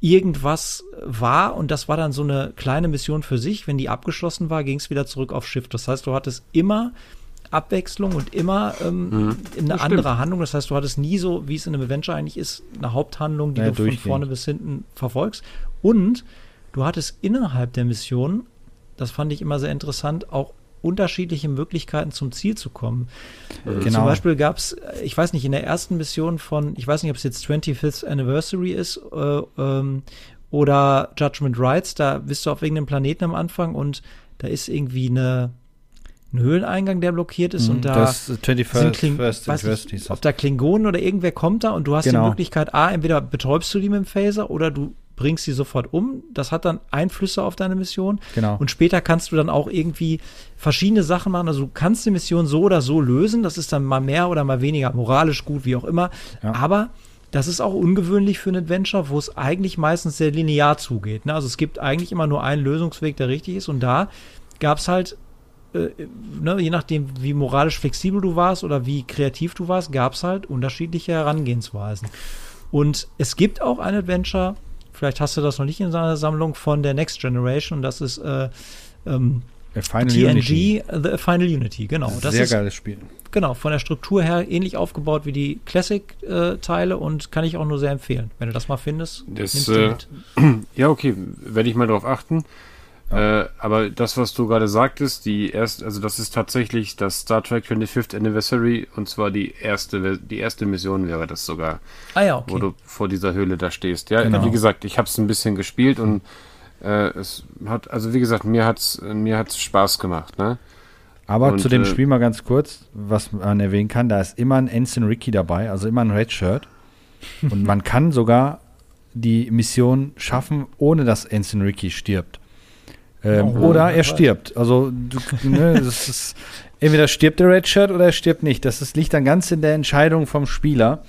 irgendwas war und das war dann so eine kleine Mission für sich. Wenn die abgeschlossen war, ging es wieder zurück auf Schiff. Das heißt, du hattest immer Abwechslung und immer ähm, Mhm. eine Das andere stimmt. Handlung. Das heißt, du hattest nie so, wie es in einem Adventure eigentlich ist, eine Haupthandlung, die Ja, du von durchgehend. vorne bis hinten verfolgst. Und du hattest innerhalb der Mission, das fand ich immer sehr interessant, auch unterschiedliche Möglichkeiten zum Ziel zu kommen. Äh, Genau. Zum Beispiel gab es, ich weiß nicht, in der ersten Mission von, ich weiß nicht, ob es jetzt twenty-fifth Anniversary ist äh, ähm, oder Judgment Rights, da bist du auf irgendeinem Planeten am Anfang und da ist irgendwie eine, ein Höhleneingang, der blockiert ist und da Mhm. das sind twenty-first Kling, First weiß Anniversary nicht, ist ob da Klingonen oder irgendwer kommt da und du hast Genau. die Möglichkeit, A, entweder betäubst du die mit dem Phaser oder du bringst sie sofort um. Das hat dann Einflüsse auf deine Mission. Genau. Und später kannst du dann auch irgendwie verschiedene Sachen machen. Also du kannst die Mission so oder so lösen. Das ist dann mal mehr oder mal weniger moralisch gut, wie auch immer. Ja. Aber das ist auch ungewöhnlich für ein Adventure, wo es eigentlich meistens sehr linear zugeht. Ne? Also es gibt eigentlich immer nur einen Lösungsweg, der richtig ist. Und da gab es halt, äh, ne, je nachdem, wie moralisch flexibel du warst oder wie kreativ du warst, gab es halt unterschiedliche Herangehensweisen. Und es gibt auch ein Adventure, vielleicht hast du das noch nicht in seiner Sammlung, von der Next Generation. Das ist äh, ähm, A Final T N Unity. G, The Final Unity, genau. Das Sehr ist geiles Spiel. genau von der Struktur her ähnlich aufgebaut wie die Classic-Teile und kann ich auch nur sehr empfehlen. Wenn du das mal findest, Das, nimmst du äh, mit. Ja, okay, werde ich mal drauf achten. Äh, aber das, was du gerade sagtest, die erst, also das ist tatsächlich das Star Trek twenty-fifth Anniversary und zwar die erste, die erste Mission wäre das sogar, Ah ja, wo okay. du vor dieser Höhle da stehst. Ja, Genau. wie gesagt, ich habe es ein bisschen gespielt und äh, es hat, also wie gesagt, mir hat's, mir hat's Spaß gemacht, ne? Aber Und, zu dem äh, Spiel mal ganz kurz, was man erwähnen kann, da ist immer ein Ensign Ricky dabei, also immer ein Red Shirt. Und man kann sogar die Mission schaffen, ohne dass Ensign Ricky stirbt. Ähm, Oh, oder ja, er stirbt. Also du, ne, das ist, entweder stirbt der Red Shirt oder er stirbt nicht. Das ist, liegt dann ganz in der Entscheidung vom Spieler.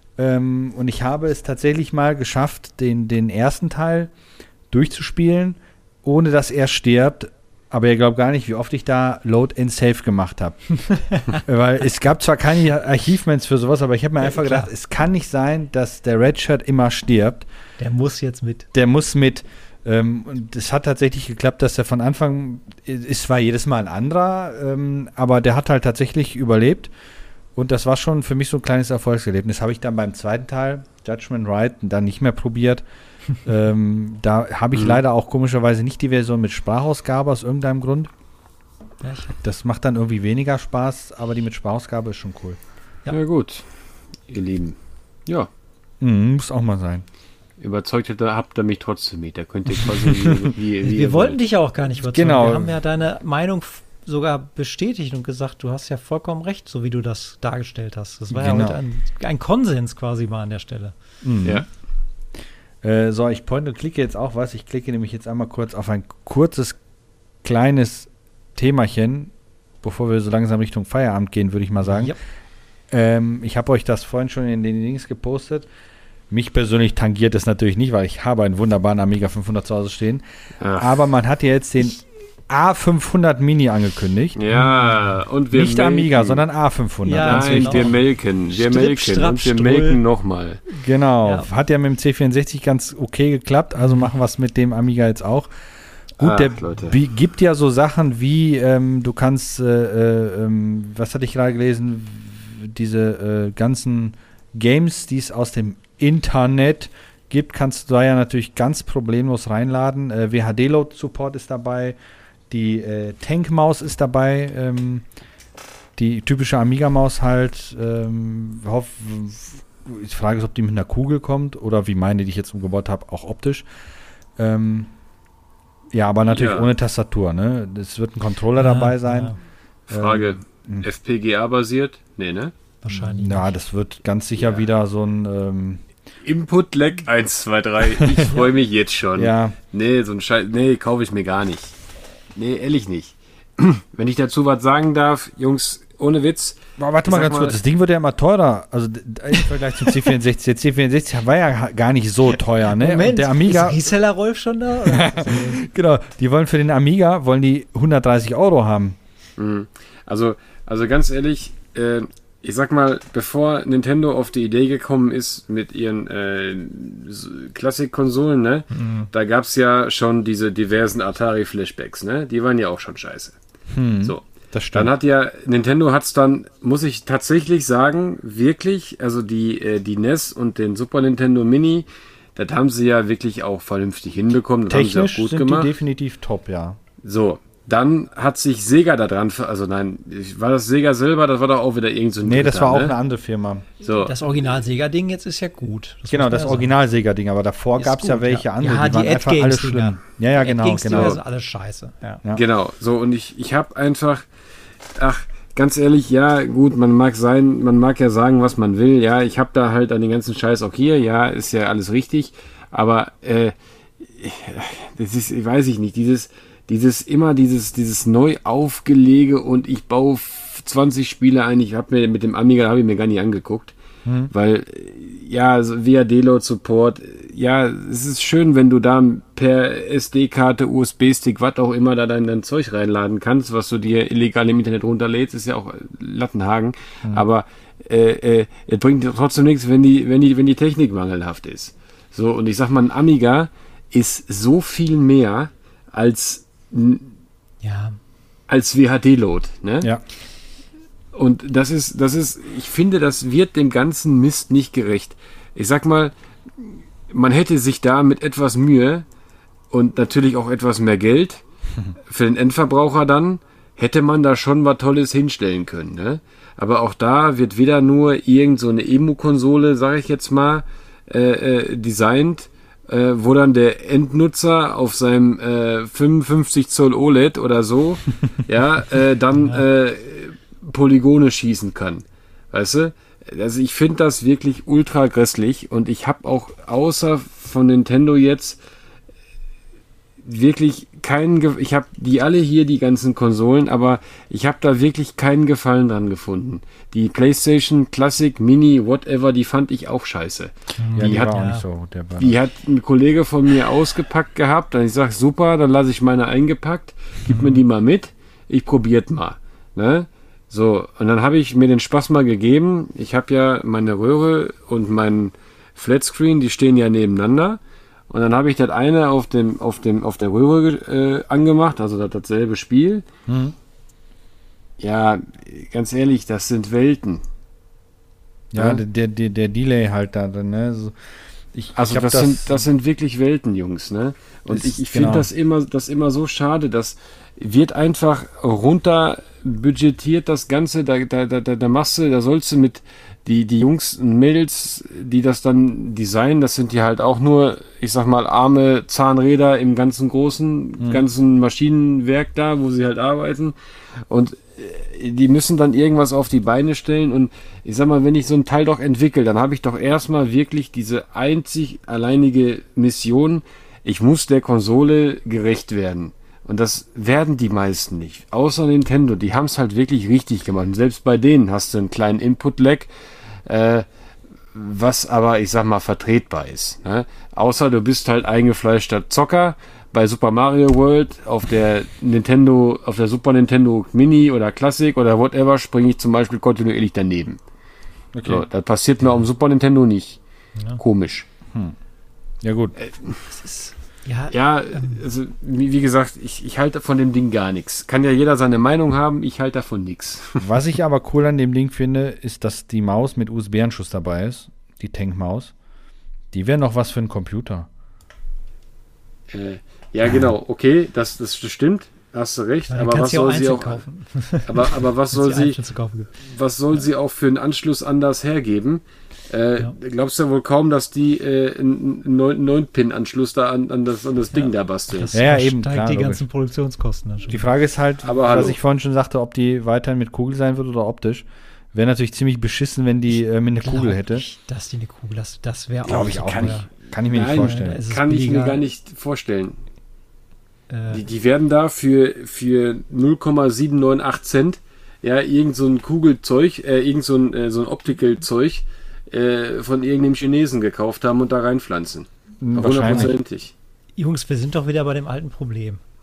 Ähm, und ich habe es tatsächlich mal geschafft, den, den ersten Teil durchzuspielen, ohne dass er stirbt. Aber ihr glaubt gar nicht, wie oft ich da Load and Save gemacht habe. Weil es gab zwar keine Achievements für sowas, aber ich habe mir Ja, einfach klar. gedacht, es kann nicht sein, dass der Red Shirt immer stirbt. Der muss jetzt mit. Der muss mit. Ähm, und es hat tatsächlich geklappt, dass er von Anfang, ist zwar jedes Mal ein anderer, ähm, aber der hat halt tatsächlich überlebt. Und das war schon für mich so ein kleines Erfolgserlebnis. Habe ich dann beim zweiten Teil, Judgment Right, dann nicht mehr probiert. ähm, da habe ich Mhm. leider auch komischerweise nicht die Version mit Sprachausgabe aus irgendeinem Grund. Ja, ich, Das macht dann irgendwie weniger Spaß, aber die mit Sprachausgabe ist schon cool. Ja. Ja, gut, ihr Lieben. Ja, Mhm, muss auch mal sein. überzeugt habt ihr- habt ihr mich trotzdem mit. Da könnt ihr quasi wie, wie, wie wir ihr wollten wollt. dich ja auch gar nicht überzeugen. Genau. Wir haben ja deine Meinung f- sogar bestätigt und gesagt, du hast ja vollkommen recht, so wie du das dargestellt hast. Das war Genau. ja heute ein, ein Konsens quasi mal an der Stelle. Mhm. Ja. Äh, so, ich point und klicke jetzt auch was. Ich klicke nämlich jetzt einmal kurz auf ein kurzes, kleines Themachen, bevor wir so langsam Richtung Feierabend gehen, würde ich mal sagen. Ja. Ähm, ich habe euch das vorhin schon in den Links gepostet. Mich persönlich tangiert es natürlich nicht, weil ich habe einen wunderbaren Amiga fünfhundert zu Hause stehen. Ach, Aber man hat ja jetzt den A fünfhundert Mini angekündigt. ja, und wir Nicht melken. Amiga, sondern A fünfhundert. Ja, ganz Nein, wichtig. wir melken, wir Stripp, melken strapp, und wir Strull. melken nochmal. Genau, Ja. hat ja mit dem C vierundsechzig ganz okay geklappt, also machen wir es mit dem Amiga jetzt auch. Gut, Ach, der Leute. bi- gibt ja so Sachen wie, ähm, du kannst, äh, äh, ähm, was hatte ich gerade gelesen, w- diese äh, ganzen Games, die es aus dem Internet gibt, kannst du da ja natürlich ganz problemlos reinladen. Äh, W H D-Load-Support ist dabei, die äh, Tank-Maus ist dabei, ähm, die typische Amiga-Maus halt. Ähm, hoff, die Frage ist, ob die mit einer Kugel kommt oder wie meine, die ich jetzt umgebaut habe, auch optisch. Ähm, ja, aber natürlich Ja. ohne Tastatur. Ne? Es wird ein Controller Ja, dabei sein. ja, Frage, Ähm, F P G A-basiert? Nee, ne? wahrscheinlich. Ja, nicht. das wird ganz sicher Ja. wieder so ein ähm, Input-Lag eins, zwei, drei. Ich freue mich jetzt schon. ja, Nee, so ein Scheiß. Nee, kaufe ich mir gar nicht. Nee, ehrlich nicht. Wenn ich dazu was sagen darf, Jungs, ohne Witz. aber warte Ich mal sag ganz mal- kurz, das Ding wird ja immer teurer. Also d- d- im Vergleich zum C vierundsechzig. Der C vierundsechzig war ja ha- gar nicht so teuer, ne? Und der Amiga, ist Reseller Rolf schon da? Oder? genau, die wollen für den Amiga, wollen die hundertdreißig Euro haben. Mhm. Also, also ganz ehrlich, äh, ich sag mal, bevor Nintendo auf die Idee gekommen ist mit ihren äh, Klassik-Konsolen, ne, mhm. da gab's ja schon diese diversen Atari-Flashbacks, ne, die waren ja auch schon scheiße. Hm, so. Das stimmt. Dann hat ja, Nintendo hat's dann, muss ich tatsächlich sagen, wirklich, also die, äh, die N E S und den Super Nintendo Mini, das haben sie ja wirklich auch vernünftig hinbekommen. Das Technisch haben sie auch gut sind gemacht. die definitiv top, ja. So, dann hat sich Sega da dran, also nein, war das Sega selber? Das war doch auch wieder irgend so ein Nee, das Dritter, war auch ne? eine andere Firma. So. Das Original-Sega-Ding jetzt ist ja gut. Das Genau, muss man das ja Original-Sega-Ding, aber davor Ist gab es ja gut, welche ja. andere, Ja, die die waren einfach alle Ad-Games-Dinger. schlimm. Ja, ja, genau, Ad-Games-Dinger genau. sind alles scheiße. Ja. Ja. Genau, so, und ich, ich habe einfach, ach, ganz ehrlich, ja, gut, man mag sein, man mag ja sagen, was man will, ja, ich habe da halt an den ganzen Scheiß auch hier, ja, ist ja alles richtig, aber, äh, das ist, weiß ich nicht, dieses, dieses, immer dieses, dieses Neuaufgelege und ich baue zwanzig Spiele ein, ich habe mir mit dem Amiga, habe ich mir gar nicht angeguckt, hm. weil, ja, also via D-Load-Support, ja, es ist schön, wenn du da per S D-Karte, U S B-Stick, was auch immer, da dein, dein Zeug reinladen kannst, was du dir illegal im Internet runterlädst, ist ja auch Lattenhagen, hm. aber äh, äh, es bringt trotzdem nichts, wenn die, wenn die, wenn die Technik mangelhaft ist. So, und ich sag mal, ein Amiga ist so viel mehr als ja. als W H D-Load, ne? Ja. Und das ist, das ist, ich finde, das wird dem ganzen Mist nicht gerecht. Ich sag mal, man hätte sich da mit etwas Mühe und natürlich auch etwas mehr Geld für den Endverbraucher dann, hätte man da schon was Tolles hinstellen können, ne? Aber auch da wird wieder nur irgend so eine Emu-Konsole, sage ich jetzt mal, äh, äh, designt, äh, wo dann der Endnutzer auf seinem äh, fünfundfünfzig Zoll O L E D oder so, ja, äh, dann äh, Polygone schießen kann. Weißt du? Also ich finde das wirklich ultra grässlich und ich habe auch außer von Nintendo jetzt wirklich keinen, Ge- ich habe die alle hier, die ganzen Konsolen, aber ich habe da wirklich keinen Gefallen dran gefunden. Die PlayStation Classic, Mini, whatever, die fand ich auch scheiße. Ja, die, die hat, war auch nicht so. Der war die hat ein Kollege von mir ausgepackt gehabt, und ich sag, super, dann lasse ich meine eingepackt, gib mir die mal mit, ich probiert mal. Ne? So, und dann habe ich mir den Spaß mal gegeben. Ich habe ja meine Röhre und mein Flatscreen, die stehen ja nebeneinander. Und dann habe ich das eine auf dem, auf dem, auf der Röhre äh, angemacht, also das, dasselbe Spiel. Mhm. Ja, ganz ehrlich, das sind Welten. Ja, Ja. Der, der, der Delay halt da drin, ne? So, ich, Also ich hab das, sind, das sind wirklich Welten, Jungs, ne? Und Das- ich, ich finde genau. das immer, das immer so schade, dass wird einfach runter budgetiert das Ganze, da, da, da, da machst du, da sollst du mit die, die Jungs und Mädels, die das dann designen, das sind ja halt auch nur, ich sag mal, arme Zahnräder im ganzen großen, Mhm. ganzen Maschinenwerk da, wo sie halt arbeiten. Und äh, die müssen dann irgendwas auf die Beine stellen. Und ich sag mal, wenn ich so ein Teil doch entwickle, dann habe ich doch erstmal wirklich diese einzig alleinige Mission, ich muss der Konsole gerecht werden. Und das werden die meisten nicht. Außer Nintendo, die haben es halt wirklich richtig gemacht. Und selbst bei denen hast du einen kleinen Input-Lag, äh, was aber, ich sag mal, vertretbar ist. Ne? Außer du bist halt eingefleischter Zocker. Bei Super Mario World auf der Nintendo, auf der Super Nintendo Mini oder Classic oder whatever, springe ich zum Beispiel kontinuierlich daneben. Okay. So, das passiert mir auf dem Super Nintendo nicht. Ja. Komisch. Ja, gut. Das ist, ja, Ja, also wie, wie gesagt, ich, ich halte von dem Ding gar nichts. Kann ja jeder seine Meinung haben, ich halte davon nichts. Was ich aber cool an dem Ding finde, ist, dass die Maus mit U S B-Anschluss dabei ist. Die Tankmaus. Die wäre noch was für einen Computer. Äh, ja, genau, okay, das, das stimmt, hast du recht, dann aber kannst was du ja auch soll sie einzeln auch, kaufen. aber, aber was soll Kannst du sie, einzeln zu kaufen. was soll sie auch für einen Anschluss anders hergeben? Äh, Ja. Glaubst du ja wohl kaum, dass die äh, einen neun Pin Anschluss da an, an das, an das Ding da basteln? Das Ja, ja, übersteigt eben, klar, die logisch. ganzen Produktionskosten. dann schon. Die Frage ist halt, Aber was hallo. ich vorhin schon sagte, ob die weiterhin mit Kugel sein wird oder optisch. Wäre natürlich ziemlich beschissen, wenn die äh, mit einer Glaub Kugel hätte. Ich, dass die eine Kugel, das, das wäre Glaube auch, ich auch kann nicht. Kann ich mir Nein, nicht vorstellen. es ist Kann ich mir billiger. gar nicht vorstellen. Äh, Die, die werden da für, für null Komma sieben neun acht Cent, ja, irgend so ein Kugelzeug, äh, irgend so ein, äh, so ein Optical-Zeug äh, von irgendeinem Chinesen gekauft haben und da reinpflanzen. Wahrscheinlich. Hundertprozentig. Jungs, wir sind doch wieder bei dem alten Problem.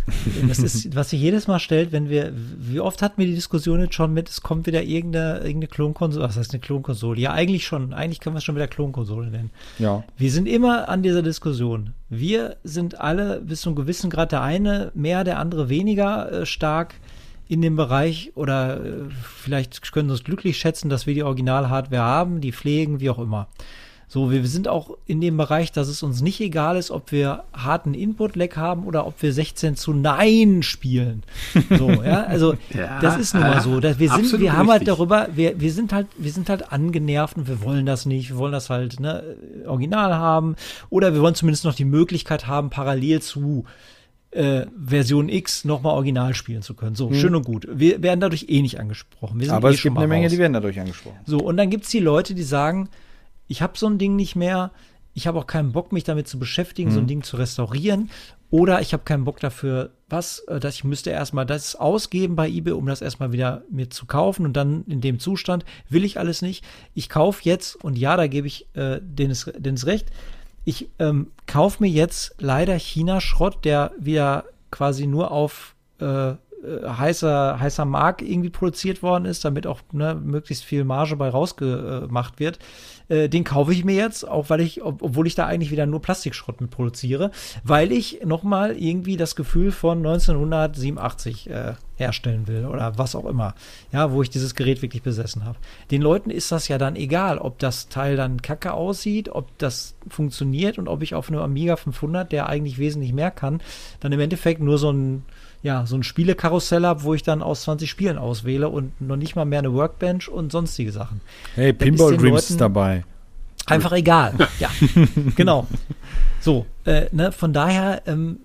Das ist, was sich jedes Mal stellt, wenn wir, wie oft hatten wir die Diskussion jetzt schon mit, es kommt wieder irgendeine, irgendeine Klonkonsole, was heißt eine Klonkonsole? Ja, eigentlich schon, eigentlich können wir es schon wieder Klonkonsole nennen. Ja. Wir sind immer an dieser Diskussion. Wir sind alle bis zu einem gewissen Grad, der eine mehr, der andere weniger äh, stark in dem Bereich oder äh, vielleicht können Sie uns glücklich schätzen, dass wir die Original-Hardware haben, die pflegen, wie auch immer. So, wir sind auch in dem Bereich, dass es uns nicht egal ist, ob wir harten Input-Lag haben oder ob wir sechzehn zu neun spielen. So, ja, also ja, das ist nun mal so. Dass wir sind, wir haben halt darüber, wir, wir sind halt, wir sind halt angenervt und wir wollen das nicht. Wir wollen das halt ne, original haben oder wir wollen zumindest noch die Möglichkeit haben, parallel zu äh, Version X nochmal original spielen zu können. So, hm. schön und gut. Wir werden dadurch eh nicht angesprochen. Wir sind Aber eh es gibt eine Menge, raus. Die werden dadurch angesprochen. So, und dann gibt's die Leute, die sagen, ich habe so ein Ding nicht mehr, ich habe auch keinen Bock, mich damit zu beschäftigen, mhm. so ein Ding zu restaurieren. Oder ich habe keinen Bock dafür, was, dass ich müsste erstmal das ausgeben bei eBay, um das erstmal wieder mir zu kaufen. Und dann in dem Zustand will ich alles nicht. Ich kaufe jetzt, und ja, da gebe ich äh, Dennis, Dennis recht, ich ähm, kaufe mir jetzt leider China-Schrott, der wieder quasi nur auf äh, heißer, heißer Mark irgendwie produziert worden ist, damit auch ne, möglichst viel Marge bei rausgemacht wird. Äh, den kaufe ich mir jetzt, auch weil ich, ob, obwohl ich da eigentlich wieder nur Plastikschrott mit produziere, weil ich nochmal irgendwie das Gefühl von neunzehnhundertsiebenundachtzig äh, herstellen will oder was auch immer, ja, wo ich dieses Gerät wirklich besessen habe. Den Leuten ist das ja dann egal, ob das Teil dann kacke aussieht, ob das funktioniert und ob ich auf einem Amiga fünfhundert, der eigentlich wesentlich mehr kann, dann im Endeffekt nur so ein ja, so ein Spielekarussell habe, wo ich dann aus zwanzig Spielen auswähle und noch nicht mal mehr eine Workbench und sonstige Sachen. Hey, Pinball Dreams ist dabei. Einfach egal. Ja, genau. So, äh, ne, von daher, ähm,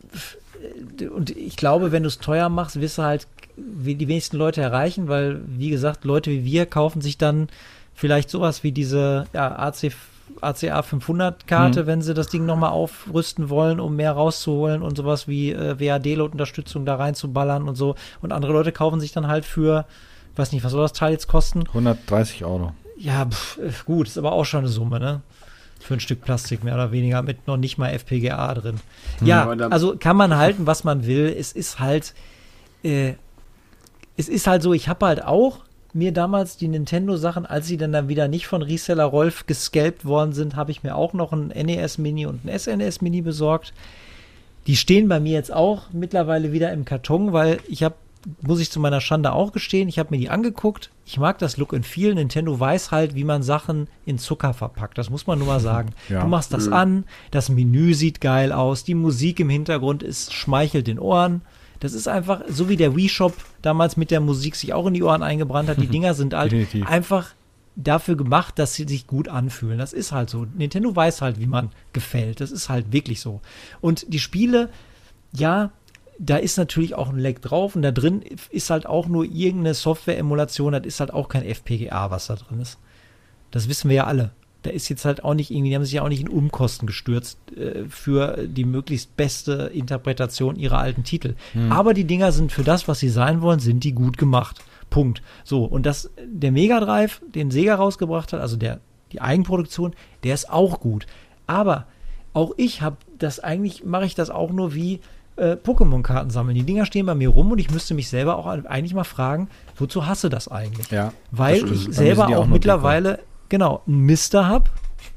und ich glaube, wenn du es teuer machst, wirst du halt wie die wenigsten Leute erreichen, weil, wie gesagt, Leute wie wir kaufen sich dann vielleicht sowas wie diese ja, A C A C A fünfhundert Karte, mhm. wenn sie das Ding nochmal aufrüsten wollen, um mehr rauszuholen und sowas wie äh, W A D-Load-Unterstützung da reinzuballern und so. Und andere Leute kaufen sich dann halt für, weiß nicht, was soll das Teil jetzt kosten? hundertdreißig Euro. Ja, pff, gut, ist aber auch schon eine Summe, ne? Für ein Stück Plastik mehr oder weniger, mit noch nicht mal F P G A drin. Mhm. Ja, also kann man halten, was man will. Es ist halt, äh, es ist halt so, ich habe halt auch mir damals die Nintendo-Sachen, als sie dann, dann wieder nicht von Reseller Rolf gescalpt worden sind, habe ich mir auch noch ein N E S Mini und ein S N E S Mini besorgt. Die stehen bei mir jetzt auch mittlerweile wieder im Karton, weil ich habe, muss ich zu meiner Schande auch gestehen, ich habe mir die angeguckt. Ich mag das Look and Feel. Nintendo weiß halt, wie man Sachen in Zucker verpackt. Das muss man nur mal sagen. Ja. Du machst das mhm. an, das Menü sieht geil aus, die Musik im Hintergrund ist, schmeichelt den Ohren. Das ist einfach, so wie der Wii-Shop damals mit der Musik sich auch in die Ohren eingebrannt hat. Die Dinger sind halt einfach dafür gemacht, dass sie sich gut anfühlen. Das ist halt so. Nintendo weiß halt, wie man gefällt. Das ist halt wirklich so. Und die Spiele, ja, da ist natürlich auch ein Lag drauf und da drin ist halt auch nur irgendeine Software-Emulation. Das ist halt auch kein F P G A, was da drin ist. Das wissen wir ja alle. Da ist jetzt halt auch nicht irgendwie, die haben sich ja auch nicht in Umkosten gestürzt äh, für die möglichst beste Interpretation ihrer alten Titel. Hm. Aber die Dinger sind für das, was sie sein wollen, sind die gut gemacht. Punkt. So, und das, der Mega Drive, den Sega rausgebracht hat, also der, die Eigenproduktion, der ist auch gut. Aber auch ich habe das eigentlich, mache ich das auch nur wie äh, Pokémon-Karten sammeln. Die Dinger stehen bei mir rum und ich müsste mich selber auch eigentlich mal fragen, wozu hasse das eigentlich? Ja, weil ich selber auch, auch mittlerweile genau, einen Mister habe,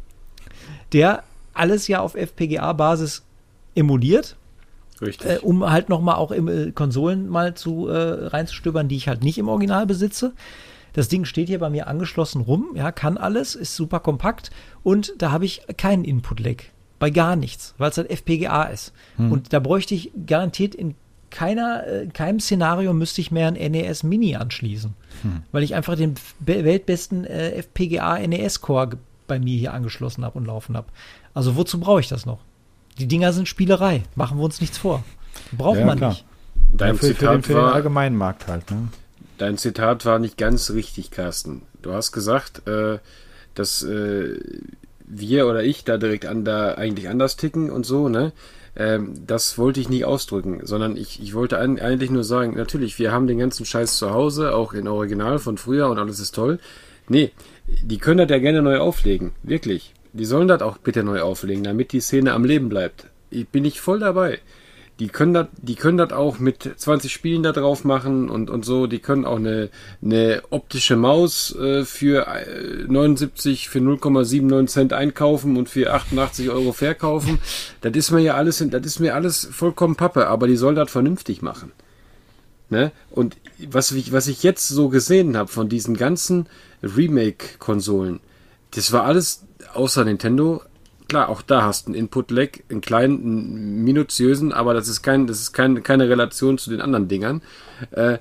der alles ja auf F P G A-Basis emuliert. Richtig. Äh, um halt nochmal auch im äh, Konsolen mal zu äh, reinzustöbern, die ich halt nicht im Original besitze. Das Ding steht hier bei mir angeschlossen rum, ja, kann alles, ist super kompakt und da habe ich keinen Input-Lag. Bei gar nichts, weil es halt F P G A ist. Hm. Und da bräuchte ich garantiert in keiner, äh, keinem Szenario müsste ich mehr ein N E S Mini anschließen. Hm. Weil ich einfach den be- weltbesten äh, F P G A N E S-Core ge- bei mir hier angeschlossen habe und laufen habe. Also wozu brauche ich das noch? Die Dinger sind Spielerei. Machen wir uns nichts vor. Braucht ja, man klar. nicht. Dein ja, für, Zitat für, den, für war, den allgemeinen Markt halt. Ne? Dein Zitat war nicht ganz richtig, Carsten. Du hast gesagt, äh, dass äh, wir oder ich da direkt an da eigentlich anders ticken und so, ne? Ähm, das wollte ich nicht ausdrücken, sondern ich, ich wollte ein, eigentlich nur sagen, natürlich, wir haben den ganzen Scheiß zu Hause, auch in Original von früher und alles ist toll. Nee, die können das ja gerne neu auflegen, wirklich. Die sollen das auch bitte neu auflegen, damit die Szene am Leben bleibt. Ich bin nicht voll dabei. die können das, die können das auch mit zwanzig Spielen da drauf machen und, und so. Die können auch eine, eine optische Maus äh, für äh, neunundsiebzig, für null Komma neunundsiebzig Cent einkaufen und für achtundachtzig Euro verkaufen. Das ist mir ja alles, das ist mir alles vollkommen Pappe, aber die soll das vernünftig machen. Ne? Und was ich, was ich jetzt so gesehen habe von diesen ganzen Remake-Konsolen, das war alles außer Nintendo. Klar, auch da hast du einen Input-Lag, einen kleinen, einen minutiösen, aber das ist kein, das ist kein, keine Relation zu den anderen Dingern. Äh,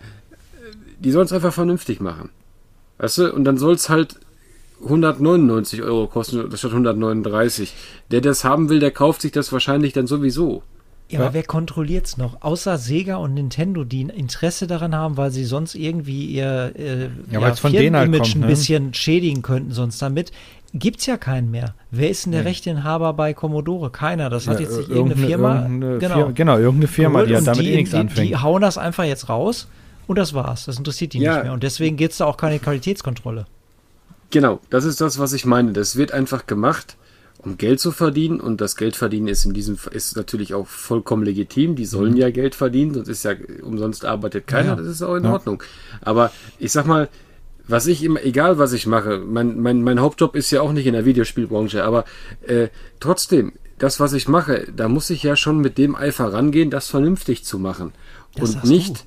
die sollen es einfach vernünftig machen. Weißt du? Und dann soll es halt hundertneunundneunzig Euro kosten, statt hundertneununddreißig. Der das haben will, der kauft sich das wahrscheinlich dann sowieso. Ja, aber wer kontrolliert's noch? Außer Sega und Nintendo, die ein Interesse daran haben, weil sie sonst irgendwie ihr äh, ja, ja, Firmen-Image halt ein bisschen schädigen könnten sonst damit. Gibt's ja keinen mehr. Wer ist denn der nee. Rechteinhaber bei Commodore? Keiner. Das hat ja, jetzt nicht irgendeine Firma. Irgendeine genau. Firma, genau, irgendeine Firma, die hat damit die, eh nichts die, anfängt. Die hauen das einfach jetzt raus und das war's. Das interessiert die ja. nicht mehr. Und deswegen gibt's da auch keine Qualitätskontrolle. Genau, das ist das, was ich meine. Das wird einfach gemacht, um Geld zu verdienen, und das Geldverdienen ist in diesem ist natürlich auch vollkommen legitim. Die sollen mhm. ja Geld verdienen, sonst ist ja umsonst arbeitet keiner. Ja. Das ist auch in ja. Ordnung. Aber ich sag mal, was ich immer, egal was ich mache, mein, mein, mein Hauptjob ist ja auch nicht in der Videospielbranche, aber äh, trotzdem, das, was ich mache, da muss ich ja schon mit dem Eifer rangehen, das vernünftig zu machen. Das und nicht,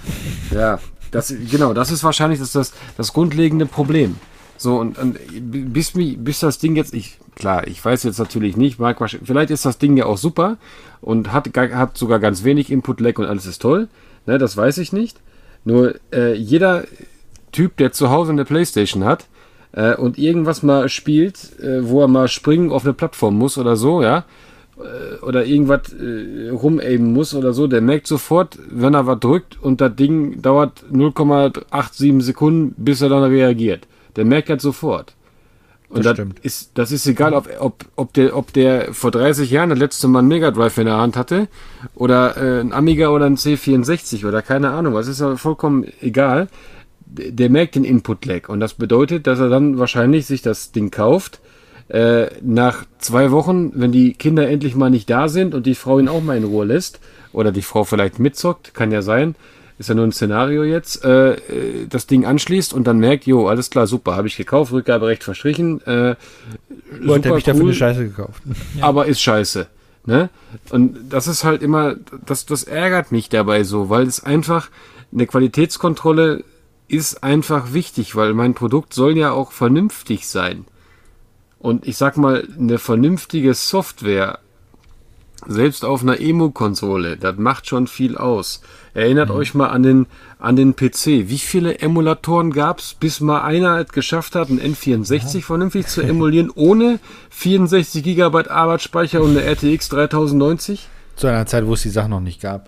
ja, das, genau, das ist wahrscheinlich das, das, das grundlegende Problem. So, und, und bis, bis das Ding jetzt, ich, klar, ich weiß jetzt natürlich nicht, mag, vielleicht ist das Ding ja auch super und hat, hat sogar ganz wenig Input-Lag und alles ist toll, ne, das weiß ich nicht. Nur äh, jeder Typ, der zu Hause eine Playstation hat äh, und irgendwas mal spielt, äh, wo er mal springen auf eine Plattform muss oder so, ja, äh, oder irgendwas äh, rumaimen muss oder so, der merkt sofort, wenn er was drückt und das Ding dauert null Komma siebenundachtzig Sekunden, bis er dann reagiert. Der merkt das sofort. Und das, das ist, das ist egal, ob, ob, ob, der, ob der vor dreißig Jahren das letzte Mal einen Mega Drive in der Hand hatte oder äh, ein Amiga oder ein C vierundsechzig oder keine Ahnung, das ist ja vollkommen egal. Der merkt den Input-Lag und das bedeutet, dass er dann wahrscheinlich sich das Ding kauft, äh, nach zwei Wochen, wenn die Kinder endlich mal nicht da sind und die Frau ihn auch mal in Ruhe lässt oder die Frau vielleicht mitzockt, kann ja sein, ist ja nur ein Szenario jetzt, äh, das Ding anschließt und dann merkt, jo, alles klar, super, habe ich gekauft, Rückgaberecht verstrichen, äh, super habe ich dafür cool, eine Scheiße gekauft. Ja. Aber ist scheiße, ne? Und das ist halt immer, das, das ärgert mich dabei so, weil es einfach, eine Qualitätskontrolle ist einfach wichtig, weil mein Produkt soll ja auch vernünftig sein. Und ich sag mal, eine vernünftige Software, selbst auf einer Emo-Konsole, das macht schon viel aus. Erinnert mhm. euch mal an den, an den P C. Wie viele Emulatoren gab's, bis mal einer es geschafft hat, einen N vierundsechzig ja. vernünftig zu emulieren, ohne vierundsechzig Gigabyte Arbeitsspeicher und eine R T X dreitausend neunzig? Zu einer Zeit, wo es die Sachen noch nicht gab.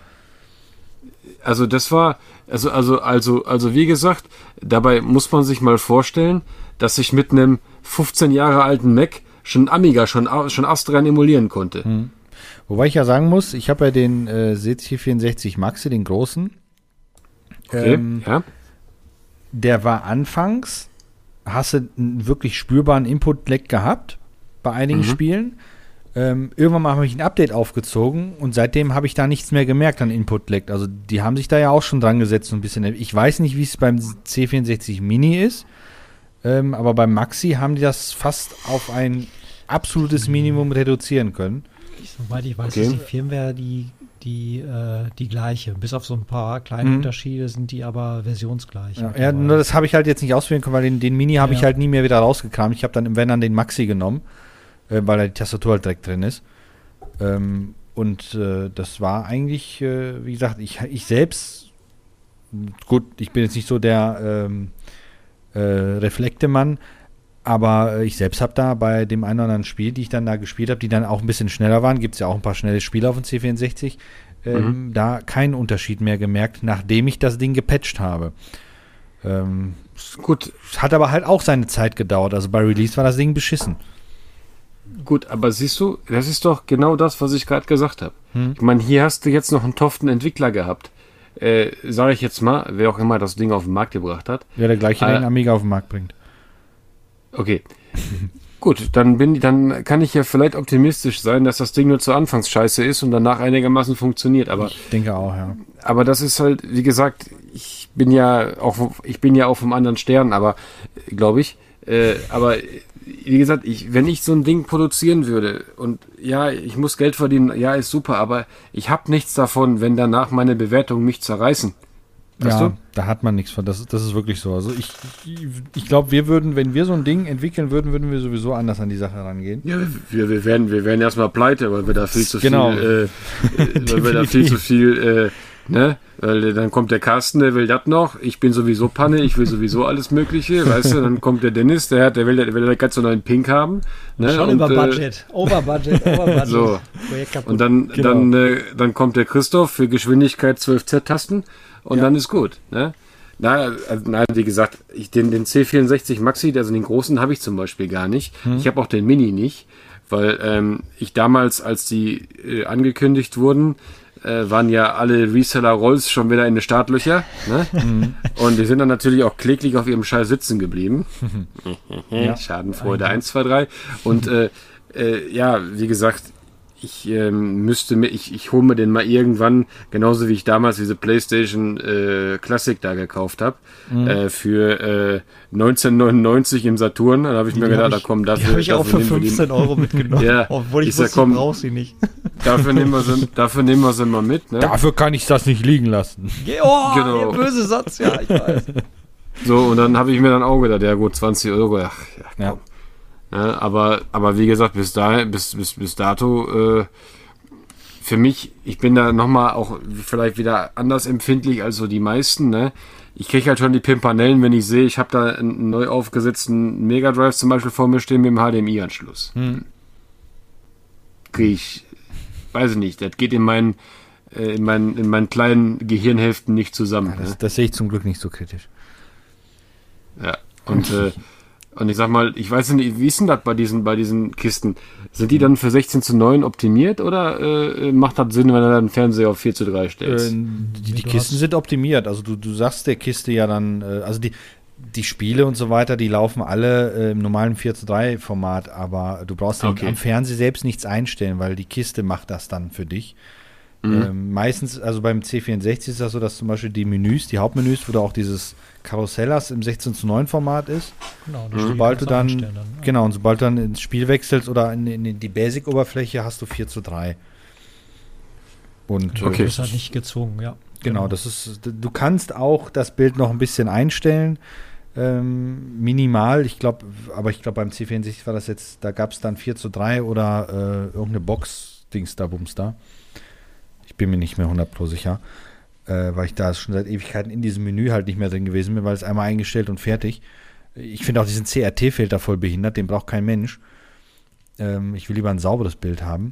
Also das war, also, also, also, also wie gesagt, dabei muss man sich mal vorstellen, dass ich mit einem fünfzehn Jahre alten Mac schon Amiga, schon, schon astrein emulieren konnte. Hm. Wobei ich ja sagen muss, ich habe ja den äh, C vierundsechzig Maxi, den großen. Okay, ähm, ja. Der war anfangs, hast du einen wirklich spürbaren Input-Lag gehabt bei einigen mhm. Spielen. Ähm, irgendwann mal habe ich ein Update aufgezogen und seitdem habe ich da nichts mehr gemerkt an Input-Lag. Also die haben sich da ja auch schon dran gesetzt, so ein bisschen. Ich weiß nicht, wie es beim C vierundsechzig Mini ist, ähm, aber beim Maxi haben die das fast auf ein absolutes Minimum reduzieren können. Soweit ich weiß, okay. ist die Firmware die, die, äh, die gleiche. Bis auf so ein paar kleine mhm. Unterschiede sind die aber versionsgleich. Ja, ja, nur das habe ich halt jetzt nicht auswählen können, weil den, den Mini habe ja. ich halt nie mehr wieder rausgekramt. Ich habe dann, wenn dann, den Maxi genommen, äh, weil da die Tastatur halt direkt drin ist. Ähm, und äh, das war eigentlich, äh, wie gesagt, ich, ich selbst, gut, ich bin jetzt nicht so der ähm, äh, Reflektemann, aber ich selbst habe da bei dem einen oder anderen Spiel, die ich dann da gespielt habe, die dann auch ein bisschen schneller waren, gibt es ja auch ein paar schnelle Spiele auf dem C vierundsechzig, ähm, mhm. da keinen Unterschied mehr gemerkt, nachdem ich das Ding gepatcht habe. Ähm, Gut. Hat aber halt auch seine Zeit gedauert. Also bei Release war das Ding beschissen. Gut, aber siehst du, das ist doch genau das, was ich gerade gesagt habe. Hm. Ich meine, hier hast du jetzt noch einen toften Entwickler gehabt. Äh, sage ich jetzt mal, wer auch immer das Ding auf den Markt gebracht hat. Ja, der gleiche, äh, der den Amiga auf den Markt bringt. Okay. Gut, dann bin dann kann ich ja vielleicht optimistisch sein, dass das Ding nur zur Anfangsscheiße ist und danach einigermaßen funktioniert. Aber Ich denke auch, ja. aber das ist halt, wie gesagt, ich bin ja auch ich bin ja auch vom anderen Stern, aber glaube ich. Äh, aber wie gesagt, ich, wenn ich so ein Ding produzieren würde und ja, ich muss Geld verdienen, ja, ist super, aber ich habe nichts davon, wenn danach meine Bewertungen mich zerreißen. Weißt Ja, du? da hat man nichts von. Das, das ist wirklich so. Also ich, ich, ich glaube, wir würden, wenn wir so ein Ding entwickeln würden, würden wir sowieso anders an die Sache rangehen. Ja, wir, wir werden wir werden erstmal pleite, weil wir da viel zu Genau. viel, äh, äh, weil wir da viel zu viel, äh, ne? Weil dann kommt der Carsten, der will das noch. Ich bin sowieso Panne, ich will sowieso alles Mögliche, weißt du? Dann kommt der Dennis, der hat, der will, der will ganz so neuen Pink haben. Ne? Schon und, über äh, Budget. Overbudget, Overbudget. So. Projekt kaputt. Und dann, Genau. dann, äh, dann kommt der Christoph für Geschwindigkeit zwölf Z-Tasten und Ja. dann ist gut. Ne? Na, also, na, wie gesagt, ich, den, den C vierundsechzig Maxi, also den großen, habe ich zum Beispiel gar nicht. Hm. Ich habe auch den Mini nicht, weil ähm, ich damals, als die äh, angekündigt wurden, äh, waren ja alle Reseller Rolls schon wieder in den Startlöcher. Ne? Mhm. Und die sind dann natürlich auch kläglich auf ihrem Scheiß sitzen geblieben. Ja. Schadenfreude eins, zwei, drei. Und äh, äh, ja, wie gesagt, ich ähm, müsste mir, ich, ich hole mir den mal irgendwann, genauso wie ich damals diese PlayStation äh, Classic da gekauft habe, Mhm. äh, für äh, neunzehnhundertneunundneunzig im Saturn. Dann habe ich mir Die gedacht, hab da ich- komm, Die dafür, habe ich auch dafür für nehmen wir die- fünfzehn Euro mitgenommen. Ja, Obwohl ich ich sag, wusste, komm. ich brauche sie nicht. Dafür nehmen wir sie, dafür nehmen wir sie mal mit. Ne? Dafür kann ich das nicht liegen lassen. Oh, Genau. der böse Satz, ja, ich weiß. So, und dann habe ich mir dann auch gedacht, ja gut, zwanzig Euro, ach, ja, Ja. komm. Ja, aber, aber wie gesagt, bis dahin, bis, bis, bis dato, äh, für mich, ich bin da nochmal auch vielleicht wieder anders empfindlich als so die meisten, ne? Ich kriege halt schon die Pimpanellen, wenn ich sehe, ich habe da einen neu aufgesetzten Mega Drive zum Beispiel vor mir stehen mit dem H D M I-Anschluss. Hm. Kriege ich, weiß ich nicht, das geht in meinen, äh, in meinen, in meinen kleinen Gehirnhälften nicht zusammen. Das, ne? das sehe ich zum Glück nicht so kritisch. Ja, und, äh, und ich sag mal, ich weiß nicht, wie ist denn das bei diesen, bei diesen Kisten? Sind die dann für sechzehn zu neun optimiert oder äh, macht das Sinn, wenn du dann den Fernseher auf vier zu drei stellst? Äh, die die du Kisten hast- sind optimiert. Also du, du sagst der Kiste ja dann, äh, also die, die Spiele und so weiter, die laufen alle äh, im normalen vier zu drei Format, aber du brauchst den- Okay. am Fernseher selbst nichts einstellen, weil die Kiste macht das dann für dich. Mhm. Ähm, meistens, also beim C vierundsechzig ist das so, dass zum Beispiel die Menüs, die Hauptmenüs, wo du auch dieses Karussell hast, im sechzehn zu neun Format ist. Genau, Mhm. Sobald du dann, einstellen dann, ne? genau, und sobald du dann ins Spiel wechselst oder in, in die Basic-Oberfläche, hast du vier zu drei. Und Du Okay. bist halt nicht gezwungen, ja. Genau, das ist, du kannst auch das Bild noch ein bisschen einstellen, ähm, minimal, ich glaube, aber ich glaube beim C vierundsechzig war das jetzt, da gab es dann vier zu drei oder äh, irgendeine Box-Dings da, Bums da. Ich bin mir nicht mehr hundert Pro sicher, äh, weil ich da schon seit Ewigkeiten in diesem Menü halt nicht mehr drin gewesen bin, weil es einmal eingestellt und fertig. Ich finde auch diesen C R T-Filter voll behindert, den braucht kein Mensch. Ähm, ich will lieber ein sauberes Bild haben.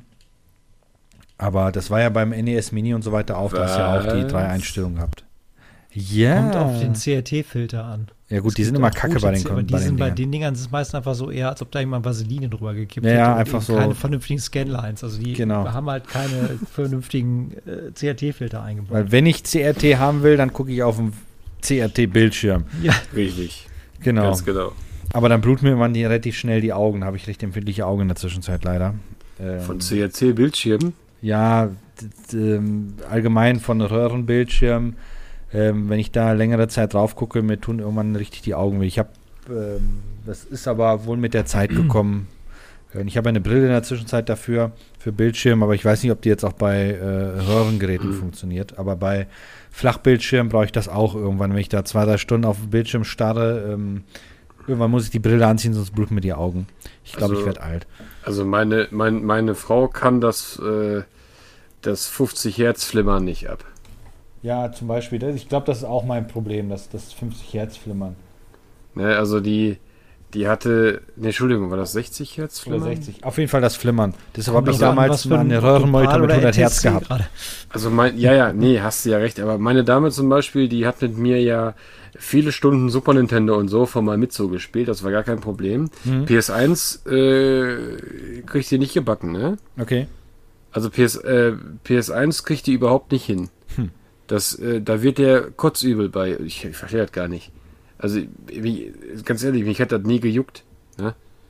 Aber das war ja beim N E S Mini und so weiter auch, da hast du ja auch die Was? drei Einstellungen gehabt. Ja. Kommt auf den C R T-Filter an. Ja gut, Es die gibt sind immer auch kacke gute bei den, C- aber Kon- die bei sind den bei Dingern. den Dingern ist es meistens einfach so eher, als ob da jemand Vaseline drüber gekippt Ja, hätte. ja, und einfach eben so. keine vernünftigen Scanlines. Also die Genau. haben halt keine vernünftigen äh, C R T-Filter eingebaut. Weil wenn ich C R T haben will, dann gucke ich auf dem C R T-Bildschirm. ja, Richtig, Genau. ganz genau. Aber dann bluten mir immer die relativ schnell die Augen. Habe ich recht empfindliche Augen in der Zwischenzeit leider. Ähm, Von C R T-Bildschirmen? Ja, d- d- ähm, allgemein von Röhrenbildschirm. Ähm, wenn ich da längere Zeit drauf gucke, mir tun irgendwann richtig die Augen weh. Ich habe, ähm, das ist aber wohl mit der Zeit gekommen. Äh, Ich habe eine Brille in der Zwischenzeit dafür, für Bildschirm, aber ich weiß nicht, ob die jetzt auch bei äh, Röhrengeräten Mhm. funktioniert. Aber bei Flachbildschirm brauche ich das auch irgendwann, wenn ich da zwei, drei Stunden auf den Bildschirm starre. Ähm, irgendwann muss ich die Brille anziehen, sonst bluten mir die Augen. Ich glaube, Also- ich werde alt. Also meine, mein, meine Frau kann das, äh, das fünfzig Hertz Flimmern nicht ab. Ja, zum Beispiel, das- ich glaube, das ist auch mein Problem, das, das fünfzig Hertz Flimmern. Ne, also die, die hatte, ne, Entschuldigung, war das sechzig Hertz Oder Flimmern? sechzig. Auf jeden Fall das Flimmern. Deshalb habe ich Kommt drauf an, damals was für eine ein Röhrenmonitor Opal mit oder hundert Hertz N T S C gehabt. gerade. Also mein, ja, ja, nee, hast du ja recht, aber meine Dame zum Beispiel, die hat mit mir ja viele Stunden Super Nintendo und so von mal mit so gespielt, das war gar kein Problem. Mhm. P S eins äh, kriegt sie nicht gebacken, ne? Okay. Also P S, äh, P S eins kriegt die überhaupt nicht hin. Hm. Das, äh, da wird der kotzübel bei. Ich, ich verstehe das gar nicht. Also, wie, ganz ehrlich, mich hat das nie gejuckt. Ne?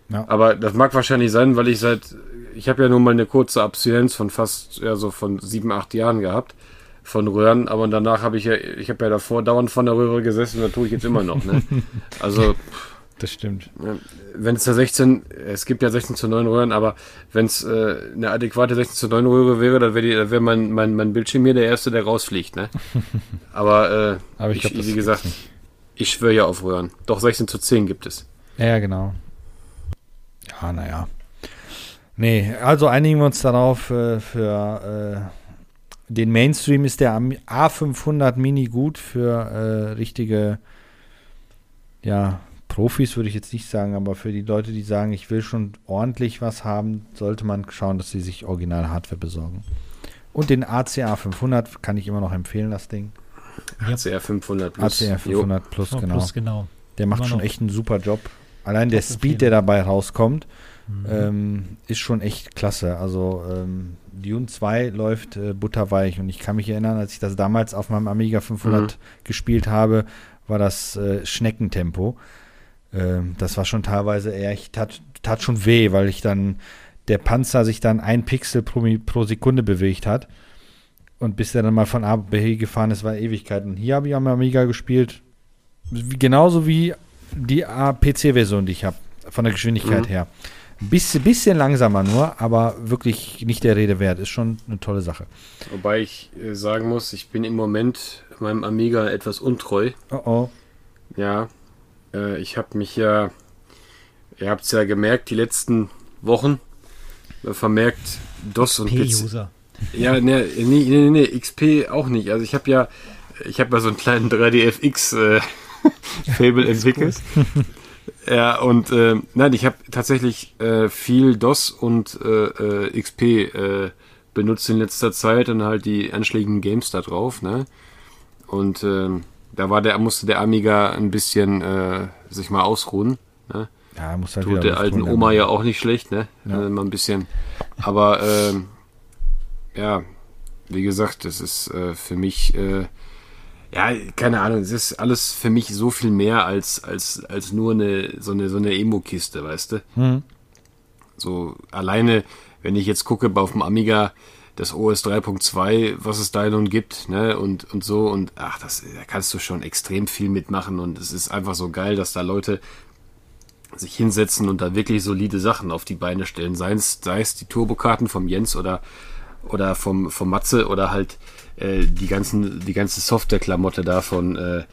Ja. Aber das mag wahrscheinlich sein, weil ich seit, ich habe ja nur mal eine kurze Abstinenz von fast, ja so von sieben, acht Jahren gehabt, von Röhren, aber danach habe ich ja, ich habe ja davor dauernd von der Röhre gesessen und das tue ich jetzt immer noch, ne? Also, das stimmt. Wenn es da sechzehn, es gibt ja sechzehn zu neun Röhren, aber wenn es äh, eine adäquate sechzehn zu neun Röhre wäre, dann wäre wär mein, mein, mein Bildschirm hier der erste, der rausfliegt, ne? Aber, äh, aber ich, glaub, ich wie gesagt, ich schwöre ja auf Röhren. Doch sechzehn zu zehn gibt es. Ja, genau. Ja, naja. Nee, also einigen wir uns darauf, äh, für äh, den Mainstream ist der A fünfhundert Mini gut, für äh, richtige, ja, Profis würde ich jetzt nicht sagen, aber für die Leute, die sagen, ich will schon ordentlich was haben, sollte man schauen, dass sie sich Original-Hardware besorgen. Und den A C A fünfhundert kann ich immer noch empfehlen, das Ding. A C A fünfhundert Plus. A C A fünfhundert Plus, oh, genau. Plus, genau. Der macht immer schon noch echt einen super Job. Allein der Speed, der dabei rauskommt, mhm. ähm, ist schon echt klasse. Also ähm, Dune zwei läuft äh, butterweich und ich kann mich erinnern, als ich das damals auf meinem Amiga fünfhundert mhm. gespielt habe, war das äh, Schneckentempo. Ähm, das war schon teilweise eher, ich tat, tat schon weh, weil ich dann, der Panzer sich dann ein Pixel pro, pro Sekunde bewegt hat und bis der dann mal von A bis B gefahren ist, war Ewigkeiten. Hier habe ich am Amiga gespielt, wie, genauso wie die P C-Version, die ich habe, von der Geschwindigkeit mhm. her. Ein bisschen, bisschen langsamer nur, aber wirklich nicht der Rede wert. Ist schon eine tolle Sache. Wobei ich äh, sagen muss, ich bin im Moment meinem Amiga etwas untreu. Oh oh. Ja, äh, ich habe mich ja, ihr habt es ja gemerkt, die letzten Wochen äh, vermerkt DOS und P C. Ja, ne, nee, nee, nee, X P auch nicht. Also ich habe ja, ich habe ja so einen kleinen drei D F X äh, Fable entwickelt. Ja, und äh, nein, ich habe tatsächlich äh, viel DOS und äh, äh, X P äh, benutzt in letzter Zeit und halt die anschlägigen Games da drauf, ne? Und äh, da war der, musste der Amiga ein bisschen äh, sich mal ausruhen, ne? Ja, muss halt Tut der alten tun, Oma ja auch nicht schlecht, ne? Ja. Also mal ein bisschen. Aber äh, ja, wie gesagt, das ist äh, für mich äh, ja, keine Ahnung, es ist alles für mich so viel mehr als, als, als nur eine, so eine, so eine Emo-Kiste, weißt du? Mhm. So, alleine, wenn ich jetzt gucke auf dem Amiga, das O S drei Punkt zwei, was es da nun gibt, ne, und, und so, und ach, das, da kannst du schon extrem viel mitmachen und es ist einfach so geil, dass da Leute sich hinsetzen und da wirklich solide Sachen auf die Beine stellen, sei es, sei es die Turbokarten vom Jens oder, oder vom, vom Matze oder halt die ganzen, die ganze Software-Klamotte da von äh,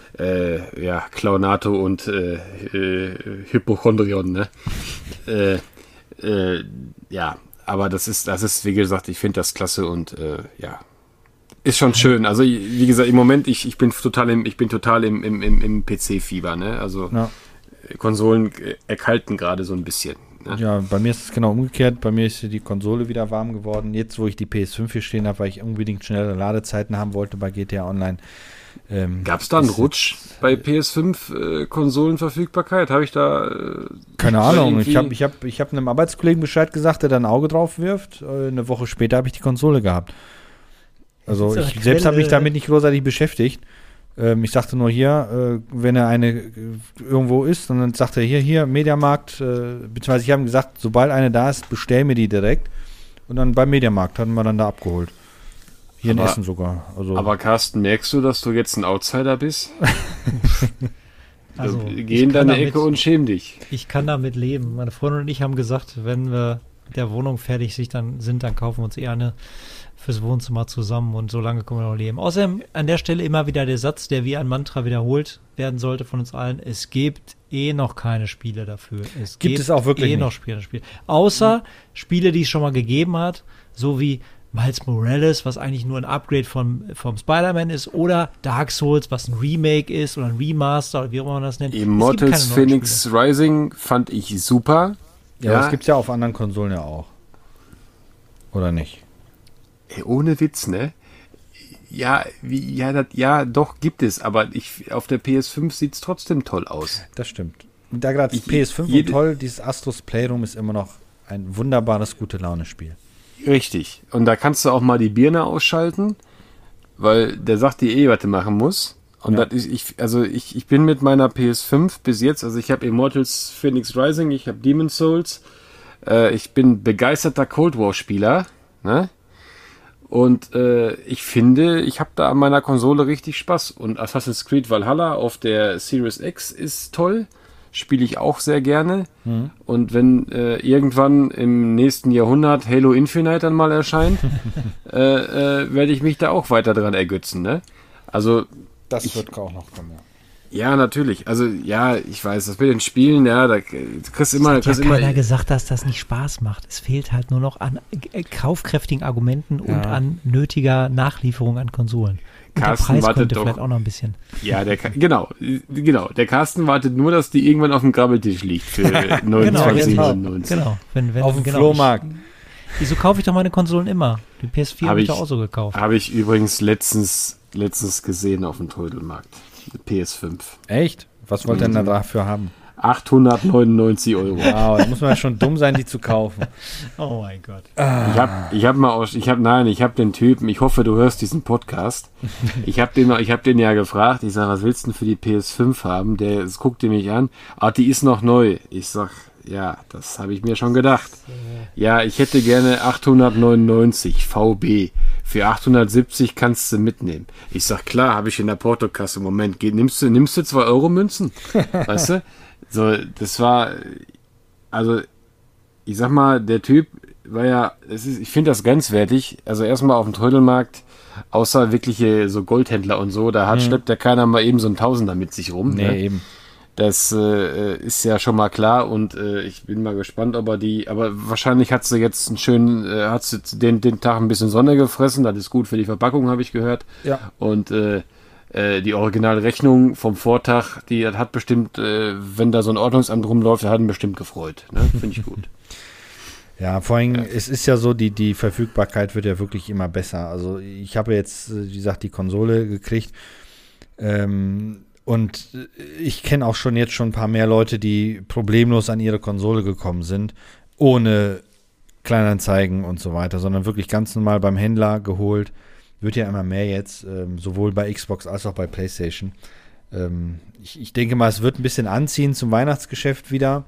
äh, ja, Clownato und äh, äh, Hypochondrion, ne? äh, äh, ja, aber das ist, das ist, wie gesagt, ich finde das klasse und äh, ja, ist schon schön. Also wie gesagt, im Moment, ich, ich bin total im, ich bin total im, im, im, im P C-Fieber, ne? Also ja. Konsolen erkalten gerade so ein bisschen. Ne? Ja, bei mir ist es genau umgekehrt. Bei mir ist die Konsole wieder warm geworden. Jetzt, wo ich die P S fünf hier stehen habe, weil ich unbedingt schnelle Ladezeiten haben wollte bei G T A Online. Ähm, Gab es da einen Rutsch bei P S fünf äh, Konsolenverfügbarkeit? Habe ich da... Äh, keine Ahnung. Ich habe ich hab, ich hab einem Arbeitskollegen Bescheid gesagt, der da ein Auge drauf wirft. Äh, eine Woche später habe ich die Konsole gehabt. Also ich selbst habe mich damit nicht großartig beschäftigt. Ich sagte nur hier, äh, wenn er eine äh, irgendwo ist, und dann sagt er hier, hier, Mediamarkt, äh, beziehungsweise ich habe ihm gesagt, sobald eine da ist, bestell mir die direkt. Und dann beim Mediamarkt hatten wir dann da abgeholt. Hier aber, in Essen sogar. Also, aber Carsten, merkst du, dass du jetzt ein Outsider bist? Also, geh in deine damit, Ecke und schäm dich. Ich kann damit leben. Meine Freundin und ich haben gesagt, wenn wir mit der Wohnung fertig sind, dann, sind, dann kaufen wir uns eher eine fürs Wohnzimmer zusammen und so lange können wir noch leben. Außerdem an der Stelle immer wieder der Satz, der wie ein Mantra wiederholt werden sollte von uns allen. Es gibt eh noch keine Spiele dafür. Es gibt es auch wirklich eh nicht. noch Spiele, Spiele. Außer mhm. Spiele, die es schon mal gegeben hat, so wie Miles Morales, was eigentlich nur ein Upgrade vom, vom Spider-Man ist, oder Dark Souls, was ein Remake ist oder ein Remaster oder wie auch immer man das nennt. Immortals Phoenix Spiele. Rising fand ich super. Ja, ja, das gibt es ja auf anderen Konsolen ja auch. Oder nicht? Ohne Witz, ne? Ja, wie, ja, das, ja, doch, gibt es, aber ich, auf der P S fünf sieht es trotzdem toll aus. Das stimmt. Da gerade P S fünf und toll, dieses Astros Playroom ist immer noch ein wunderbares Gute-Laune-Spiel. Richtig. Und da kannst du auch mal die Birne ausschalten, weil der sagt dir eh, was du machen musst. Und Ja. das ist, ich, also ich, ich bin mit meiner P S fünf bis jetzt, also ich habe Immortals Phoenix Rising, ich habe Demon's Souls, äh, ich bin begeisterter Cold War Spieler, ne? Und äh, ich finde, ich habe da an meiner Konsole richtig Spaß. Und Assassin's Creed Valhalla auf der Series X ist toll, spiele ich auch sehr gerne. Mhm. Und wenn äh, irgendwann im nächsten Jahrhundert Halo Infinite dann mal erscheint, äh, äh, werde ich mich da auch weiter dran ergötzen, ne? Also Das Ich- wird auch noch kommen, ja. ja, natürlich. Also, ja, ich weiß, das mit den Spielen, ja, da kriegst immer, Hat ja kriegst immer. keiner gesagt, dass das nicht Spaß macht. Es fehlt halt nur noch an äh, kaufkräftigen Argumenten und Ja. an nötiger Nachlieferung an Konsolen. Und Carsten der Preis wartet könnte doch. vielleicht auch noch ein bisschen. Ja, der, Ka- genau, genau. Der Carsten wartet nur, dass die irgendwann auf dem Grabbeltisch liegt für neunundzwanzig genau. neunundneunzig. Genau. Wenn, wenn, Auf dem genau, Flohmarkt. Ich, wieso kaufe ich doch meine Konsolen immer? Die P S vier Hab habe ich ich- doch auch so gekauft. Habe ich übrigens letztens, letztens gesehen auf dem Trödelmarkt. P S fünf. Echt? Was wollt ihr Mhm. denn da dafür haben? achthundertneunundneunzig Euro. Wow, da muss man ja schon dumm sein, die zu kaufen. Oh mein Gott. Ich habe ich hab mal aus, ich habe nein, ich habe den Typen, ich hoffe, du hörst diesen Podcast. Ich habe den, ich habe den ja gefragt, ich sage, was willst du denn für die P S fünf haben? Der es guckte mich an, ah, die ist noch neu. Ich sag, ja, das habe ich mir schon gedacht. Ja, ich hätte gerne achthundertneunundneunzig V B. Für achthundertsiebzig kannst du mitnehmen. Ich sag, klar, habe ich in der Portokasse. Moment, geh, nimmst du nimmst du zwei Euro Münzen? Weißt du? So, das war, also ich sag mal, der Typ war ja, es ist, ich finde das grenzwertig. Also erstmal auf dem Trödelmarkt, außer wirkliche so Goldhändler und so, da hat, Mhm. schleppt ja keiner mal eben so ein Tausender mit sich rum. Nee, Ne? eben. Das äh, ist ja schon mal klar und äh, ich bin mal gespannt, ob er die, aber wahrscheinlich hat sie jetzt einen schönen, äh, hat sie den, den Tag ein bisschen Sonne gefressen, das ist gut für die Verpackung, habe ich gehört. Ja. Und äh, äh, die Originalrechnung vom Vortag, die hat bestimmt, äh, wenn da so ein Ordnungsamt rumläuft, der hat ihn bestimmt gefreut. Ne? Finde ich gut. Ja, vor allem, Ja. es ist ja so, die, die Verfügbarkeit wird ja wirklich immer besser. Also ich habe jetzt, äh, wie gesagt, die Konsole gekriegt. Ähm, und ich kenne auch schon jetzt schon ein paar mehr Leute, die problemlos an ihre Konsole gekommen sind, ohne Kleinanzeigen und so weiter, sondern wirklich ganz normal beim Händler geholt. Wird ja immer mehr jetzt, ähm, sowohl bei Xbox als auch bei PlayStation. Ähm, ich, ich denke mal, es wird ein bisschen anziehen zum Weihnachtsgeschäft wieder.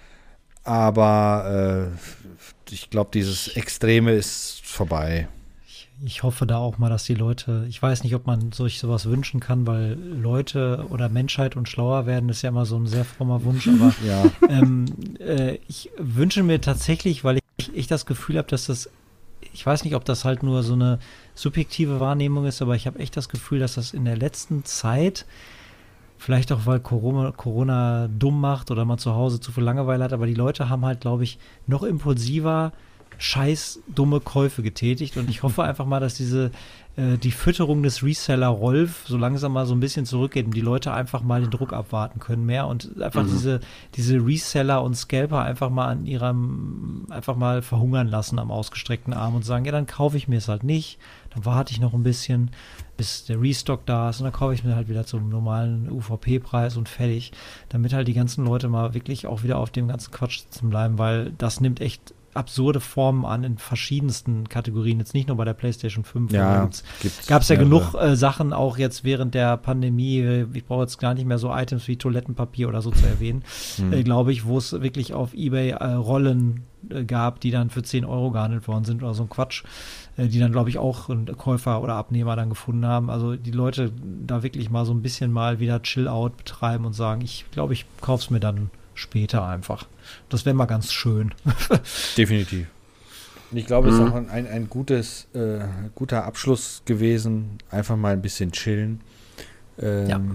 Aber äh, ich glaube, dieses Extreme ist vorbei. Ich, ich hoffe da auch mal, dass die Leute, ich weiß nicht, ob man sich sowas wünschen kann, weil Leute oder Menschheit und schlauer werden, ist ja immer so ein sehr frommer Wunsch, aber Ja, ähm, äh, ich wünsche mir tatsächlich, weil ich, ich das Gefühl habe, dass das, ich weiß nicht, ob das halt nur so eine subjektive Wahrnehmung ist, aber ich habe echt das Gefühl, dass das in der letzten Zeit, vielleicht auch, weil Corona, Corona dumm macht oder man zu Hause zu viel Langeweile hat, aber die Leute haben halt, glaube ich, noch impulsiver scheiß dumme Käufe getätigt und ich hoffe einfach mal, dass diese äh, die Fütterung des Reseller Rolf so langsam mal so ein bisschen zurückgeht und die Leute einfach mal den Druck abwarten können mehr und einfach Mhm. diese diese Reseller und Scalper einfach mal an ihrem einfach mal verhungern lassen am ausgestreckten Arm und sagen, ja, dann kaufe ich mir es halt nicht, dann warte ich noch ein bisschen, bis der Restock da ist und dann kaufe ich mir halt wieder zum normalen U V P-Preis und fertig, damit halt die ganzen Leute mal wirklich auch wieder auf dem ganzen Quatsch sitzen bleiben, weil das nimmt echt absurde Formen an in verschiedensten Kategorien, jetzt nicht nur bei der PlayStation fünf. ja, Gibt's Gab es ja mehrere. genug äh, Sachen auch jetzt während der Pandemie, äh, ich brauche jetzt gar nicht mehr so Items wie Toilettenpapier oder so zu erwähnen, Hm. äh, glaube ich, wo es wirklich auf Ebay äh, Rollen äh, gab, die dann für zehn Euro gehandelt worden sind oder so ein Quatsch, äh, die dann, glaube ich, auch ein Käufer oder Abnehmer dann gefunden haben. Also die Leute da wirklich mal so ein bisschen mal wieder Chill-Out betreiben und sagen, ich glaube, ich kaufe es mir dann später einfach. Das wäre mal ganz schön. Definitiv. Und ich glaube, es ist Mhm. auch ein, ein, ein gutes, äh, guter Abschluss gewesen. Einfach mal ein bisschen chillen. Ähm, Ja.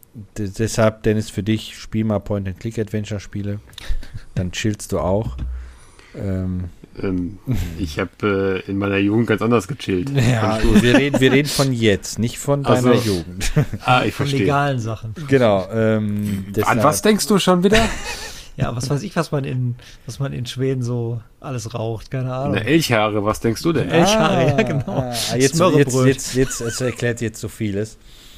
d- deshalb, Dennis, für dich, spiel mal Point-and-Click-Adventure-Spiele. Dann chillst du auch. Ähm, ähm, ich habe äh, in meiner Jugend ganz anders gechillt. ja, wir reden, wir reden von jetzt, nicht von Ach deiner so. Jugend. Ah, ich Von verstehe. legalen Sachen. Genau. Ähm, An deshalb- was denkst du schon wieder? Ja, was weiß ich, was man in, was man in Schweden so alles raucht, keine Ahnung. Eine Elchhaare, was denkst du denn? Elch- Elchhaare, ja, genau. Ah, jetzt, jetzt, Smørrebrød. jetzt, jetzt, es erklärt jetzt so vieles.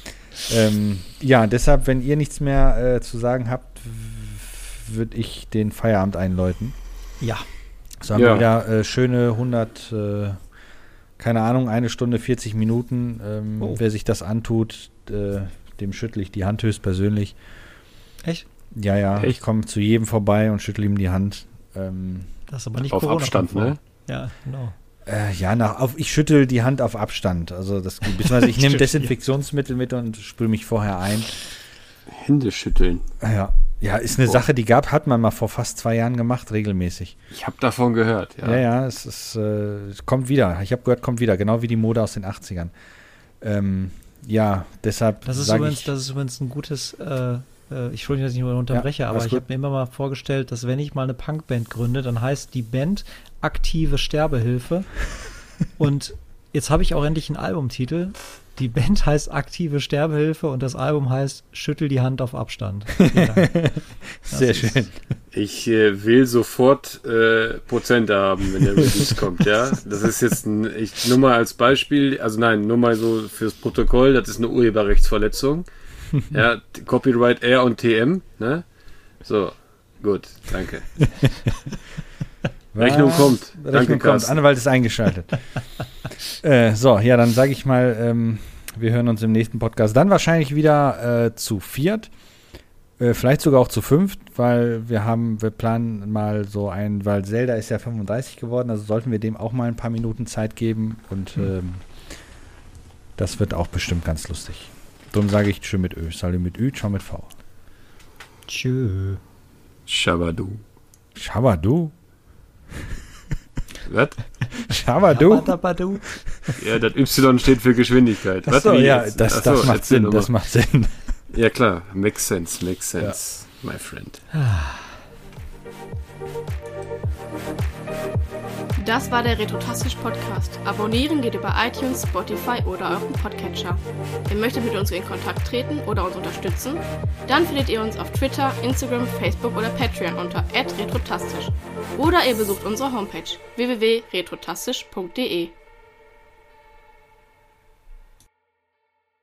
Ähm, ja, deshalb, wenn ihr nichts mehr äh, zu sagen habt, würde ich den Feierabend einläuten. Ja, So haben Ja. wir wieder äh, schöne hundert, äh, keine Ahnung, eine Stunde vierzig Minuten. Ähm, Oh. Wer sich das antut, äh, dem schüttle ich die Hand höchstpersönlich. Echt? Ja, ja, Echt? ich komme zu jedem vorbei und schüttle ihm die Hand. Ähm, Das ist aber nicht Auf Abstand, ne? Ja, genau. äh, ja, nach, auf, ich schüttel die Hand auf Abstand. Also das, beziehungsweise ich nehme Stimmt, Desinfektionsmittel mit und spüle mich vorher ein. Hände schütteln. Ja, ja, ist eine Boah. Sache, die gab, hat man mal vor fast zwei Jahren gemacht, regelmäßig. Ich habe davon gehört, ja. Ja, ja, es, ist, äh, es kommt wieder. Ich habe gehört, kommt wieder, genau wie die Mode aus den achtzigern. Ähm, ja, deshalb Das ist, sage übrigens, ich, das ist übrigens ein gutes, äh, äh, ich entschuldige, dass ich nur unterbreche, Ja, aber alles ich gut. habe mir immer mal vorgestellt, dass wenn ich mal eine Punkband gründe, dann heißt die Band Aktive Sterbehilfe. Und jetzt habe ich auch endlich einen Albumtitel. Die Band heißt Aktive Sterbehilfe und das Album heißt Schüttel die Hand auf Abstand. Vielen Dank. sehr Das ist- schön. Ich äh, will sofort äh, Prozente haben, wenn der Release kommt, ja. Das ist jetzt ein, ich, nur mal als Beispiel, also nein, nur mal so fürs Protokoll, das ist eine Urheberrechtsverletzung. Ja, t- Copyright R und T M, ne? So, gut, danke. Rechnung Was? kommt. Rechnung Danke, kommt. Carsten. Anwalt ist eingeschaltet. äh, so, ja, dann sage ich mal, ähm, wir hören uns im nächsten Podcast. Dann wahrscheinlich wieder äh, zu viert. Äh, vielleicht sogar auch zu fünft, weil wir haben, wir planen mal so ein, weil Zelda ist ja fünfunddreißig geworden, also sollten wir dem auch mal ein paar Minuten Zeit geben und ähm, das wird auch bestimmt ganz lustig. Darum sage ich Tschö mit Ö. Salut mit Ü, Ciao mit V. Tschö. Shabadu. Schabadu? Was? Schabadu? Dabadabadu. Ja, das Y steht für Geschwindigkeit. Was, Achso, wie ja, jetzt? das, Ach so, das macht erzähl Sinn, doch das mal. macht Sinn. Ja, klar. Makes sense, makes sense, my friend. Das war der Retrotastisch Podcast. Abonnieren geht über iTunes, Spotify oder euren Podcatcher. Ihr möchtet mit uns in Kontakt treten oder uns unterstützen? Dann findet ihr uns auf Twitter, Instagram, Facebook oder Patreon unter at retrotastisch. Oder ihr besucht unsere Homepage w w w punkt retrotastisch punkt de.